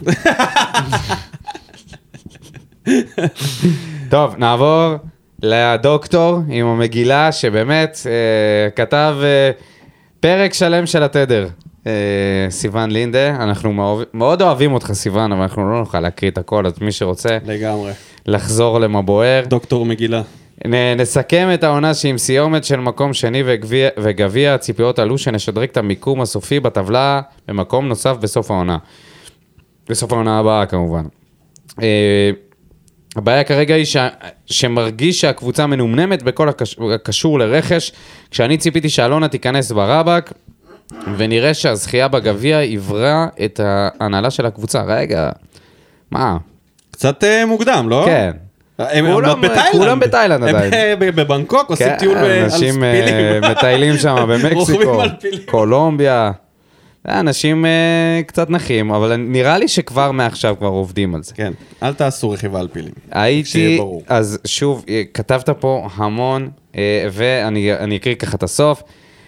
טוב, נעבור לדוקטור עם המגילה שבאמת אה, כתב אה, פרק שלם של התדר. אה, סיוון לינדה, אנחנו מאוד, מאוד אוהבים אותך סיוון, אבל אנחנו לא נוכל להקריא את הכל, אז מי שרוצה לגמרי. לחזור למבוער. דוקטור מגילה. נ, נסכם את העונה שעם סיומת של מקום שני וגביע, וגביע הציפיות עלו שנשדרג את המיקום הסופי בטבלה במקום נוסף בסוף העונה. בסוף העונה הבאה כמובן. אה, הבעיה כרגע היא ש... שמרגיש שהקבוצה מנומנמת בכל הקש... הקשור לרכש, כשאני ציפיתי שאלונה תיכנס ברבק, ונראה שהזכייה בגביע עברה את ההנהלה של הקבוצה. רגע, מה? קצת uh, מוקדם, לא? כן. הם כולם, בתאילנד. כולם בתאילנד עדיין. הם בבנקוק עושים כן, טיול על אנשים ספילים. מטיילים שם במקסיקו, רוכבים על פילים. קולומביה. אנשים uh, קצת נחים, אבל נראה לי שכבר מעכשיו כבר עובדים על זה. כן, אל תעשו רכיבה על פילים. הייתי, אז שוב, כתבת פה המון, uh, ואני אקריא ככה את הסוף.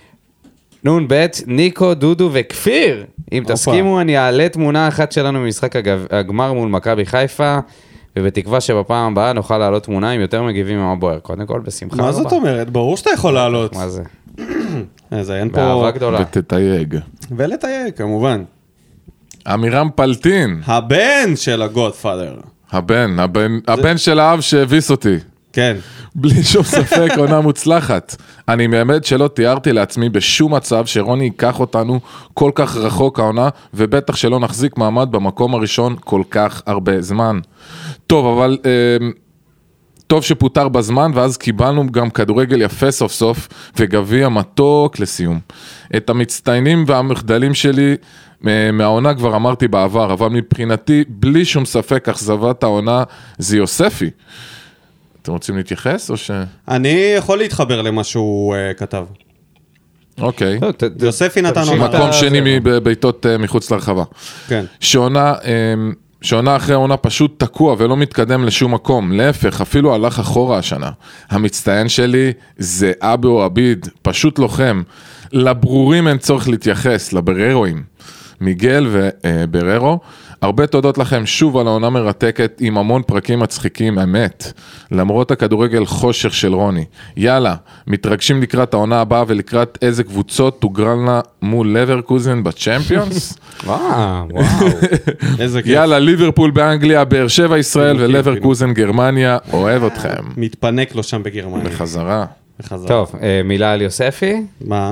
נון בית, ניקו, דודו וכפיר. אם אופה. תסכימו, אני אעלה תמונה אחת שלנו במשחק הגב... הגמר מול מכבי חיפה, ובתקווה שבפעם הבאה נוכל לעלות תמונה עם יותר מגיבים ממה בוער. קודם כל, בשמחה רבה. מה זאת אומרת? ברור שאתה יכול לעלות. מה זה? זה אין פה... באהבה גדולה. ותתייג. ולתייג, כמובן. אמירם פלטין, הבן של הגודפאדר. הבן, הבן, הבן של האב שהביס אותי. כן. בלי שום ספק, עונה מוצלחת. אני באמת שלא תיארתי לעצמי בשום מצב שרוני ייקח אותנו כל כך רחוק העונה, ובטח שלא נחזיק מעמד במקום הראשון כל כך הרבה זמן. טוב, אבל אה, טוב שפוטר בזמן, ואז קיבלנו גם כדורגל יפה סוף סוף, וגביע מתוק לסיום. את המצטיינים והמחדלים שלי מהעונה כבר אמרתי בעבר, אבל מבחינתי, בלי שום ספק, אכזבת העונה זה יוספי. אתם רוצים להתייחס או ש... אני יכול להתחבר למה שהוא uh, כתב. אוקיי. יוספי נתן עונה. מקום שני מביתות uh, מחוץ לרחבה. כן. שעונה, um, שעונה אחרי עונה פשוט תקוע ולא מתקדם לשום מקום. להפך, אפילו הלך אחורה השנה. המצטיין שלי זה אבו עביד, פשוט לוחם. לברורים אין צורך להתייחס, לבררואים. מיגל ובררו. הרבה תודות לכם שוב על העונה מרתקת עם המון פרקים מצחיקים, אמת. למרות הכדורגל חושך של רוני. יאללה, מתרגשים לקראת העונה הבאה ולקראת איזה קבוצות תוגרלנה מול לברקוזן בצ'מפיונס. וואו, וואו. איזה כיף. יאללה, ליברפול באנגליה, באר שבע ישראל ולברקוזן גרמניה, אוהב אתכם. מתפנק לו שם בגרמניה. בחזרה. בחזרה. טוב, אה, מילה על יוספי. מה?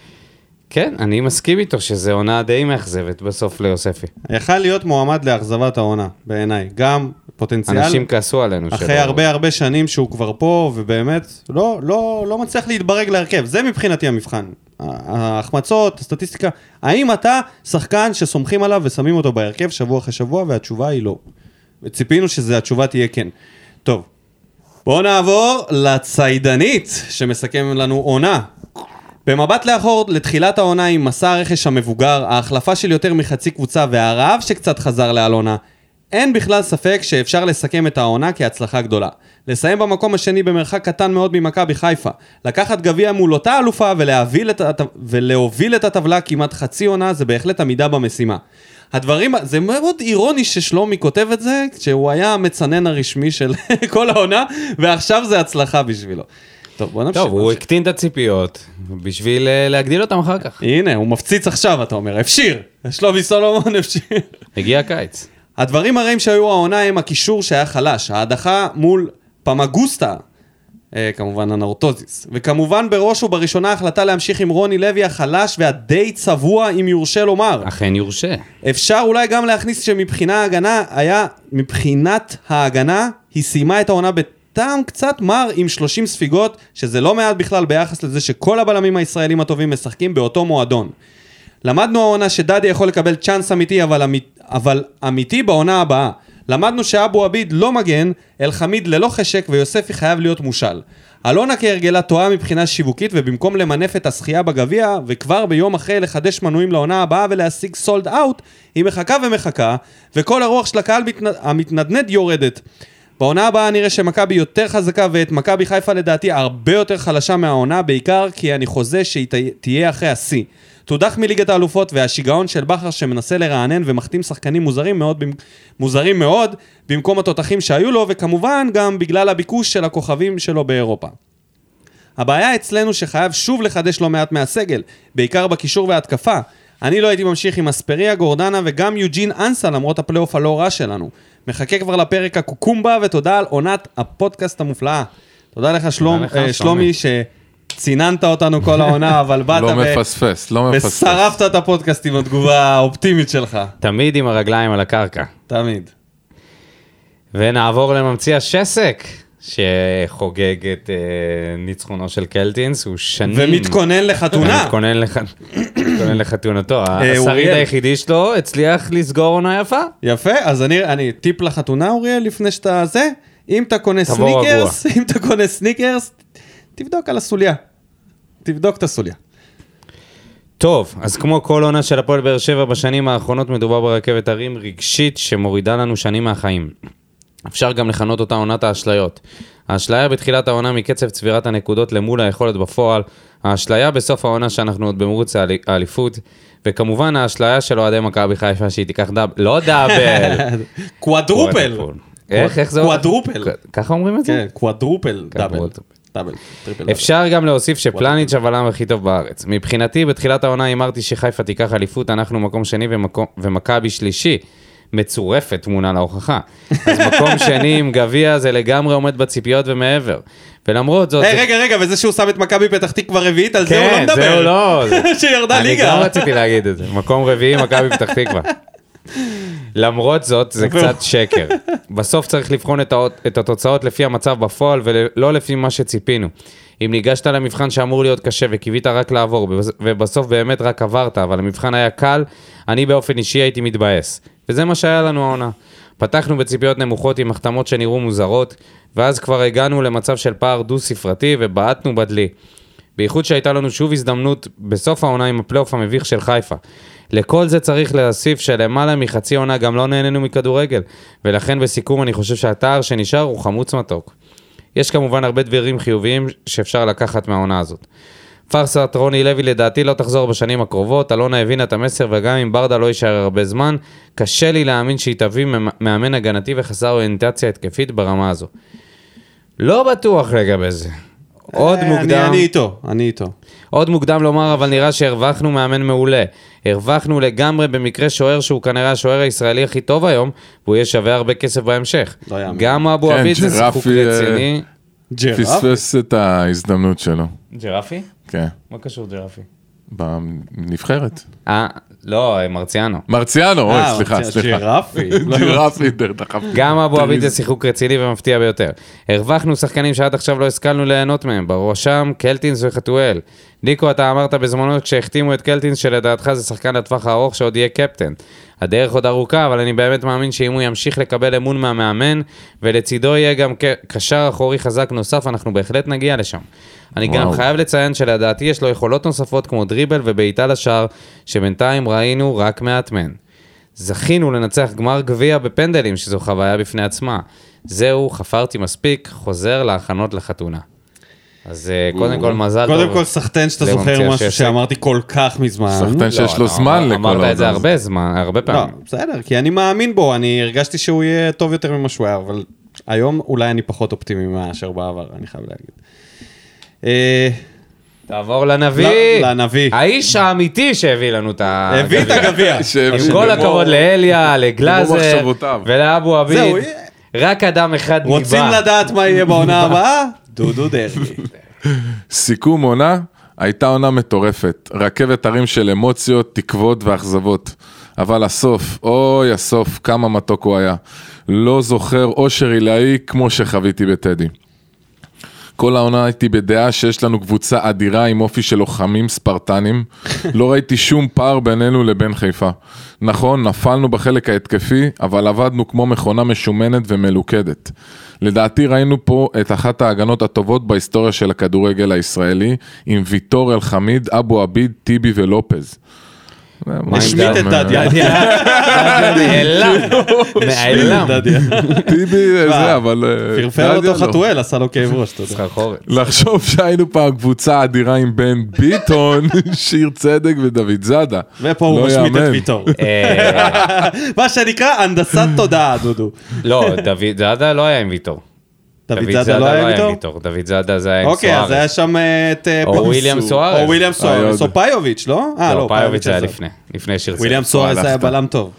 כן, אני מסכים איתו שזה עונה די מאכזבת בסוף ליוספי. יכל להיות מועמד לאכזבת העונה, בעיניי. גם פוטנציאל. אנשים כעסו עלינו. אחרי שלא... הרבה הרבה שנים שהוא כבר פה, ובאמת לא, לא, לא מצליח להתברג להרכב. זה מבחינתי המבחן. ההחמצות, הסטטיסטיקה. האם אתה שחקן שסומכים עליו ושמים אותו בהרכב שבוע אחרי שבוע, והתשובה היא לא. וציפינו שזה התשובה תהיה כן. טוב, בואו נעבור לציידנית שמסכם לנו עונה. במבט לאחור לתחילת העונה עם מסע הרכש המבוגר, ההחלפה של יותר מחצי קבוצה והרעב שקצת חזר לאלונה, אין בכלל ספק שאפשר לסכם את העונה כהצלחה גדולה. לסיים במקום השני במרחק קטן מאוד ממכבי חיפה, לקחת גביע מול אותה אלופה ולהוביל את, הת... ולהוביל את הטבלה כמעט חצי עונה, זה בהחלט עמידה במשימה. הדברים, זה מאוד אירוני ששלומי כותב את זה, שהוא היה המצנן הרשמי של כל העונה, ועכשיו זה הצלחה בשבילו. טוב, בוא נמשיך. טוב, הוא הקטין את הציפיות, בשביל להגדיל אותם אחר כך. הנה, הוא מפציץ עכשיו, אתה אומר, אפשיר. שלומי סולומון, אפשיר. הגיע הקיץ. הדברים הרעים שהיו העונה הם הקישור שהיה חלש, ההדחה מול פמגוסטה, אה, כמובן הנאורטוזיס, וכמובן בראש ובראשונה החלטה להמשיך עם רוני לוי החלש והדי צבוע אם יורשה לומר. אכן יורשה. אפשר אולי גם להכניס שמבחינה ההגנה היה, מבחינת ההגנה, היא סיימה את העונה בטעם קצת מר עם שלושים ספיגות, שזה לא מעט בכלל ביחס לזה שכל הבלמים הישראלים הטובים משחקים באותו מועדון. למדנו העונה שדדי יכול לקבל צ'אנס אמיתי, אבל, אמית, אבל אמיתי בעונה הבאה. למדנו שאבו עביד לא מגן, אל חמיד ללא חשק ויוספי חייב להיות מושל. אלונה כהרגלה טועה מבחינה שיווקית, ובמקום למנף את השחייה בגביע, וכבר ביום אחרי לחדש מנויים לעונה הבאה ולהשיג סולד אאוט, היא מחכה ומחכה, וכל הרוח של הקהל המתנדנד יורדת. בעונה הבאה נראה שמכבי יותר חזקה, ואת מכבי חיפה לדעתי הרבה יותר חלשה מהעונה, בעיקר כי אני חוזה שהיא תהיה אחרי השיא. תודח מליגת האלופות והשיגעון של בכר שמנסה לרענן ומחתים שחקנים מוזרים מאוד, מוזרים מאוד במקום התותחים שהיו לו, וכמובן גם בגלל הביקוש של הכוכבים שלו באירופה. הבעיה אצלנו שחייב שוב לחדש לא מעט מהסגל, בעיקר בקישור וההתקפה. אני לא הייתי ממשיך עם אספריה, גורדנה וגם יוג'ין אנסה למרות הפלייאוף הלא רע שלנו. מחכה כבר לפרק הקוקומבה, ותודה על עונת הפודקאסט המופלאה. תודה לך שלום, שלומי ש... ציננת אותנו כל העונה, אבל באת לא מפספס, לא מפספס. ושרפת את הפודקאסט עם התגובה האופטימית שלך. תמיד עם הרגליים על הקרקע. תמיד. ונעבור לממציא השסק, שחוגג את ניצחונו של קלטינס, הוא שנים... ומתכונן לחתונה. מתכונן לחתונתו. השריד היחידי שלו הצליח לסגור עונה יפה. יפה, אז אני טיפ לחתונה, אוריאל, לפני שאתה זה, אם אתה קונה סניקרס, אם אתה קונה סניקרס, תבדוק על הסוליה. תבדוק את הסוליה. טוב, אז כמו כל עונה של הפועל באר שבע בשנים האחרונות, מדובר ברכבת הרים רגשית שמורידה לנו שנים מהחיים. אפשר גם לכנות אותה עונת האשליות. האשליה בתחילת העונה מקצב צבירת הנקודות למול היכולת בפועל, האשליה בסוף העונה שאנחנו עוד במרוץ האליפות, וכמובן האשליה של אוהדי מכבי חיפה שהיא תיקח דאבל, לא דאבל. קוואדרופל. איך, איך זה? קוואדרופל. ככה אומרים את זה? כן, קוואדרופל, דאבל. אפשר גם להוסיף שפלניץ' הבלם הכי טוב בארץ. מבחינתי, בתחילת העונה אמרתי שחיפה תיקח אליפות, אנחנו מקום שני ומכבי שלישי. מצורפת תמונה להוכחה. אז מקום שני עם גביע זה לגמרי עומד בציפיות ומעבר. ולמרות זאת... רגע, רגע, וזה שהוא שם את מכבי פתח תקווה רביעית, על זה הוא לא מדבר. כן, זהו לא. שירדה ליגה. אני גם רציתי להגיד את זה. מקום רביעי, מכבי פתח תקווה. למרות זאת, זה קצת שקר. בסוף צריך לבחון את התוצאות לפי המצב בפועל, ולא לפי מה שציפינו. אם ניגשת למבחן שאמור להיות קשה וקיווית רק לעבור, ובסוף באמת רק עברת, אבל המבחן היה קל, אני באופן אישי הייתי מתבאס. וזה מה שהיה לנו העונה. פתחנו בציפיות נמוכות עם החתמות שנראו מוזרות, ואז כבר הגענו למצב של פער דו-ספרתי ובעטנו בדלי. בייחוד שהייתה לנו שוב הזדמנות בסוף העונה עם הפלייאוף המביך של חיפה. לכל זה צריך להוסיף שלמעלה מחצי עונה גם לא נהנינו מכדורגל, ולכן בסיכום אני חושב שהתאר שנשאר הוא חמוץ מתוק. יש כמובן הרבה דברים חיוביים שאפשר לקחת מהעונה הזאת. פרסת רוני לוי לדעתי לא תחזור בשנים הקרובות, אלונה הבינה את המסר וגם אם ברדה לא יישאר הרבה זמן, קשה לי להאמין שהיא תביא מאמן הגנתי וחסר אוריינטציה התקפית ברמה הזו. לא בטוח לגבי זה. עוד מוקדם... אני איתו, אני איתו. עוד מוקדם לומר, אבל נראה שהרווחנו מאמן מעולה. הרווחנו לגמרי במקרה שוער שהוא כנראה השוער הישראלי הכי טוב היום, והוא יהיה שווה הרבה כסף בהמשך. גם אבו עביד זה שיחוק רציני. פספס את ההזדמנות שלו. ג'רפי? כן. מה קשור ג'רפי? בנבחרת. אה, לא, מרציאנו. מרציאנו, אוי, סליחה, סליחה. ג'רפי. ג'רפי, דחפתי. גם אבו עביד זה שיחוק רציני ומפתיע ביותר. הרווחנו שחקנים שעד עכשיו לא השכלנו ליהנות מהם, בראשם קלטינס וחתואל. ניקו, אתה אמרת בזמנו כשהחתימו את קלטינס שלדעתך זה שחקן לטווח הארוך שעוד יהיה קפטן. הדרך עוד ארוכה, אבל אני באמת מאמין שאם הוא ימשיך לקבל אמון מהמאמן, ולצידו יהיה גם קשר אחורי חזק נוסף, אנחנו בהחלט נגיע לשם. אני גם חייב לציין שלדעתי יש לו יכולות נוספות כמו דריבל ובעיטה לשער, שבינתיים ראינו רק מעט מהן. זכינו לנצח גמר גביע בפנדלים, שזו חוויה בפני עצמה. זהו, חפרתי מספיק, חוזר להכנות לחתונה. אז קודם כל מזל טוב. קודם כל סחטן שאתה זוכר משהו שאמרתי כל כך מזמן. סחטן שיש לו זמן לכל עוד. אמרת את זה הרבה זמן, הרבה פעמים. לא, בסדר, כי אני מאמין בו, אני הרגשתי שהוא יהיה טוב יותר ממה שהוא היה, אבל היום אולי אני פחות אופטימי מאשר בעבר, אני חייב להגיד. תעבור לנביא. לנביא. האיש האמיתי שהביא לנו את ה... הביא את הגביע. עם כל הכבוד לאליה, לגלאזר ולאבו עביד. זהו. רק אדם אחד ניבא. רוצים לדעת מה יהיה בעונה הבאה? דודו דרעי. סיכום עונה, הייתה עונה מטורפת. רכבת הרים של אמוציות, תקוות ואכזבות. אבל הסוף, אוי הסוף, כמה מתוק הוא היה. לא זוכר אושר עילאי כמו שחוויתי בטדי. כל העונה הייתי בדעה שיש לנו קבוצה אדירה עם אופי של לוחמים ספרטנים. לא ראיתי שום פער בינינו לבין חיפה. נכון, נפלנו בחלק ההתקפי, אבל עבדנו כמו מכונה משומנת ומלוכדת. לדעתי ראינו פה את אחת ההגנות הטובות בהיסטוריה של הכדורגל הישראלי, עם ויטור אל חמיד, אבו עביד, טיבי ולופז. השמיט את דדיה. נעלם. נעלם. טיבי זה, אבל... פרפר אותו חתואל, עשה לו כאב ראש, תודה. סחרחורת. לחשוב שהיינו פעם קבוצה אדירה עם בן ביטון, שיר צדק ודוד זאדה. ופה הוא משמיט את ויטור. מה שנקרא הנדסת תודעה, דודו. לא, דוד זאדה לא היה עם ויטור. דוד זאדה לא היה עם ויטור? דוד זאדה זה היה עם סוארס. אוקיי, אז היה שם את... או וויליאם סוארס. או וויליאם סוארס, או פיוביץ', לא? אה, לא, פיוביץ' היה לפני, לפני שיר צדק. וויליאם סוארס היה בלם טוב.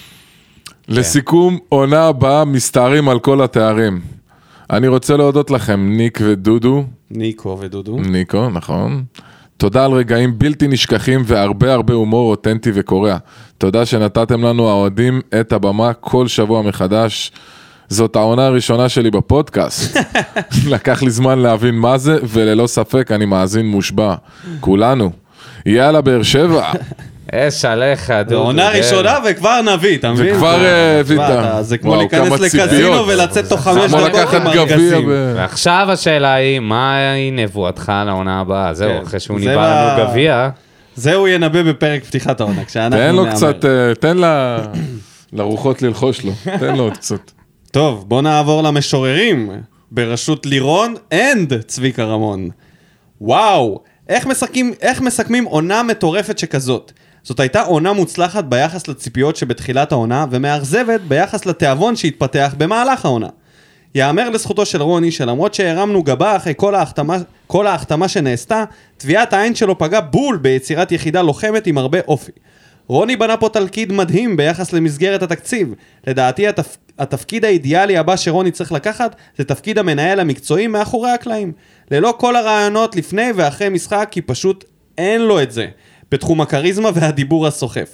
לסיכום, עונה הבאה מסתערים על כל התארים. אני רוצה להודות לכם, ניק ודודו. ניקו ודודו. ניקו, נכון. תודה על רגעים בלתי נשכחים והרבה הרבה הומור אותנטי וקורע. תודה שנתתם לנו האוהדים את הבמה כל שבוע מחדש. זאת העונה הראשונה שלי בפודקאסט. לקח לי זמן להבין מה זה, וללא ספק אני מאזין מושבע. כולנו. יאללה, באר שבע. אש עליך, דודו. עונה ראשונה וכבר נביא, אתה מבין? וכבר ויטה. זה כמו להיכנס לקזינו ולצאת תוך חמש דקות עם ארגזים. ועכשיו השאלה היא, מה היא נבואתך לעונה הבאה? זהו, אחרי שהוא ניבא לנו גביע. זהו ינבא בפרק פתיחת העונה. תן לו קצת, תן לרוחות ללחוש לו. תן לו עוד קצת. טוב, בוא נעבור למשוררים, בראשות לירון אנד צביקה רמון. וואו, איך מסכמים, איך מסכמים עונה מטורפת שכזאת? זאת הייתה עונה מוצלחת ביחס לציפיות שבתחילת העונה, ומאכזבת ביחס לתיאבון שהתפתח במהלך העונה. יאמר לזכותו של רוני, שלמרות שהרמנו גבה אחרי כל ההחתמה, כל ההחתמה שנעשתה, טביעת העין שלו פגע בול ביצירת יחידה לוחמת עם הרבה אופי. רוני בנה פה תלכיד מדהים ביחס למסגרת התקציב. לדעתי התפ... התפקיד האידיאלי הבא שרוני צריך לקחת זה תפקיד המנהל המקצועי מאחורי הקלעים. ללא כל הרעיונות לפני ואחרי משחק, כי פשוט אין לו את זה בתחום הקריזמה והדיבור הסוחף.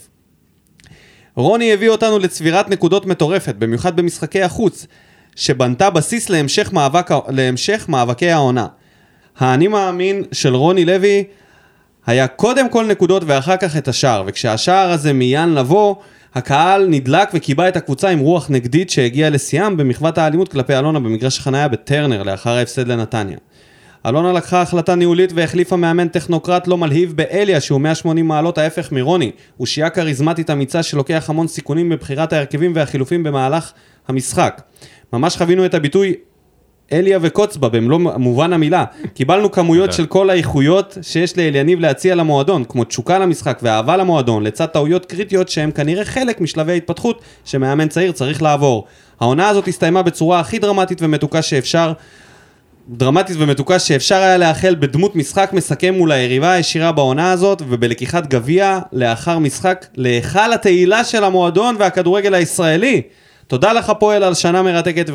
רוני הביא אותנו לצבירת נקודות מטורפת, במיוחד במשחקי החוץ, שבנתה בסיס להמשך, מאבק... להמשך מאבקי העונה. האני מאמין של רוני לוי היה קודם כל נקודות ואחר כך את השער, וכשהשער הזה מיין לבוא, הקהל נדלק וקיבה את הקבוצה עם רוח נגדית שהגיעה לשיאם במחוות האלימות כלפי אלונה במגרש החניה בטרנר לאחר ההפסד לנתניה. אלונה לקחה החלטה ניהולית והחליפה מאמן טכנוקרט לא מלהיב באליה שהוא מאה ושמונים מעלות ההפך מרוני. הוא שיעה כריזמטית אמיצה שלוקח המון סיכונים בבחירת ההרכבים והחילופים במהלך המשחק. ממש חווינו את הביטוי אליה וקוצבה במלוא מובן המילה. קיבלנו כמויות של כל האיכויות שיש לאליניב להציע למועדון, כמו תשוקה למשחק ואהבה למועדון, לצד טעויות קריטיות שהם כנראה חלק משלבי ההתפתחות שמאמן צעיר צריך לעבור. העונה הזאת הסתיימה בצורה הכי דרמטית ומתוקה שאפשר, דרמטית ומתוקה שאפשר היה לאחל בדמות משחק מסכם מול היריבה הישירה בעונה הזאת, ובלקיחת גביע לאחר משחק להיכל התהילה של המועדון והכדורגל הישראלי. תודה לך פועל על שנה מרתקת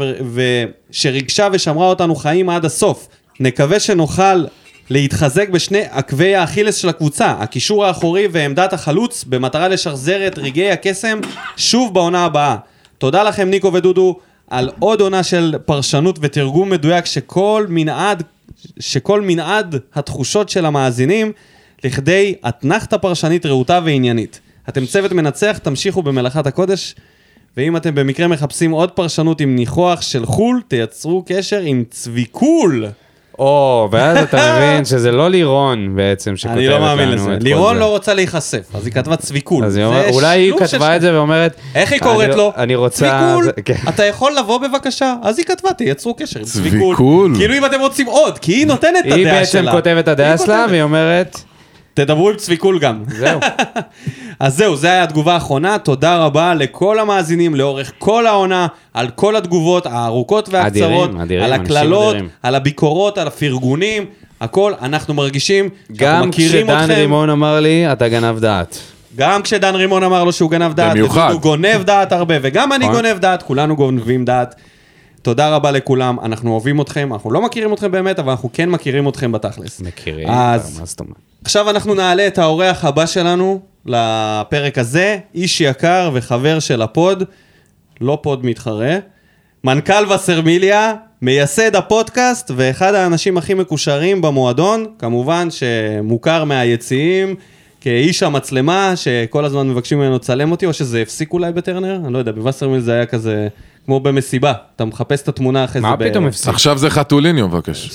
ושרגשה ושמרה אותנו חיים עד הסוף. נקווה שנוכל להתחזק בשני עקבי האכילס של הקבוצה, הקישור האחורי ועמדת החלוץ, במטרה לשחזר את רגעי הקסם שוב בעונה הבאה. תודה לכם ניקו ודודו על עוד עונה של פרשנות ותרגום מדויק שכל מנעד, שכל מנעד התחושות של המאזינים לכדי אתנחתה פרשנית רהוטה ועניינית. אתם צוות מנצח, תמשיכו במלאכת הקודש. ואם אתם במקרה מחפשים עוד פרשנות עם ניחוח של חול, תייצרו קשר עם צביקול. או, ואז אתה מבין שזה לא לירון בעצם שכותבת לנו את כל זה. אני לא מאמין לזה. לירון לא רוצה להיחשף, אז היא כתבה צביקול. אולי היא כתבה את זה ואומרת... איך היא קוראת לו? אני רוצה... צביקול, אתה יכול לבוא בבקשה? אז היא כתבה, תייצרו קשר עם צביקול. צביקול. כאילו אם אתם רוצים עוד, כי היא נותנת את הדעה שלה. היא בעצם כותבת את הדעה שלה והיא אומרת... תדברו עם צביקול גם. זהו. אז זהו, זה היה התגובה האחרונה. תודה רבה לכל המאזינים לאורך כל העונה, על כל התגובות הארוכות והקצרות, אדירים, אדירים, על הכללות, אדירים. על הביקורות, על הפרגונים, הכל, אנחנו מרגישים, גם כשדן רימון אמר לי, אתה גנב דעת. גם כשדן רימון אמר לו שהוא גנב דעת, במיוחד. הוא גונב דעת הרבה, וגם אני גונב דעת, כולנו גונבים דעת. תודה רבה לכולם, אנחנו אוהבים אתכם, אנחנו לא מכירים אתכם באמת, אבל אנחנו כן מכירים אתכם בתכלס. מכירים, אז... מה זאת אומרת? עכשיו אנחנו נעלה את האורח הבא שלנו לפרק הזה, איש יקר וחבר של הפוד, לא פוד מתחרה, מנכ"ל וסרמיליה, מייסד הפודקאסט ואחד האנשים הכי מקושרים במועדון, כמובן שמוכר מהיציעים, כאיש המצלמה שכל הזמן מבקשים ממנו לצלם אותי, או שזה הפסיק אולי בטרנר? אני לא יודע, בווסרמיל זה היה כזה כמו במסיבה, אתה מחפש את התמונה אחרי זה. מה פתאום הפסיק? עכשיו זה חתוליניו, מבקש.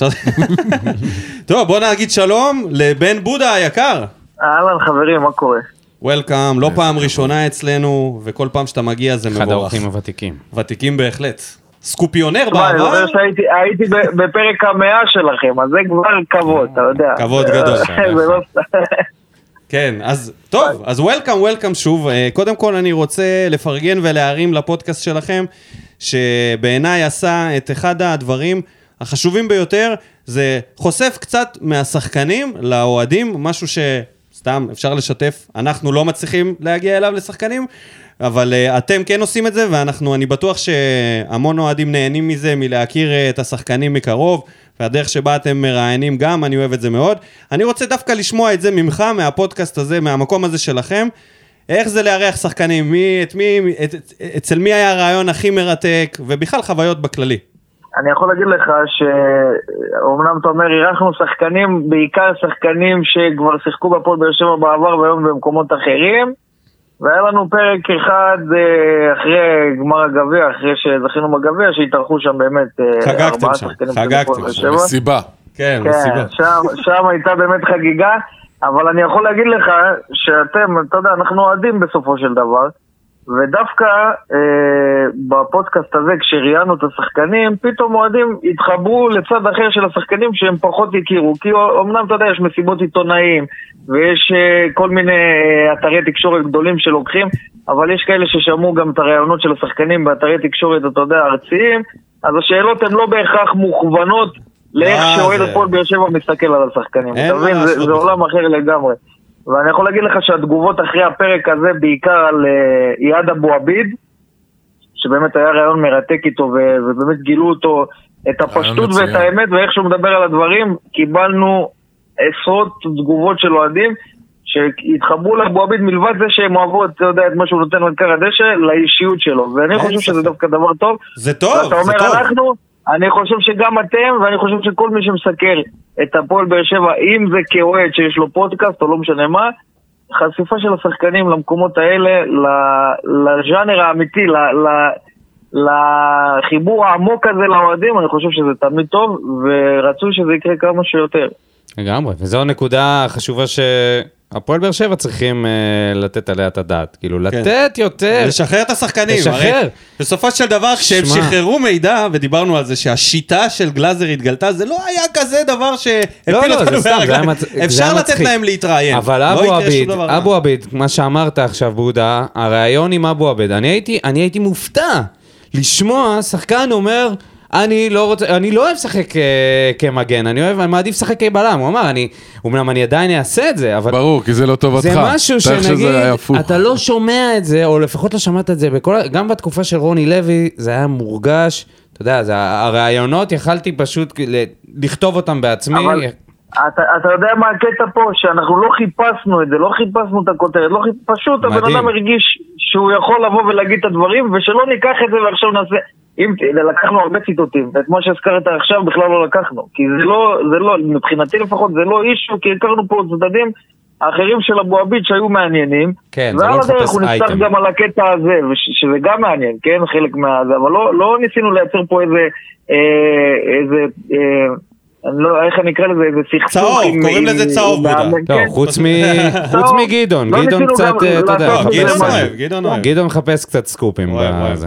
טוב, בוא נגיד שלום לבן בודה היקר. אהלן חברים, מה קורה? וולקאם, לא פעם ראשונה אצלנו, וכל פעם שאתה מגיע זה מבורך. אחד האורחים הוותיקים. ותיקים בהחלט. סקופיונר מה, אני בעבר? זוכר שהייתי בפרק המאה שלכם, אז זה כבר כבוד, אתה יודע. כבוד גדול. זה לא סתם. כן, אז טוב, אז וולקאם, וולקאם שוב. קודם כל אני רוצה לפרגן ולהרים לפודקאסט שלכם, שבעיניי עשה את אחד הדברים החשובים ביותר, זה חושף קצת מהשחקנים לאוהדים, משהו שסתם אפשר לשתף, אנחנו לא מצליחים להגיע אליו לשחקנים, אבל uh, אתם כן עושים את זה, ואנחנו, אני בטוח שהמון אוהדים נהנים מזה, מלהכיר uh, את השחקנים מקרוב, והדרך שבה אתם מראיינים גם, אני אוהב את זה מאוד. אני רוצה דווקא לשמוע את זה ממך, מהפודקאסט הזה, מהמקום הזה שלכם, איך זה לארח שחקנים, מי, את מי, את, את, אצל מי היה הרעיון הכי מרתק, ובכלל חוויות בכללי. אני יכול להגיד לך שאומנם אתה אומר, אירחנו שחקנים, בעיקר שחקנים שכבר שיחקו בפועל באר שבע בעבר והיום במקומות אחרים, והיה לנו פרק אחד אחרי גמר הגביע, אחרי שזכינו בגביע, שהתארחו שם באמת ארבעה שחקנים. חגגתם שם, מסיבה. כן, מסיבה. שם, שם הייתה באמת חגיגה, אבל אני יכול להגיד לך שאתם, אתה יודע, אנחנו אוהדים בסופו של דבר, ודווקא אה, בפודקאסט הזה, כשראיינו את השחקנים, פתאום אוהדים התחברו לצד אחר של השחקנים שהם פחות הכירו, כי אמנם אתה יודע, יש מסיבות עיתונאים, ויש אה, כל מיני אה, אתרי תקשורת גדולים שלוקחים, אבל יש כאלה ששמעו גם את הרעיונות של השחקנים באתרי תקשורת, אתה יודע, ארציים, אז השאלות הן לא בהכרח מוכוונות לאיך שאוהד הפועל באר שבע מסתכל על השחקנים. אתה מבין, זה, זה עולם אחר לגמרי. ואני יכול להגיד לך שהתגובות אחרי הפרק הזה בעיקר על uh, איאד אבו עביד, שבאמת היה רעיון מרתק איתו ו- ובאמת גילו אותו את הפשטות ואת האמת ואיך שהוא מדבר על הדברים, קיבלנו עשרות תגובות של אוהדים שהתחברו לאבו עביד מלבד זה שהם אוהבו, אתה יודע, את מה שהוא נותן על קר הדשא לאישיות שלו, ואני חושב שזה דווקא דבר טוב. זה טוב, ואתה אומר זה טוב. אנחנו, אני חושב שגם אתם, ואני חושב שכל מי שמסקר את הפועל באר שבע, אם זה כאוהד שיש לו פודקאסט או לא משנה מה, חשיפה של השחקנים למקומות האלה, לז'אנר האמיתי, לחיבור העמוק הזה לאוהדים, אני חושב שזה תמיד טוב, ורצוי שזה יקרה כמה שיותר. לגמרי, וזו נקודה חשובה שהפועל באר שבע צריכים uh, לתת עליה את הדעת, כאילו כן. לתת יותר. לשחרר את השחקנים. לשחרר. הרי, בסופו של דבר, כשהם שחררו מידע, ודיברנו על זה שהשיטה של גלאזר התגלתה, זה לא היה כזה דבר שהפיל לא, לא, אותנו בהרגליים. מצ... אפשר לתת להם להתראיין. אבל לא אבו עביד, אבו עביד, מה שאמרת עכשיו בודה, הרעיון עם אבו עביד, אני הייתי, אני הייתי מופתע לשמוע שחקן אומר, אני לא רוצה, אני לא אוהב לשחק כמגן, אני אוהב, אני מעדיף לשחק כבלם, הוא אמר, אני, אומנם אני עדיין אעשה את זה, אבל... ברור, כי זה לא טובתך. זה משהו שנגיד, אתה לא שומע את זה, או לפחות לא שמעת את זה, בכל, גם בתקופה של רוני לוי, זה היה מורגש, אתה יודע, זה, הרעיונות, יכלתי פשוט לכתוב אותם בעצמי. אבל... אתה, אתה יודע מה הקטע פה? שאנחנו לא חיפשנו את זה, לא חיפשנו את הכותרת, לא חיפ... פשוט הבן אדם הרגיש שהוא יכול לבוא ולהגיד את הדברים, ושלא ניקח את זה ועכשיו נעשה... אם לקחנו הרבה ציטוטים, ואת מה שהזכרת עכשיו בכלל לא לקחנו, כי זה לא, זה לא, מבחינתי לפחות זה לא אישו, כי הכרנו פה צדדים האחרים של אבו עביד שהיו מעניינים, כן, ועל הדרך הוא נצטרך גם על הקטע הזה, שזה גם מעניין, כן, חלק מהזה, אבל לא, לא ניסינו לייצר פה איזה, אה, איזה, אה, אני לא, איך אני אקרא לזה, איזה סכסוך. צהוב, קוראים לזה צהוב בודה. לא, חוץ מגדעון, גדעון קצת, אתה יודע, גדעון מחפש קצת סקופים בזה.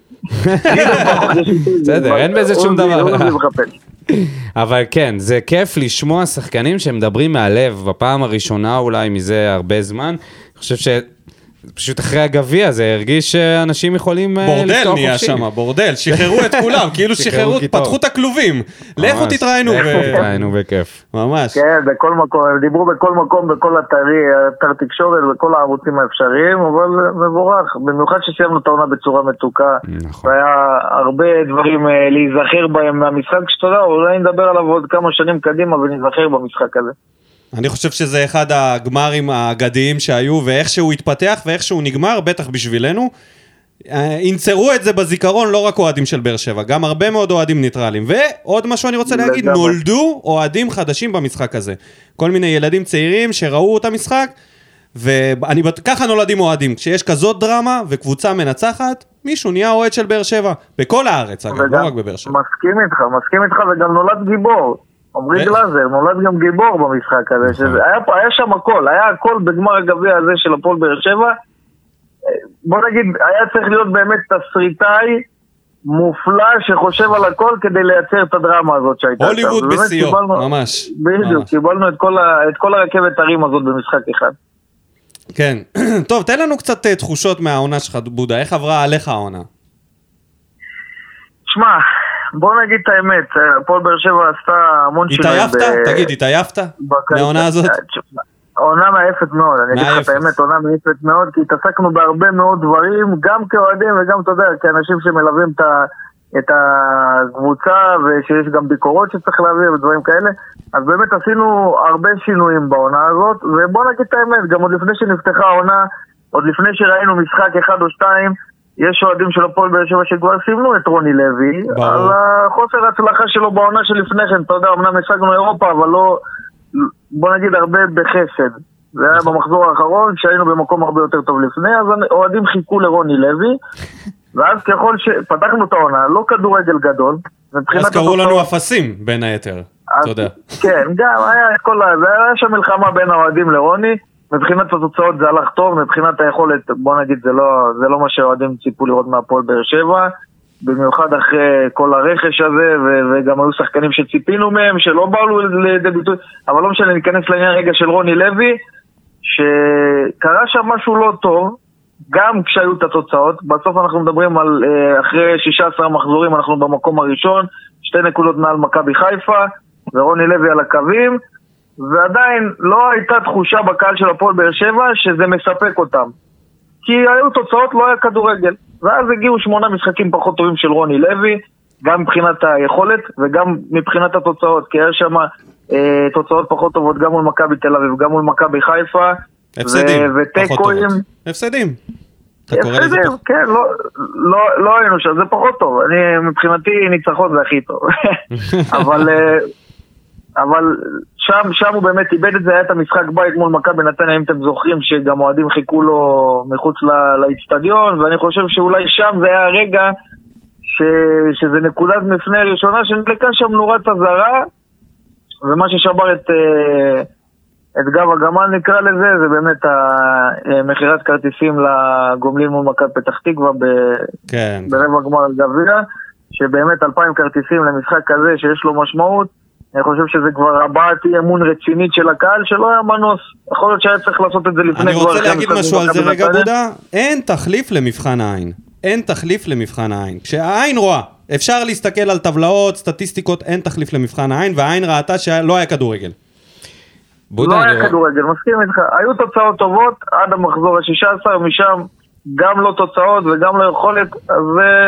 בסדר, אין בזה שום דבר. אבל כן, זה כיף לשמוע שחקנים שמדברים מהלב, בפעם הראשונה אולי מזה הרבה זמן. אני חושב ש... פשוט אחרי הגביע, זה הרגיש שאנשים יכולים לפתוח חופשי. בורדל נהיה שם, בורדל, שחררו את כולם, כאילו שחררו, פתחו את הכלובים. לכו תתראיינו. לכו תתראיינו בכיף. ממש. כן, בכל מקום, הם דיברו בכל מקום, בכל אתר תקשורת, בכל הערוצים האפשריים, אבל מבורך, במיוחד שסיימנו את העונה בצורה מתוקה. והיה הרבה דברים להיזכר בהם מהמשחק, שאתה יודע, אולי נדבר עליו עוד כמה שנים קדימה ונזכר במשחק הזה. אני חושב שזה אחד הגמרים האגדיים שהיו, ואיך שהוא התפתח ואיך שהוא נגמר, בטח בשבילנו. ינצרו את זה בזיכרון, לא רק אוהדים של באר שבע, גם הרבה מאוד אוהדים ניטרלים. ועוד משהו אני רוצה להגיד, נולדו אוהדים חדשים במשחק הזה. כל מיני ילדים צעירים שראו את המשחק, ואני ככה נולדים אוהדים. כשיש כזאת דרמה וקבוצה מנצחת, מישהו נהיה אוהד של באר שבע. בכל הארץ, אגב, לא רק בבאר שבע. מסכים איתך, מסכים איתך, וגם נולד גיבור. עמרי גלאזר, נולד גם גיבור במשחק הזה. היה שם הכל, היה הכל בגמר הגביע הזה של הפועל באר שבע. בוא נגיד, היה צריך להיות באמת תסריטאי מופלא שחושב על הכל כדי לייצר את הדרמה הזאת שהייתה. הוליווד בסיור, ממש. בדיוק, קיבלנו את כל הרכבת הרים הזאת במשחק אחד. כן. טוב, תן לנו קצת תחושות מהעונה שלך, בודה. איך עברה עליך העונה? שמע, בוא נגיד את האמת, הפועל באר שבע עשתה המון שינויים. התעייפת? תגיד, התעייפת? מהעונה הזאת? עונה מעייפת מאוד, אני אגיד לך את האמת, עונה מעייפת מאוד, כי התעסקנו בהרבה מאוד דברים, גם כאוהדים וגם, אתה יודע, כאנשים שמלווים את הקבוצה, ושיש גם ביקורות שצריך להעביר ודברים כאלה, אז באמת עשינו הרבה שינויים בעונה הזאת, ובוא נגיד את האמת, גם עוד לפני שנפתחה העונה, עוד לפני שראינו משחק אחד או שתיים, יש אוהדים של הפועל באר שבע שכבר סימנו את רוני לוי, על החוסר ההצלחה שלו בעונה שלפני כן, אתה יודע, אמנם השגנו אירופה, אבל לא... בוא נגיד הרבה בחסד. זה היה במחזור האחרון, כשהיינו במקום הרבה יותר טוב לפני, אז אוהדים חיכו לרוני לוי, ואז ככל שפתחנו את העונה, לא כדורגל גדול. אז קראו לנו אפסים, בין היתר, תודה. כן, גם היה את כל ה... זה היה שם מלחמה בין האוהדים לרוני, מבחינת התוצאות זה הלך טוב, מבחינת היכולת, בוא נגיד, זה לא, זה לא מה שהאוהדים ציפו לראות מהפועל באר שבע, במיוחד אחרי כל הרכש הזה, ו- וגם היו שחקנים שציפינו מהם, שלא באו לידי ביטוי, אבל לא משנה, ניכנס לעניין רגע של רוני לוי, שקרה שם משהו לא טוב, גם כשהיו את התוצאות, בסוף אנחנו מדברים על אחרי שישה עשר מחזורים, אנחנו במקום הראשון, שתי נקודות מעל מכבי חיפה, ורוני לוי על הקווים, ועדיין לא הייתה תחושה בקהל של הפועל באר שבע, שזה מספק אותם. כי היו תוצאות, לא היה כדורגל. ואז הגיעו שמונה משחקים פחות טובים של רוני לוי, גם מבחינת היכולת וגם מבחינת התוצאות, כי היה שם אה, תוצאות פחות טובות גם מול מכבי תל אביב, גם מול מכבי חיפה. הפסדים, ו- פחות טובות. הפסדים. הפסדים, כן, לא, לא, לא היינו שם, זה פחות טוב. אני, מבחינתי ניצחון זה הכי טוב. אבל... אה, אבל שם, שם הוא באמת איבד את זה, היה את המשחק בית מול מכבי נתניה, אם אתם זוכרים שגם אוהדים חיכו לו מחוץ לאצטדיון, ואני חושב שאולי שם זה היה הרגע ש, שזה נקודת מפנה ראשונה שנדלקה שם נורת הזרה, ומה ששבר את, את גב הגמל נקרא לזה, זה באמת מחירת כרטיסים לגומלין מול מכבי פתח תקווה כן. ברבע גמר הגביע, שבאמת אלפיים כרטיסים למשחק כזה שיש לו משמעות, אני חושב שזה כבר הבעת אי אמון רצינית של הקהל, שלא היה מנוס. יכול להיות שהיה צריך לעשות את זה לפני כבר... אני רוצה להגיד משהו על זה רגע, בודה. אין תחליף למבחן העין. אין תחליף למבחן העין. כשהעין רואה, אפשר להסתכל על טבלאות, סטטיסטיקות, אין תחליף למבחן העין, והעין ראתה שלא היה כדורגל. לא היה כדורגל, מסכים איתך. היו תוצאות טובות עד המחזור ה-שישה עשר, משם גם לא תוצאות וגם לא יכולת, אז...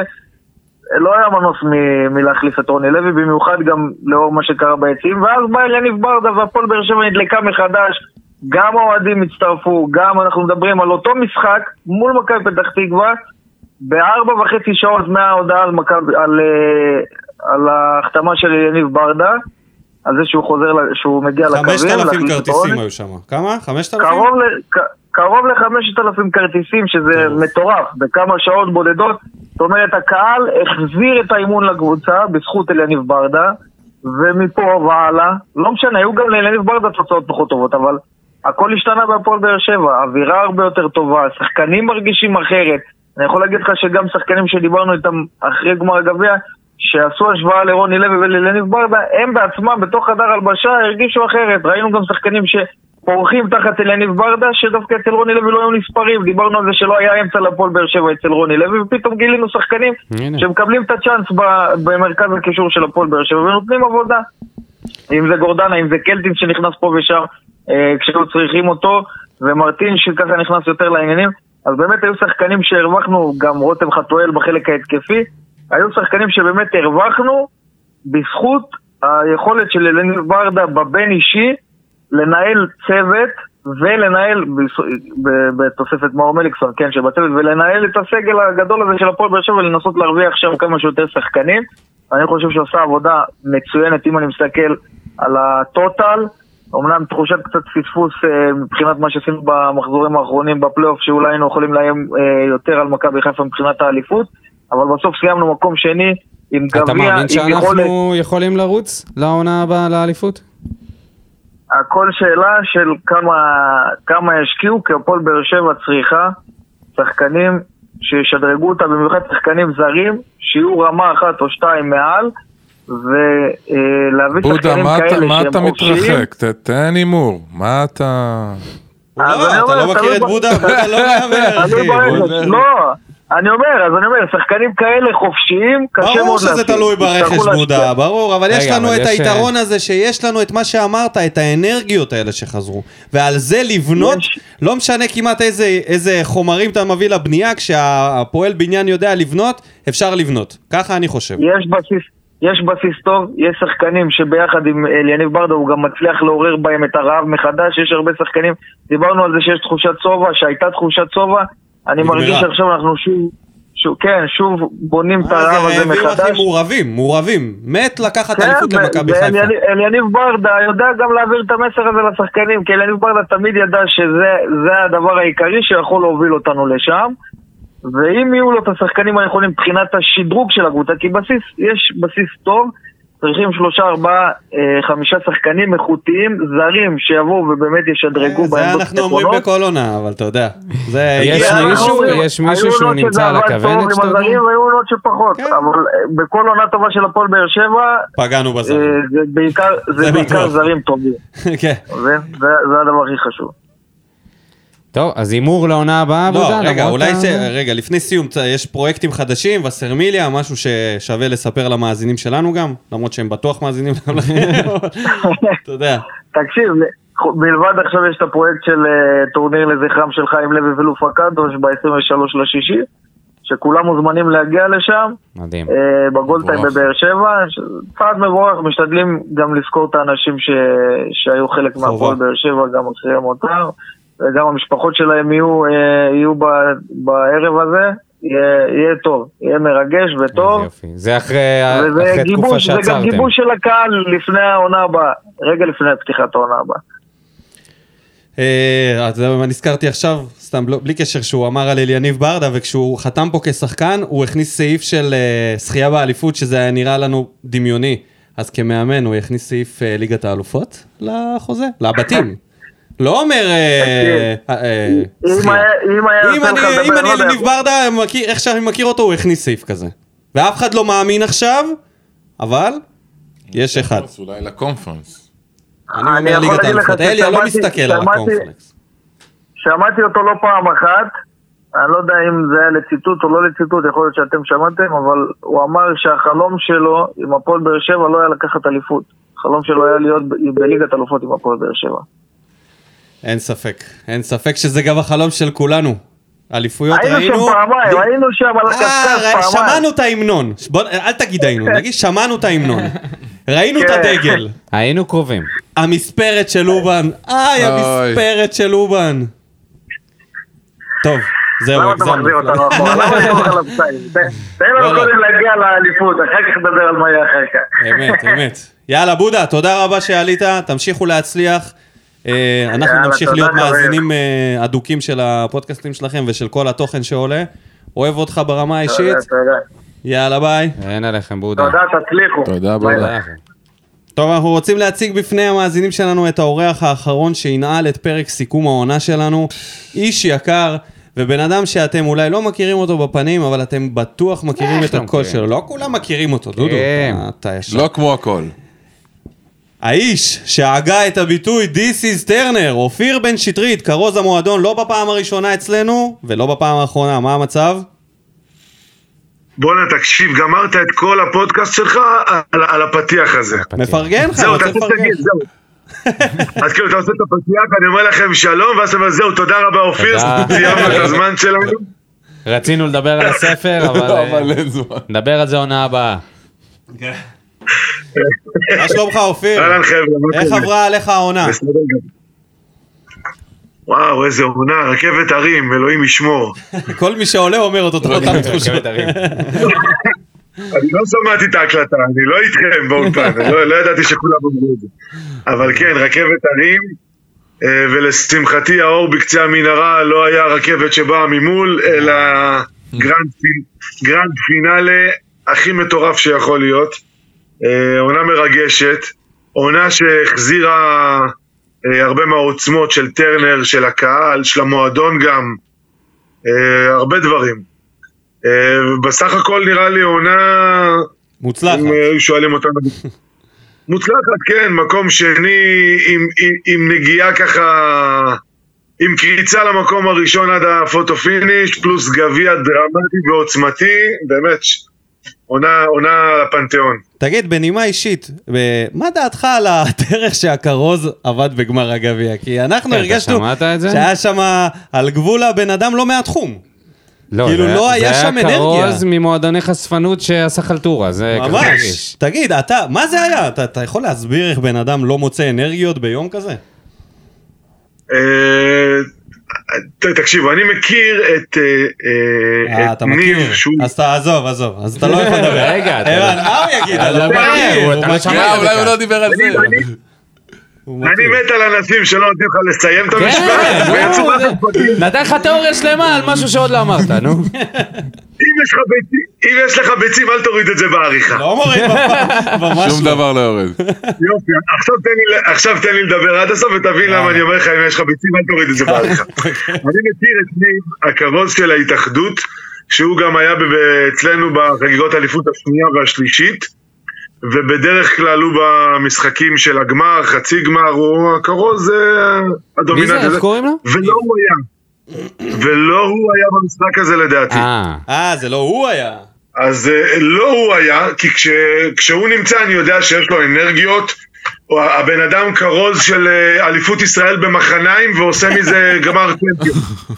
לא היה מנוס מ- מלהחליף את רוני לוי, במיוחד גם לאור מה שקרה ביציעים, ואז בא יניב ברדה והפועל באר שבע נדלקה מחדש, גם האוהדים הצטרפו, גם אנחנו מדברים על אותו משחק מול מכבי פתח תקווה, בארבע וחצי שעות מההודעה על, מכב, על, על ההחתמה של יניב ברדה, על זה שהוא חוזר, שהוא מגיע לקווים. חמשת אלפים כרטיסים היו שם, כמה? חמשת אלפים? קרוב ל... קרוב לחמשת אלפים כרטיסים, שזה מטורף, בכמה שעות בודדות. זאת אומרת, הקהל החזיר את האימון לקבוצה בזכות אליניב ברדה, ומפה והלאה, לא משנה, היו גם לאליניב ברדה תוצאות פחות טובות, אבל הכל השתנה בהפועל באר שבע, אווירה הרבה יותר טובה, שחקנים מרגישים אחרת. אני יכול להגיד לך שגם שחקנים שדיברנו איתם אחרי גמר הגביע, שעשו השוואה לרוני לוי ולאליניב ברדה, הם בעצמם בתוך חדר הלבשה הרגישו אחרת. ראינו גם שחקנים ש... פורחים תחת אליניב ברדה, שדווקא אצל רוני לוי לא היו נספרים, דיברנו על זה שלא היה אמצע לפועל באר שבע אצל רוני לוי, ופתאום גילינו שחקנים שמקבלים את הצ'אנס במרכז הקישור של הפועל באר שבע, ונותנים עבודה. אם זה גורדנה, אם זה קלטין שנכנס פה ושם, אה, כשהיו צריכים אותו, ומרטין שככה נכנס יותר לעניינים, אז באמת היו שחקנים שהרווחנו, גם רותם חתואל בחלק ההתקפי, היו שחקנים שבאמת הרווחנו, בזכות היכולת של אליניב ברדה בבין אישי, לנהל צוות ולנהל, בתוספת מאור מליקסון, כן, שבצוות, ולנהל את הסגל הגדול הזה של הפועל באר שבע, ולנסות להרוויח שם כמה שיותר שחקנים. אני חושב שעושה עבודה מצוינת, אם אני מסתכל על הטוטל, אמנם תחושת קצת פספוס מבחינת מה שעשינו במחזורים האחרונים בפלייאוף, שאולי היינו יכולים לאיים יותר על מכבי חיפה מבחינת האליפות, אבל בסוף סיימנו מקום שני עם גביע. אתה מאמין שאנחנו יכולים לרוץ לעונה הבאה לאליפות? הכל שאלה של כמה, כמה ישקיעו, כי הפועל באר שבע צריכה שחקנים שישדרגו אותה, במיוחד שחקנים זרים, שיהיו רמה אחת או שתיים מעל, ולהביא שחקנים כאלה שהם חופשיים. בודה, מה אתה מתרחק? תן הימור, מה אתה... אתה לא מכיר את בודה? בודה לא מהמר, אחי. לא, אני אומר, אז אני אומר, שחקנים כאלה חופשיים, קשה מאוד להפיק. ברור שזה תלוי ברכש בודה, ברור, אבל יש לנו את היתרון הזה, שיש לנו את מה שאמרת, את האנרגיות האלה שחזרו, ועל זה לבנות, לא משנה כמעט איזה חומרים אתה מביא לבנייה, כשהפועל בניין יודע לבנות, אפשר לבנות. ככה אני חושב. יש בסיס. יש בסיס טוב, יש שחקנים שביחד עם יניב ברדה הוא גם מצליח לעורר בהם את הרעב מחדש, יש הרבה שחקנים, דיברנו על זה שיש תחושת סובה, שהייתה תחושת סובה, אני מרגיש שעכשיו אנחנו שוב, שוב, כן, שוב בונים את הרעב הזה מחדש. זה מעורבים, מעורבים, מת לקחת אליפות למכבי חיפה. יניב ברדה יודע גם להעביר את המסר הזה לשחקנים, כי יניב ברדה תמיד ידע שזה הדבר העיקרי שיכול להוביל אותנו לשם, ואם יהיו לו את השחקנים היכולים מבחינת השדרוג של הקבוצה, כי בסיס, יש בסיס טוב, צריכים שלושה, ארבעה, חמישה שחקנים איכותיים, זרים, שיבואו ובאמת ישדרגו בעמדות זה אנחנו אומרים בכל עונה, אבל אתה יודע. יש מישהו שהוא נמצא על הכוונת שאתה יודע? היו עונות שפחות, אבל בכל עונה טובה של הפועל באר שבע, פגענו בזרים. זה בעיקר זרים טובים. זה הדבר הכי חשוב. טוב, אז אימור לעונה הבאה, לא, רגע, אולי, רגע, לפני סיום, יש פרויקטים חדשים, וסרמיליה, משהו ששווה לספר למאזינים שלנו גם, למרות שהם בטוח מאזינים גם לכם, אתה יודע. תקשיב, בלבד עכשיו יש את הפרויקט של טורניר לזכרם של חיים לוי ולוף הקדוש, ב-עשרים ושלושה לשישי, שכולם מוזמנים להגיע לשם, מדהים. בגולדטיים בבאר שבע, צעד מבורך, משתדלים גם לזכור את האנשים שהיו חלק מהפועל באר שבע, גם אחרי המותר, וגם המשפחות שלהם יהיו, יהיו בערב הזה, יהיה, יהיה טוב, יהיה מרגש וטוב. זה אחרי, אחרי גיבוש, תקופה שעצרתם. זה גם גיבוש של הקהל לפני העונה הבאה, רגע לפני פתיחת העונה הבאה. אז אני נזכרתי עכשיו, סתם בלי קשר, שהוא אמר על אליניב ברדה, וכשהוא חתם פה כשחקן, הוא הכניס סעיף של שחייה באליפות, שזה היה נראה לנו דמיוני. אז כמאמן, הוא הכניס סעיף ליגת האלופות לחוזה, לבתים. לא אומר... אם אני אליניב ברדה, איך שאני מכיר אותו, הוא הכניס סעיף כזה. ואף אחד לא מאמין עכשיו, אבל יש אחד. אולי לקונפרנס. אני אומר ליגת האלופות. אליה לא מסתכל על הקונפרנס. שמעתי אותו לא פעם אחת, אני לא יודע אם זה היה לציטוט או לא לציטוט, יכול להיות שאתם שמעתם, אבל הוא אמר שהחלום שלו עם הפועל באר שבע לא היה לקחת אליפות. החלום שלו היה להיות בליגת אלופות עם הפועל באר שבע. אין ספק, אין ספק שזה גם החלום של כולנו. אליפויות ראינו... היינו שם פעמיים, היינו שם על הקסקס פעמיים. שמענו את ההמנון, אל תגיד היינו, נגיד שמענו את ההמנון. ראינו את הדגל. היינו קרובים. המספרת של אובן, איי, המספרת של אובן. טוב, זהו, למה אתה מחזיר אותנו אחורה? למה אתה מחזיר על הפסיים? תן לנו קודם להגיע לאליפות, אחר כך נדבר על מה יהיה אחר כך. אמת, אמת. יאללה, בודה, תודה רבה שעלית, תמשיכו להצליח. אנחנו נמשיך להיות מאזינים אדוקים של הפודקאסטים שלכם ושל כל התוכן שעולה. אוהב אותך ברמה האישית. יאללה, ביי. אין עליכם, בודה. תודה, תצליחו. תודה, בודה. טוב, אנחנו רוצים להציג בפני המאזינים שלנו את האורח האחרון שינעל את פרק סיכום העונה שלנו. איש יקר ובן אדם שאתם אולי לא מכירים אותו בפנים, אבל אתם בטוח מכירים את הקול שלו. לא כולם מכירים אותו, דודו. לא כמו הכל. האיש שהגה את הביטוי This is Turner, אופיר בן שטרית, כרוז המועדון, לא בפעם הראשונה אצלנו, ולא בפעם האחרונה. מה המצב? בוא נתקשיב, גמרת את כל הפודקאסט שלך על, על הפתיח הזה. מפרגן לך, זהו, תעשה תגיד, זהו. אז כאילו, אתה עושה את הפתיח, אני אומר לכם שלום, ואז אומר, זהו, תודה רבה אופיר, סיימנו את הזמן שלנו. רצינו לדבר על הספר, אבל נדבר על זה עונה הבאה. מה שלומך אופיר? איך עברה עליך העונה? וואו, איזה עונה, רכבת הרים, אלוהים ישמור. כל מי שעולה אומר אותו אותם תחושות. אני לא שמעתי את ההקלטה, אני לא איתכם באולפן, אני לא, לא ידעתי שכולם אומרים את זה. אבל כן, רכבת הרים, ולשמחתי האור בקצה המנהרה לא היה רכבת שבאה ממול, אלא גרנד, גרנד פינאלה הכי מטורף שיכול להיות. עונה מרגשת, עונה שהחזירה הרבה מהעוצמות של טרנר, של הקהל, של המועדון גם, הרבה דברים. בסך הכל נראה לי עונה מוצלחת. אם שואלים אותנו. מוצלחת, כן, מקום שני עם, עם, עם נגיעה ככה, עם קריצה למקום הראשון עד הפוטו פיניש, פלוס גביע דרמטי ועוצמתי, באמת עונה, עונה לפנתיאון. תגיד, בנימה אישית, מה דעתך על הדרך שהקרוז עבד בגמר הגביע? כי אנחנו הרגשנו שהיה שם על גבול הבן אדם לא מהתחום. לא, כאילו זה, לא היה זה שם היה אנרגיה. קרוז ממועדוני חשפנות שעשה חלטורה, זה כזה ממש. מרגיש. תגיד, אתה, מה זה היה? אתה, אתה יכול להסביר איך בן אדם לא מוצא אנרגיות ביום כזה? תקשיב, אני מכיר את אתה מכיר, אז אתה עזוב, עזוב, אז אתה לא יכול לדבר. רגע, מה הוא יגיד? אתה לא מכיר, אתה לא שמע. אולי הוא לא דיבר על זה. אני מת על אנשים שלא נותנים לך לסיים את המשפט. נתן לך תיאוריה שלמה על משהו שעוד לא אמרת, נו. אם יש לך ביצים, אל תוריד את זה בעריכה. לא מוריד, ממש שום דבר לא יורד. יופי, עכשיו תן לי לדבר עד הסוף ותבין למה אני אומר לך, אם יש לך ביצים, אל תוריד את זה בעריכה. אני מכיר את ניב, הכרוז של ההתאחדות, שהוא גם היה אצלנו בחגיגות האליפות השנייה והשלישית, ובדרך כלל הוא במשחקים של הגמר, חצי גמר, הוא הכרוז הדומיננט. מי זה? איך קוראים לו? ולא הוא היה. ולא הוא היה במשחק הזה לדעתי. אה, זה לא הוא היה. אז לא הוא היה, כי כש, כשהוא נמצא אני יודע שיש לו אנרגיות, הבן אדם כרוז של אליפות ישראל במחניים, ועושה מזה גמר צ'מפיון.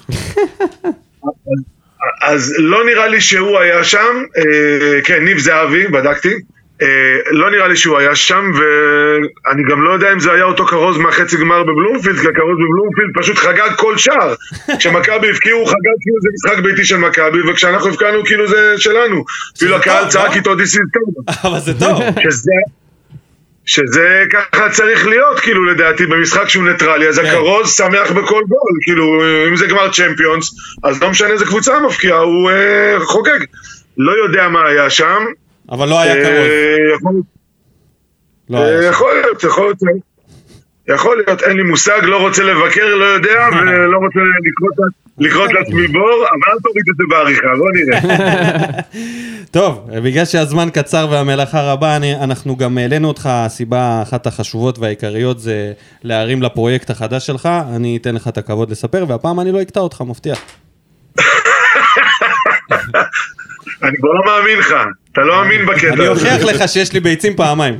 אז לא נראה לי שהוא היה שם, כן, ניב זהבי, בדקתי. לא נראה לי שהוא היה שם, ואני גם לא יודע אם זה היה אותו כרוז מהחצי גמר בבלומפילד, כי הכרוז בבלומפילד פשוט חגג כל שער. כשמכבי הבקיעו הוא חגג כאילו זה משחק ביתי של מכבי, וכשאנחנו הבקענו כאילו זה שלנו. אפילו הקהל צעק איתו דיס איז טוב. אבל זה טוב. שזה ככה צריך להיות, כאילו לדעתי, במשחק שהוא ניטרלי, אז הכרוז שמח בכל גול, כאילו אם זה גמר צ'מפיונס, אז לא משנה איזה קבוצה מפקיעה, הוא חוגג. לא יודע מה היה שם, אבל לא היה קרוב. יכול להיות, יכול להיות. יכול להיות, אין לי מושג, לא רוצה לבקר, לא יודע, ולא רוצה לקרות לעצמי בור, אבל תוריד את זה בעריכה, בוא נראה. טוב, בגלל שהזמן קצר והמלאכה רבה, אנחנו גם העלינו אותך, הסיבה אחת החשובות והעיקריות זה להרים לפרויקט החדש שלך, אני אתן לך את הכבוד לספר, והפעם אני לא אקטע אותך, מבטיח. אני כבר לא מאמין לך, אתה לא מאמין בקטע. אני אוכיח לך שיש לי ביצים פעמיים.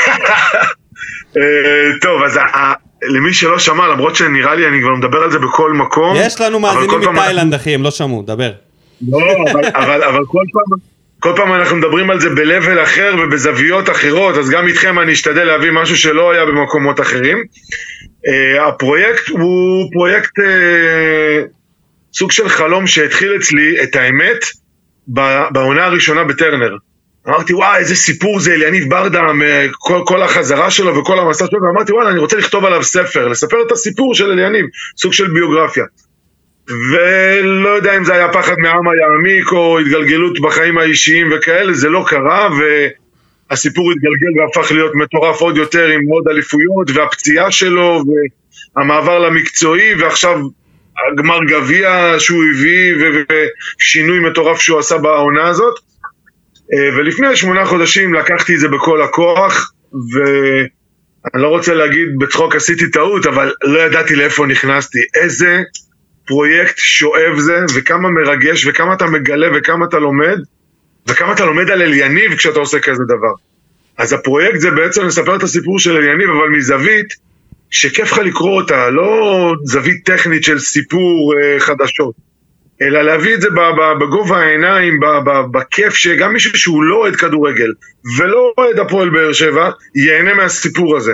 טוב, אז למי שלא שמע, למרות שנראה לי אני כבר מדבר על זה בכל מקום. יש לנו מאזינים מתאילנד, אחי, הם לא שמעו, דבר. לא, אבל כל פעם אנחנו מדברים על זה בלבל אחר ובזוויות אחרות, אז גם איתכם אני אשתדל להביא משהו שלא היה במקומות אחרים. הפרויקט הוא פרויקט סוג של חלום שהתחיל אצלי, את האמת, בעונה הראשונה בטרנר. אמרתי, וואי, איזה סיפור זה, אליניב ברדה, כל, כל החזרה שלו וכל המסע שלו, ואמרתי, וואי, אני רוצה לכתוב עליו ספר, לספר את הסיפור של אליניב, סוג של ביוגרפיה. ולא יודע אם זה היה פחד מהעם היעמיק, או התגלגלות בחיים האישיים וכאלה, זה לא קרה, והסיפור התגלגל והפך להיות מטורף עוד יותר, עם עוד אליפויות, והפציעה שלו, והמעבר למקצועי, ועכשיו הגמר גביע שהוא הביא, ושינוי מטורף שהוא עשה בעונה הזאת. ולפני שמונה חודשים לקחתי את זה בכל הכוח, ואני לא רוצה להגיד בצחוק עשיתי טעות, אבל לא ידעתי לאיפה נכנסתי. איזה פרויקט שואב זה, וכמה מרגש, וכמה אתה מגלה, וכמה אתה לומד, וכמה אתה לומד על אליניב כשאתה עושה כזה דבר. אז הפרויקט זה בעצם לספר את הסיפור של אליניב, אבל מזווית שכיף לך לקרוא אותה, לא זווית טכנית של סיפור חדשות. אלא להביא את זה בגובה העיניים, בכיף שגם מישהו שהוא לא אוהד כדורגל, ולא אוהד הפועל באר שבע, ייהנה מהסיפור הזה.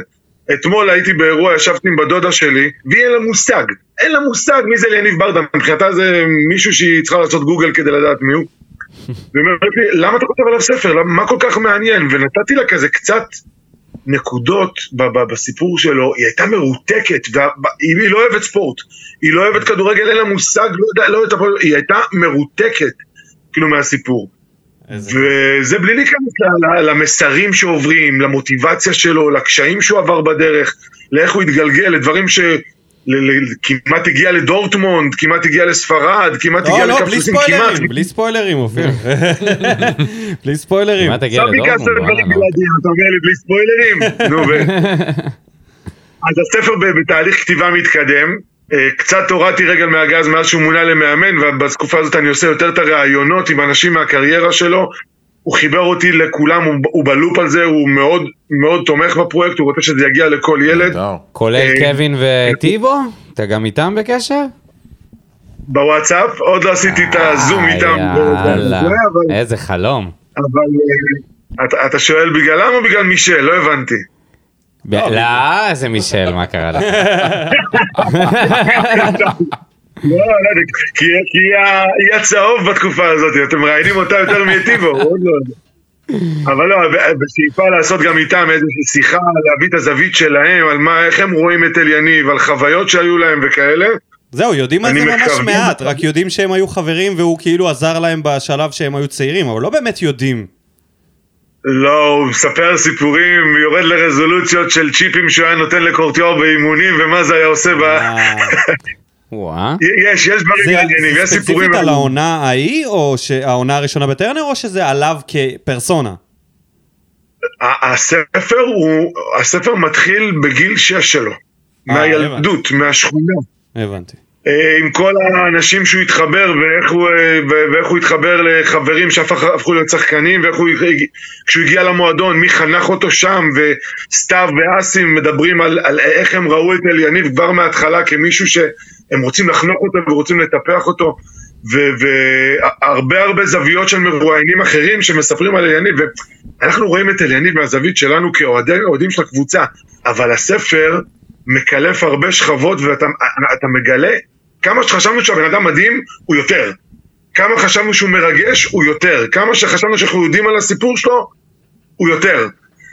אתמול הייתי באירוע, ישבתי עם בדודה שלי, והיא אין לה מושג, אין לה מושג מי זה אליניב ברדה, מבחינתה זה מישהו שהיא צריכה לעשות גוגל כדי לדעת מי הוא. והיא אומרת לי, למה אתה כותב עליו ספר? מה כל כך מעניין? ונתתי לה כזה קצת נקודות בסיפור שלו, היא הייתה מרותקת, היא לא אוהבת ספורט, היא לא אוהבת כדורגל, אין לה מושג, היא הייתה מרותקת, כאילו מהסיפור. וזה בלי להיכנס למסרים שעוברים, למוטיבציה שלו, לקשיים שהוא עבר בדרך, לאיך הוא התגלגל, לדברים ש... כמעט הגיע לדורטמונד, כמעט הגיע לספרד, כמעט הגיע לקפסוסים, כמעט... בלי ספוילרים, אופיר. בלי ספוילרים. כמעט הגיע לדורטמונד. אתה אומר לי בלי ספוילרים? נו ו... אז הספר בתהליך כתיבה מתקדם, קצת הורדתי רגל מהגז מאז שהוא מונה למאמן, ובתקופה הזאת אני עושה יותר את הרעיונות עם אנשים מהקריירה שלו, הוא חיבר אותי לכולם, הוא, הוא בלופ על זה, הוא מאוד מאוד תומך בפרויקט, הוא רוצה שזה יגיע לכל ילד. כולל קווין וטיבו? אתה גם איתם בקשר? בוואטסאפ, עוד לא עשיתי את הזום איתם. איזה חלום. אבל אתה, אתה שואל בגללם או בגלל מישל? לא הבנתי. לא, זה מישל, מה קרה לך? לא, לא, כי היא הצהוב בתקופה הזאת, אתם ראיינים אותה יותר מטיבו, עוד לא. אבל לא, בשאיפה לעשות גם איתם איזושהי שיחה, להביא את הזווית שלהם, על מה, איך הם רואים את אליניב, על חוויות שהיו להם וכאלה. זהו, יודעים על זה ממש מעט, רק יודעים שהם היו חברים והוא כאילו עזר להם בשלב שהם היו צעירים, אבל לא באמת יודעים. לא, הוא מספר סיפורים, יורד לרזולוציות של צ'יפים שהוא היה נותן לקורטיור באימונים, ומה זה היה עושה ב... יש, יש דברים מעניינים, יש סיפורים... זה ספציפית על העונה ההיא, או העונה הראשונה בטרנר, או שזה עליו כפרסונה? הספר הוא, הספר מתחיל בגיל שש שלו, מהילדות, מהשכונה. הבנתי. עם כל האנשים שהוא התחבר, ואיך הוא, ואיך הוא התחבר לחברים שהפכו להיות שחקנים, ואיך הוא, כשהוא הגיע למועדון, מי חנך אותו שם, וסתיו ואסים מדברים על, על איך הם ראו את אליניב כבר מההתחלה, כמישהו שהם רוצים לחנוך אותו ורוצים לטפח אותו, והרבה הרבה זוויות של מרואיינים אחרים שמספרים על אליניב, ואנחנו רואים את אליניב מהזווית שלנו כאוהדים של הקבוצה, אבל הספר מקלף הרבה שכבות, ואתה אתה מגלה כמה שחשבנו שהבן אדם מדהים הוא יותר, כמה חשבנו שהוא מרגש הוא יותר, כמה שחשבנו שאנחנו יודעים על הסיפור שלו הוא יותר.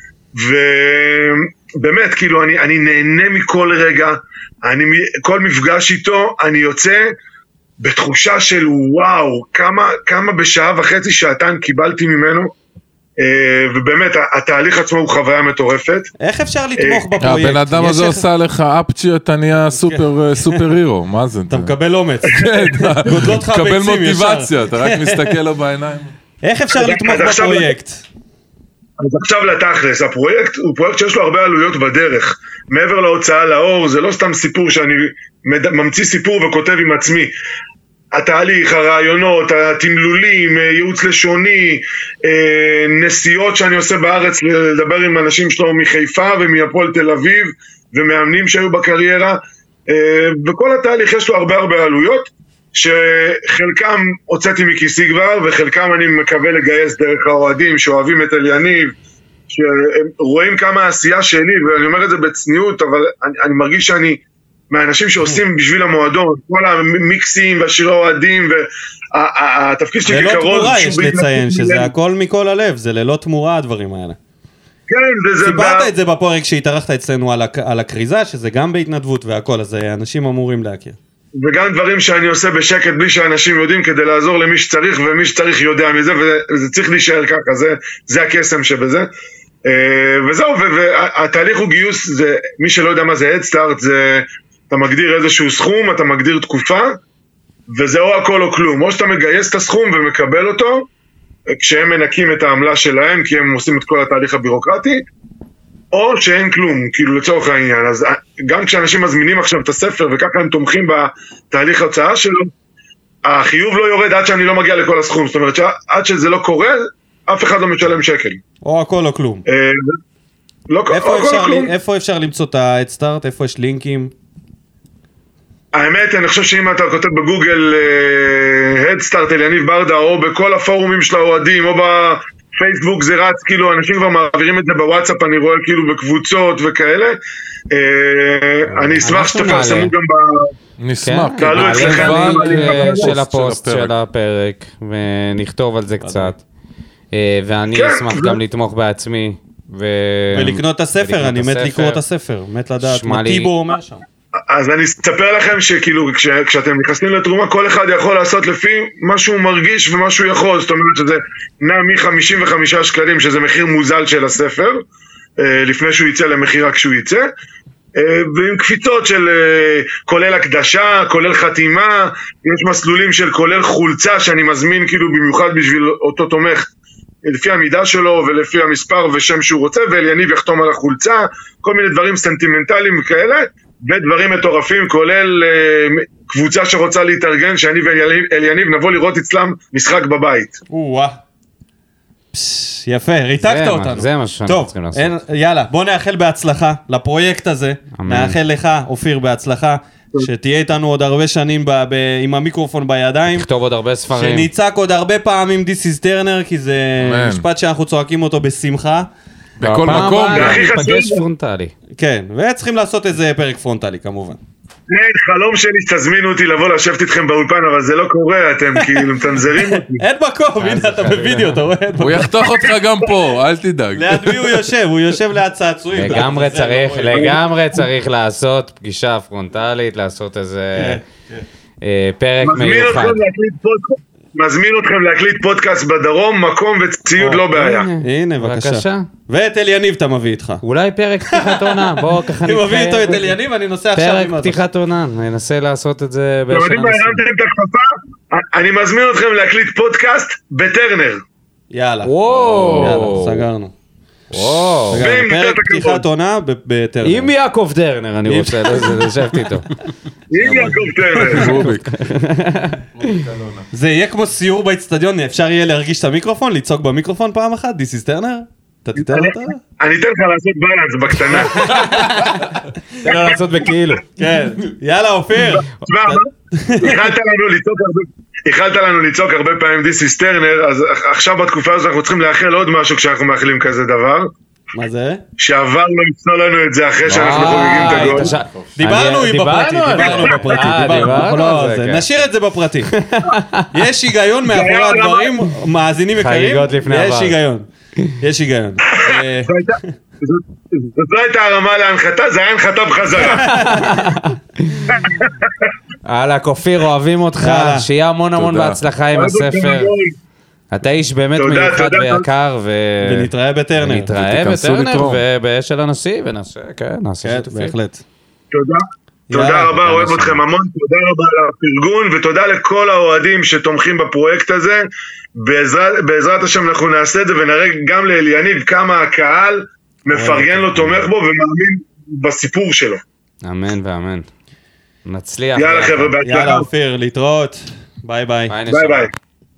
ובאמת כאילו אני, אני נהנה מכל רגע, אני, כל מפגש איתו אני יוצא בתחושה של וואו, כמה, כמה בשעה וחצי שעתיים קיבלתי ממנו, ובאמת התהליך עצמו הוא חוויה מטורפת. איך אפשר לתמוך בפרויקט? הבן אדם הזה עושה לך אפצ'י, אתה נהיה סופר הירו, מה זה? אתה מקבל אומץ. גודלות לך ביצים ישר. מקבל מוטיבציה, אתה רק מסתכל לו בעיניים. איך אפשר לתמוך בפרויקט? אז עכשיו לתכלס, הפרויקט הוא פרויקט שיש לו הרבה עלויות בדרך. מעבר להוצאה לאור, זה לא סתם סיפור שאני ממציא סיפור וכותב עם עצמי. התהליך, הרעיונות, התמלולים, ייעוץ לשוני, נסיעות שאני עושה בארץ לדבר עם אנשים שלו מחיפה ומהפועל תל אביב ומאמנים שהיו בקריירה, וכל התהליך יש לו הרבה הרבה עלויות שחלקם הוצאתי מכיסי כבר וחלקם אני מקווה לגייס דרך האוהדים שאוהבים את אליניב, שרואים כמה העשייה שלי, ואני אומר את זה בצניעות, אבל אני, אני מרגיש שאני מהאנשים שעושים בשביל המועדון, כל המיקסים והשירי האוהדים, והתפקיד שלי כקרוב... ללא תמורה יש לציין, שזה הכל מכל הלב, זה ללא תמורה הדברים האלה. כן, וזה... סיפרת את זה בפרק שהתארחת אצלנו על הקריזה, שזה גם בהתנדבות והכל, אז אנשים אמורים להכיר. וגם דברים שאני עושה בשקט בלי שאנשים יודעים, כדי לעזור למי שצריך, ומי שצריך יודע מזה, וזה צריך להישאר ככה, זה, זה הקסם שבזה. וזהו, והתהליך הוא גיוס, זה, מי שלא יודע מה זה Head Start, זה, אתה מגדיר איזשהו סכום, אתה מגדיר תקופה, וזה או הכל או כלום, או שאתה מגייס את הסכום ומקבל אותו, כשהם מנקים את העמלה שלהם, כי הם עושים את כל התהליך הבירוקרטי, או שאין כלום, כאילו לצורך העניין. אז גם כשאנשים מזמינים עכשיו את הספר, וככה הם תומכים בתהליך ההוצאה שלו, החיוב לא יורד עד שאני לא מגיע לכל הסכום, זאת אומרת שעד שזה לא קורה, אף אחד לא משלם שקל. או הכל או כלום. איפה אפשר למצוא את ה-Head Start? איפה יש לינקים? האמת, אני חושב שאם אתה כותב בגוגל Head Start אליניב ברדה, או בכל הפורומים של האוהדים, או פייסבוק זה רץ, כאילו אנשים כבר מעבירים את זה בוואטסאפ, אני רואה כאילו בקבוצות וכאלה. אני אשמח שתפרסמו גם ב... נשמח. תעלו אצלכם. של הפוסט של הפרק, ונכתוב על זה קצת. ואני אשמח גם לתמוך בעצמי. ולקנות את הספר, אני מת לקרוא את הספר, מת לדעת מה טיבו אומר שם. אז אני אספר לכם שכאילו כש, כשאתם נכנסים לתרומה, כל אחד יכול לעשות לפי מה שהוא מרגיש ומה שהוא יכול, זאת אומרת שזה נע מ-חמישים וחמישה שקלים, שזה מחיר מוזל של הספר, לפני שהוא יצא למחירה כשהוא יצא, ועם קפיצות של כולל הקדשה, כולל חתימה, יש מסלולים של כולל חולצה שאני מזמין כאילו במיוחד בשביל אותו תומך, לפי המידה שלו ולפי המספר ושם שהוא רוצה, ואליניב יחתום על החולצה, כל מיני דברים סנטימנטליים כאלה, ודברים מטורפים, כולל uh, קבוצה שרוצה להתארגן, שאני ואליניב נבוא לראות אצלם משחק בבית. או-אה. יפה, ריתקת אותנו. זה מה שאנחנו צריכים לעשות. טוב, יאללה, בוא נאחל בהצלחה לפרויקט הזה. נאחל לך, אופיר, בהצלחה. שתהיה איתנו עוד הרבה שנים ב- ב- עם המיקרופון בידיים. תכתוב עוד הרבה ספרים. שניצק עוד הרבה פעמים This is Turner, כי זה Man. משפט שאנחנו צועקים אותו בשמחה. בכל מקום. נפגש פרונטלי. כן, וצריכים לעשות איזה פרק פרונטלי כמובן. כן, חלום שלי שתזמינו אותי לבוא לשבת איתכם באולפן, אבל זה לא קורה, אתם כאילו מתנזרים אותי. אין מקום, הנה אתה בווידאו, אתה רואה? הוא יחתוך אותך גם פה, אל תדאג. ליד מי הוא יושב? הוא יושב ליד צעצועים. לגמרי צריך, לגמרי צריך לעשות פגישה פרונטלית, לעשות איזה פרק מיוחד. מזמין אתכם להקליט פודקאסט בדרום, מקום וציוד לא בעיה. הנה, בבקשה. ואת אליניב אתה מביא איתך. אולי פרק פתיחת עונה, בוא ככה נתחיל. אני מביא איתו את אליניב, אני נוסע עכשיו עם פרק פתיחת עונה, ננסה לעשות את זה בשנה נסים. אני מזמין אתכם להקליט פודקאסט בטרנר. יאללה. וואו. יאללה, סגרנו. וואו. פרק פתיחת עונה בטרנר. עם יעקב טרנר אני רוצה, לשבת איתו. עם יעקב טרנר. זה יהיה כמו סיור באצטדיון, אפשר יהיה להרגיש את המיקרופון, לצעוק במיקרופון פעם אחת, This is Turner? אתה תיתן אותה? אני אתן לך לעשות בלנס בקטנה. תן לו לעשות בכאילו. כן, יאללה אופיר. החלת לנו לצעוק הרבה פעמים This is Turner, אז עכשיו בתקופה הזו אנחנו צריכים לאחל עוד משהו כשאנחנו מאחלים כזה דבר. מה זה? שעבר לא יפסול לנו את זה אחרי שאנחנו חוגגים את הגול. דיברנו בפרטי, דיברנו בפרטי, נשאיר את זה בפרטי. יש היגיון מאחורי הדברים, מאזינים יקרים, יש היגיון. יש היגיון. זאת לא הייתה הרמה להנחתה, זה היה הנחתה בחזרה. הלאה, כופיר, אוהבים אותך, שיהיה המון המון בהצלחה עם הספר. אתה איש באמת מיוחד ויקר, ונתראה בטרנר. ונתראה בטרנר ובשל הנשיא, ונעשה, כן, נעשה שיתופים. בהחלט. תודה. תודה רבה, אוהב אתכם המון, תודה רבה לפרגון, ותודה לכל האוהדים שתומכים בפרויקט הזה. בעזרת השם אנחנו נעשה את זה, ונראה גם לאליניב כמה הקהל מפרגן לו, תומך בו, ומאמין בסיפור שלו. אמן ואמן. נצליח. יאללה חבר'ה, בהצלחה. יאללה אופיר, להתראות. ביי ביי. ביי ביי.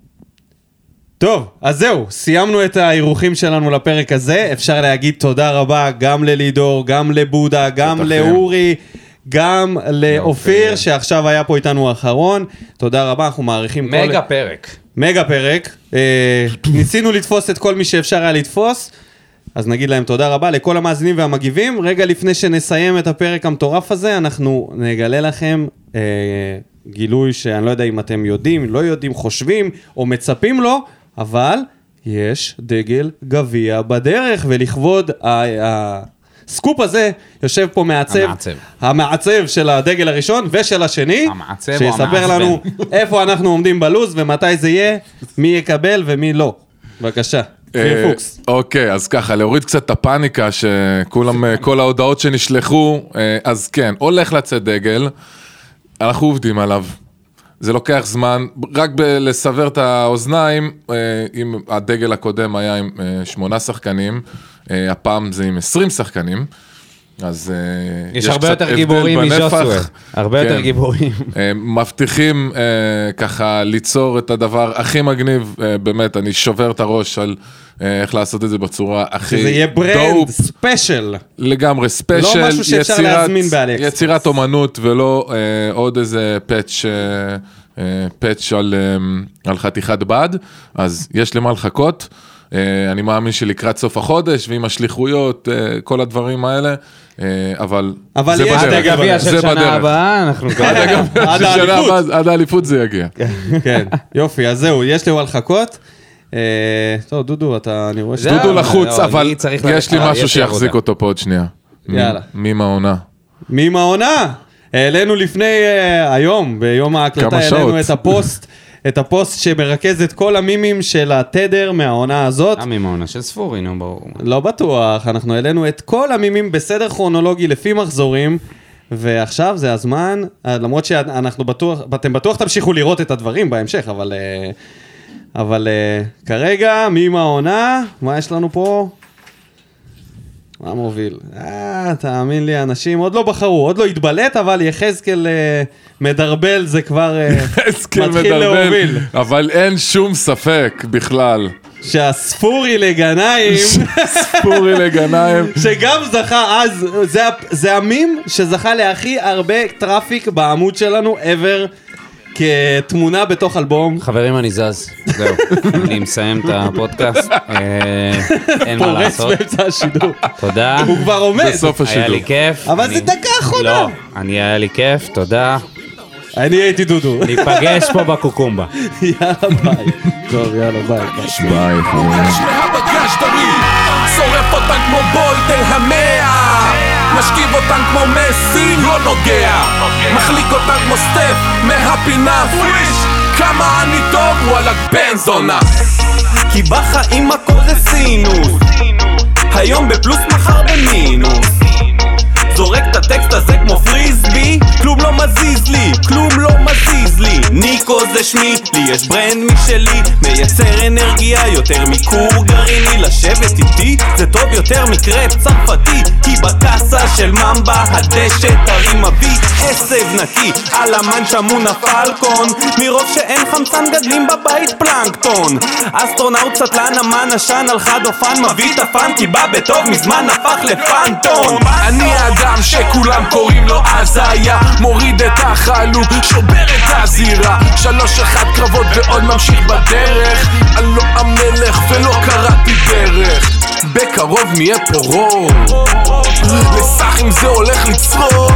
טוב, אז זהו, סיימנו את האירוחים שלנו לפרק הזה. אפשר להגיד תודה רבה גם ללידור, גם לבודה, גם לאורי, גם לאופיר, שעכשיו היה פה איתנו האחרון. תודה רבה, אנחנו מעריכים כל... מגה פרק. מגה פרק. ניסינו לתפוס את כל מי שאפשר היה לתפוס, אז נגיד להם תודה רבה לכל המאזינים והמגיבים. רגע לפני שנסיים את הפרק המטורף הזה, אנחנו נגלה לכם גילוי שאני לא יודע אם אתם יודעים, לא יודעים, חושבים או מצפים לו, אבל יש דגל גביע בדרך, ולכבוד הסקופ הזה יושב פה מעצב, המעצב. המעצב של הדגל הראשון ושל השני, המעצב שיספר לנו איפה אנחנו עומדים בלוז ומתי זה יהיה, מי יקבל ומי לא. בבקשה. פוקס. אוקיי, אז ככה, להוריד קצת את הפאניקה שכולם, כל ההודעות שנשלחו, אז כן, הולך לצאת דגל, אנחנו עובדים עליו. זה לוקח זמן, רק לסבר את האוזניים, אם הדגל הקודם היה עם שמונה שחקנים, הפעם זה עם עשרים שחקנים, אז יש הרבה יותר גיבורים מז'וסווה, הרבה יותר גיבורים. מבטיחים ככה ליצור את הדבר הכי מגניב, באמת, אני שובר את הראש על איך לעשות את זה בצורה הכי דופ. שזה יהיה ברנד, ספיישל. לגמרי, ספיישל. לא משהו שאפשר להזמין באליקס. יצירת אומנות ולא עוד איזה פאץ' פאץ' על חתיכת בד, אז יש למה לחכות. אני מאמין שלקראת סוף החודש, ועם השליחויות, כל הדברים האלה, אבל זה בדרך. עד הגביע של שנה הבאה, אנחנו עד האליפות זה יגיע. כן, יופי, אז זהו, יש לי לחכות. טוב, דודו, אתה, אני רואה ש... דודו לחוץ, אבל יש לי משהו שיחזיק אותו פה עוד שנייה. יאללה. מי מהעונה? מי מהעונה? העלינו לפני היום, ביום ההקלטה, העלינו את הפוסט, את הפוסט שמרכז את כל המימים של התדר מהעונה הזאת. המים העונה של ספורי, נו ברור. לא בטוח, אנחנו העלינו את כל המימים בסדר כרונולוגי לפי מחזורים, ועכשיו זה הזמן, למרות שאנחנו בטוח, אתם בטוח תמשיכו לראות את הדברים בהמשך, אבל... אבל uh, כרגע, מי עם העונה? מה יש לנו פה? מה מוביל? אה, תאמין לי, אנשים עוד לא בחרו, עוד לא התבלט, אבל יחזקאל uh, מדרבל, זה כבר uh, מתחיל מדרבל, להוביל. אבל אין שום ספק בכלל. שהספורי לגנאים, ספורי לגנאים, שגם זכה אז, זה, זה המים שזכה להכי הרבה טראפיק בעמוד שלנו ever, כתמונה בתוך אלבום. חברים, אני זז. זהו. אני מסיים את הפודקאסט. אין מה לעשות. פורץ באמצע השידור. תודה. הוא כבר עומד. בסוף השידור. היה לי כיף. אבל זה דקה אחרונה. לא, אני היה לי כיף, תודה. אני הייתי דודו. ניפגש פה בקוקומבה. יאללה ביי. טוב, יאללה ביי. ביי. שורף אותן כמו בולטל המאה, משכיב אותן כמו מסי, לא נוגע, מחליק אותן כמו סטף מהפינה, פריש, כמה אני טוב, וואלק בן זונה. כי בחיים הכל זה סינוס, היום בפלוס מחר במינוס, זורק את הטקסט הזה כמו פריסבי, כלום לא מזיז לי, כלום לא מזיז לי. ניקו זה שמי, לי יש ברנד משלי, מייצר אנרגיה יותר מקור גרעיני. לשבת איתי זה טוב יותר מקרפ צרפתי, כי בקסה של ממבה הדשא טרי מביא עשב נקי, על המן שמונה פלקון, מרוב שאין חמצן גדלים בבית פלנקטון. אסטרונאוט סטלן אמן עשן על חד אופן, מביא את הפן כי בא בטוב מזמן הפך לפנטום. אני אדם שכולם קוראים לו הזיה, מוריד את החלוק, שובר את הזירה, שלוש אחד קרבות ועוד ממשיך בדרך. אני לא המלך ולא קראתי דרך, בקרוב נהיה פה רוב, לסחים זה הולך לצרוב,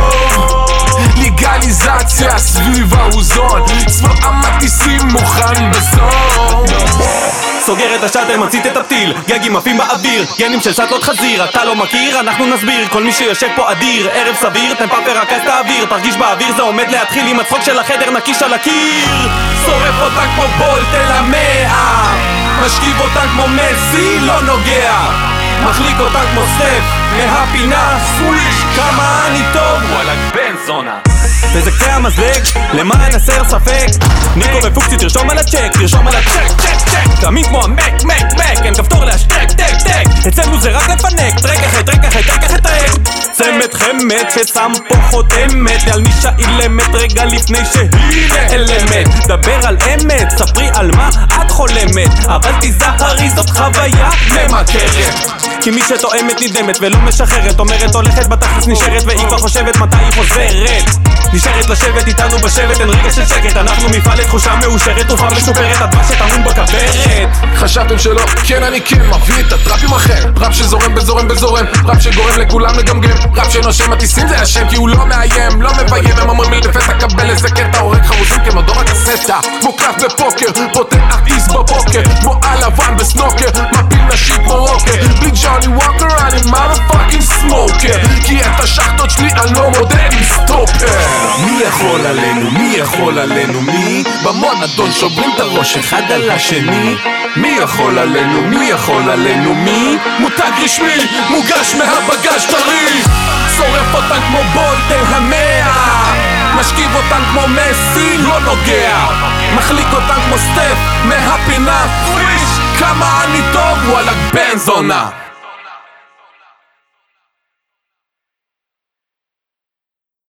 לגליזציה סביב האוזון, צבא המטיסים מוכן בזון. סוגר את השאטר, מצית את הפתיל, גגים עפים באוויר, גנים של שטלות חזיר. אתה לא מכיר? אנחנו נסביר, כל מי שיושב פה אדיר. ערב סביר, תן פאפר רכז את האוויר, תרגיש באוויר, זה עומד להתחיל עם הצחוק של החדר נקיש על הקיר. שורף אותה כמו בולטל המאה, משכיב אותה כמו מסי, לא נוגע, מחליק אותה כמו סטף מהפינה, סוויש, כמה אני טוב, וואלק בן זונה. וזה קצה המזלג, למען הסר ספק, ניקו ופוקסי תרשום על הצ'ק, תרשום על הצ'ק, צ'ק, צ'ק, תמיד כמו המק, מק, מק, אין כפתור להשטק, טק, טק, אצלנו זה רק לפנק, טרק אחרי טרק אחרי טרק אחרי טרק, צמד חמת ששם פה חותמת, על מי שאילמת רגע לפני שהיא אלמת, דבר על אמת, ספרי על מה את חולמת, אבל תיזהרי זאת חוויה ממכרת, כי מי שתואמת נדמת ולא משחררת, אומרת הולכת בתכלס נשארת והיא כבר חושבת מתי היא חוזרת, נשארת לשבת איתנו בשבט, אין רגע של שקט, אנחנו מפעל לתחושה מאושרת, תרופה משופרת, הדבש שתמון בכוורת. חשבתם שלא? כן אני כן, מביא את הטראפ עם אחר, ראפ שזורם בזורם בזורם, ראפ שגורם לכולם לגמגם, ראפ שנושם מטיסים זה השם, כי הוא לא מאיים, לא מביים, הם אומרים לי לפתע קבל איזה קטע, הורג חרוזים כמו דור הקסטה, כמו קלף בפוקר, פותח טיס בבוקר, כמו הלבן בסנוקר, מפיל נשית כמו רוקר, בלי ג'וני ווקר, אני מotherfucking סמוקר, כי את השחטות שלי אני לא מודד עם סטופר. מי יכול עלינו, מי יכול עלינו, מי? במועדון שוברים את הראש אחד על השני. מי יכול עלינו, מי יכול עלינו, מי? מותג רשמי, מוגש מהבגז טרי, שורף אותן כמו בולטל המאה, משכיב אותן כמו מסי, לא נוגע, מחליק אותן כמו סטף מהפינה, פריש, כמה אני טוב, וואלק בן זונה.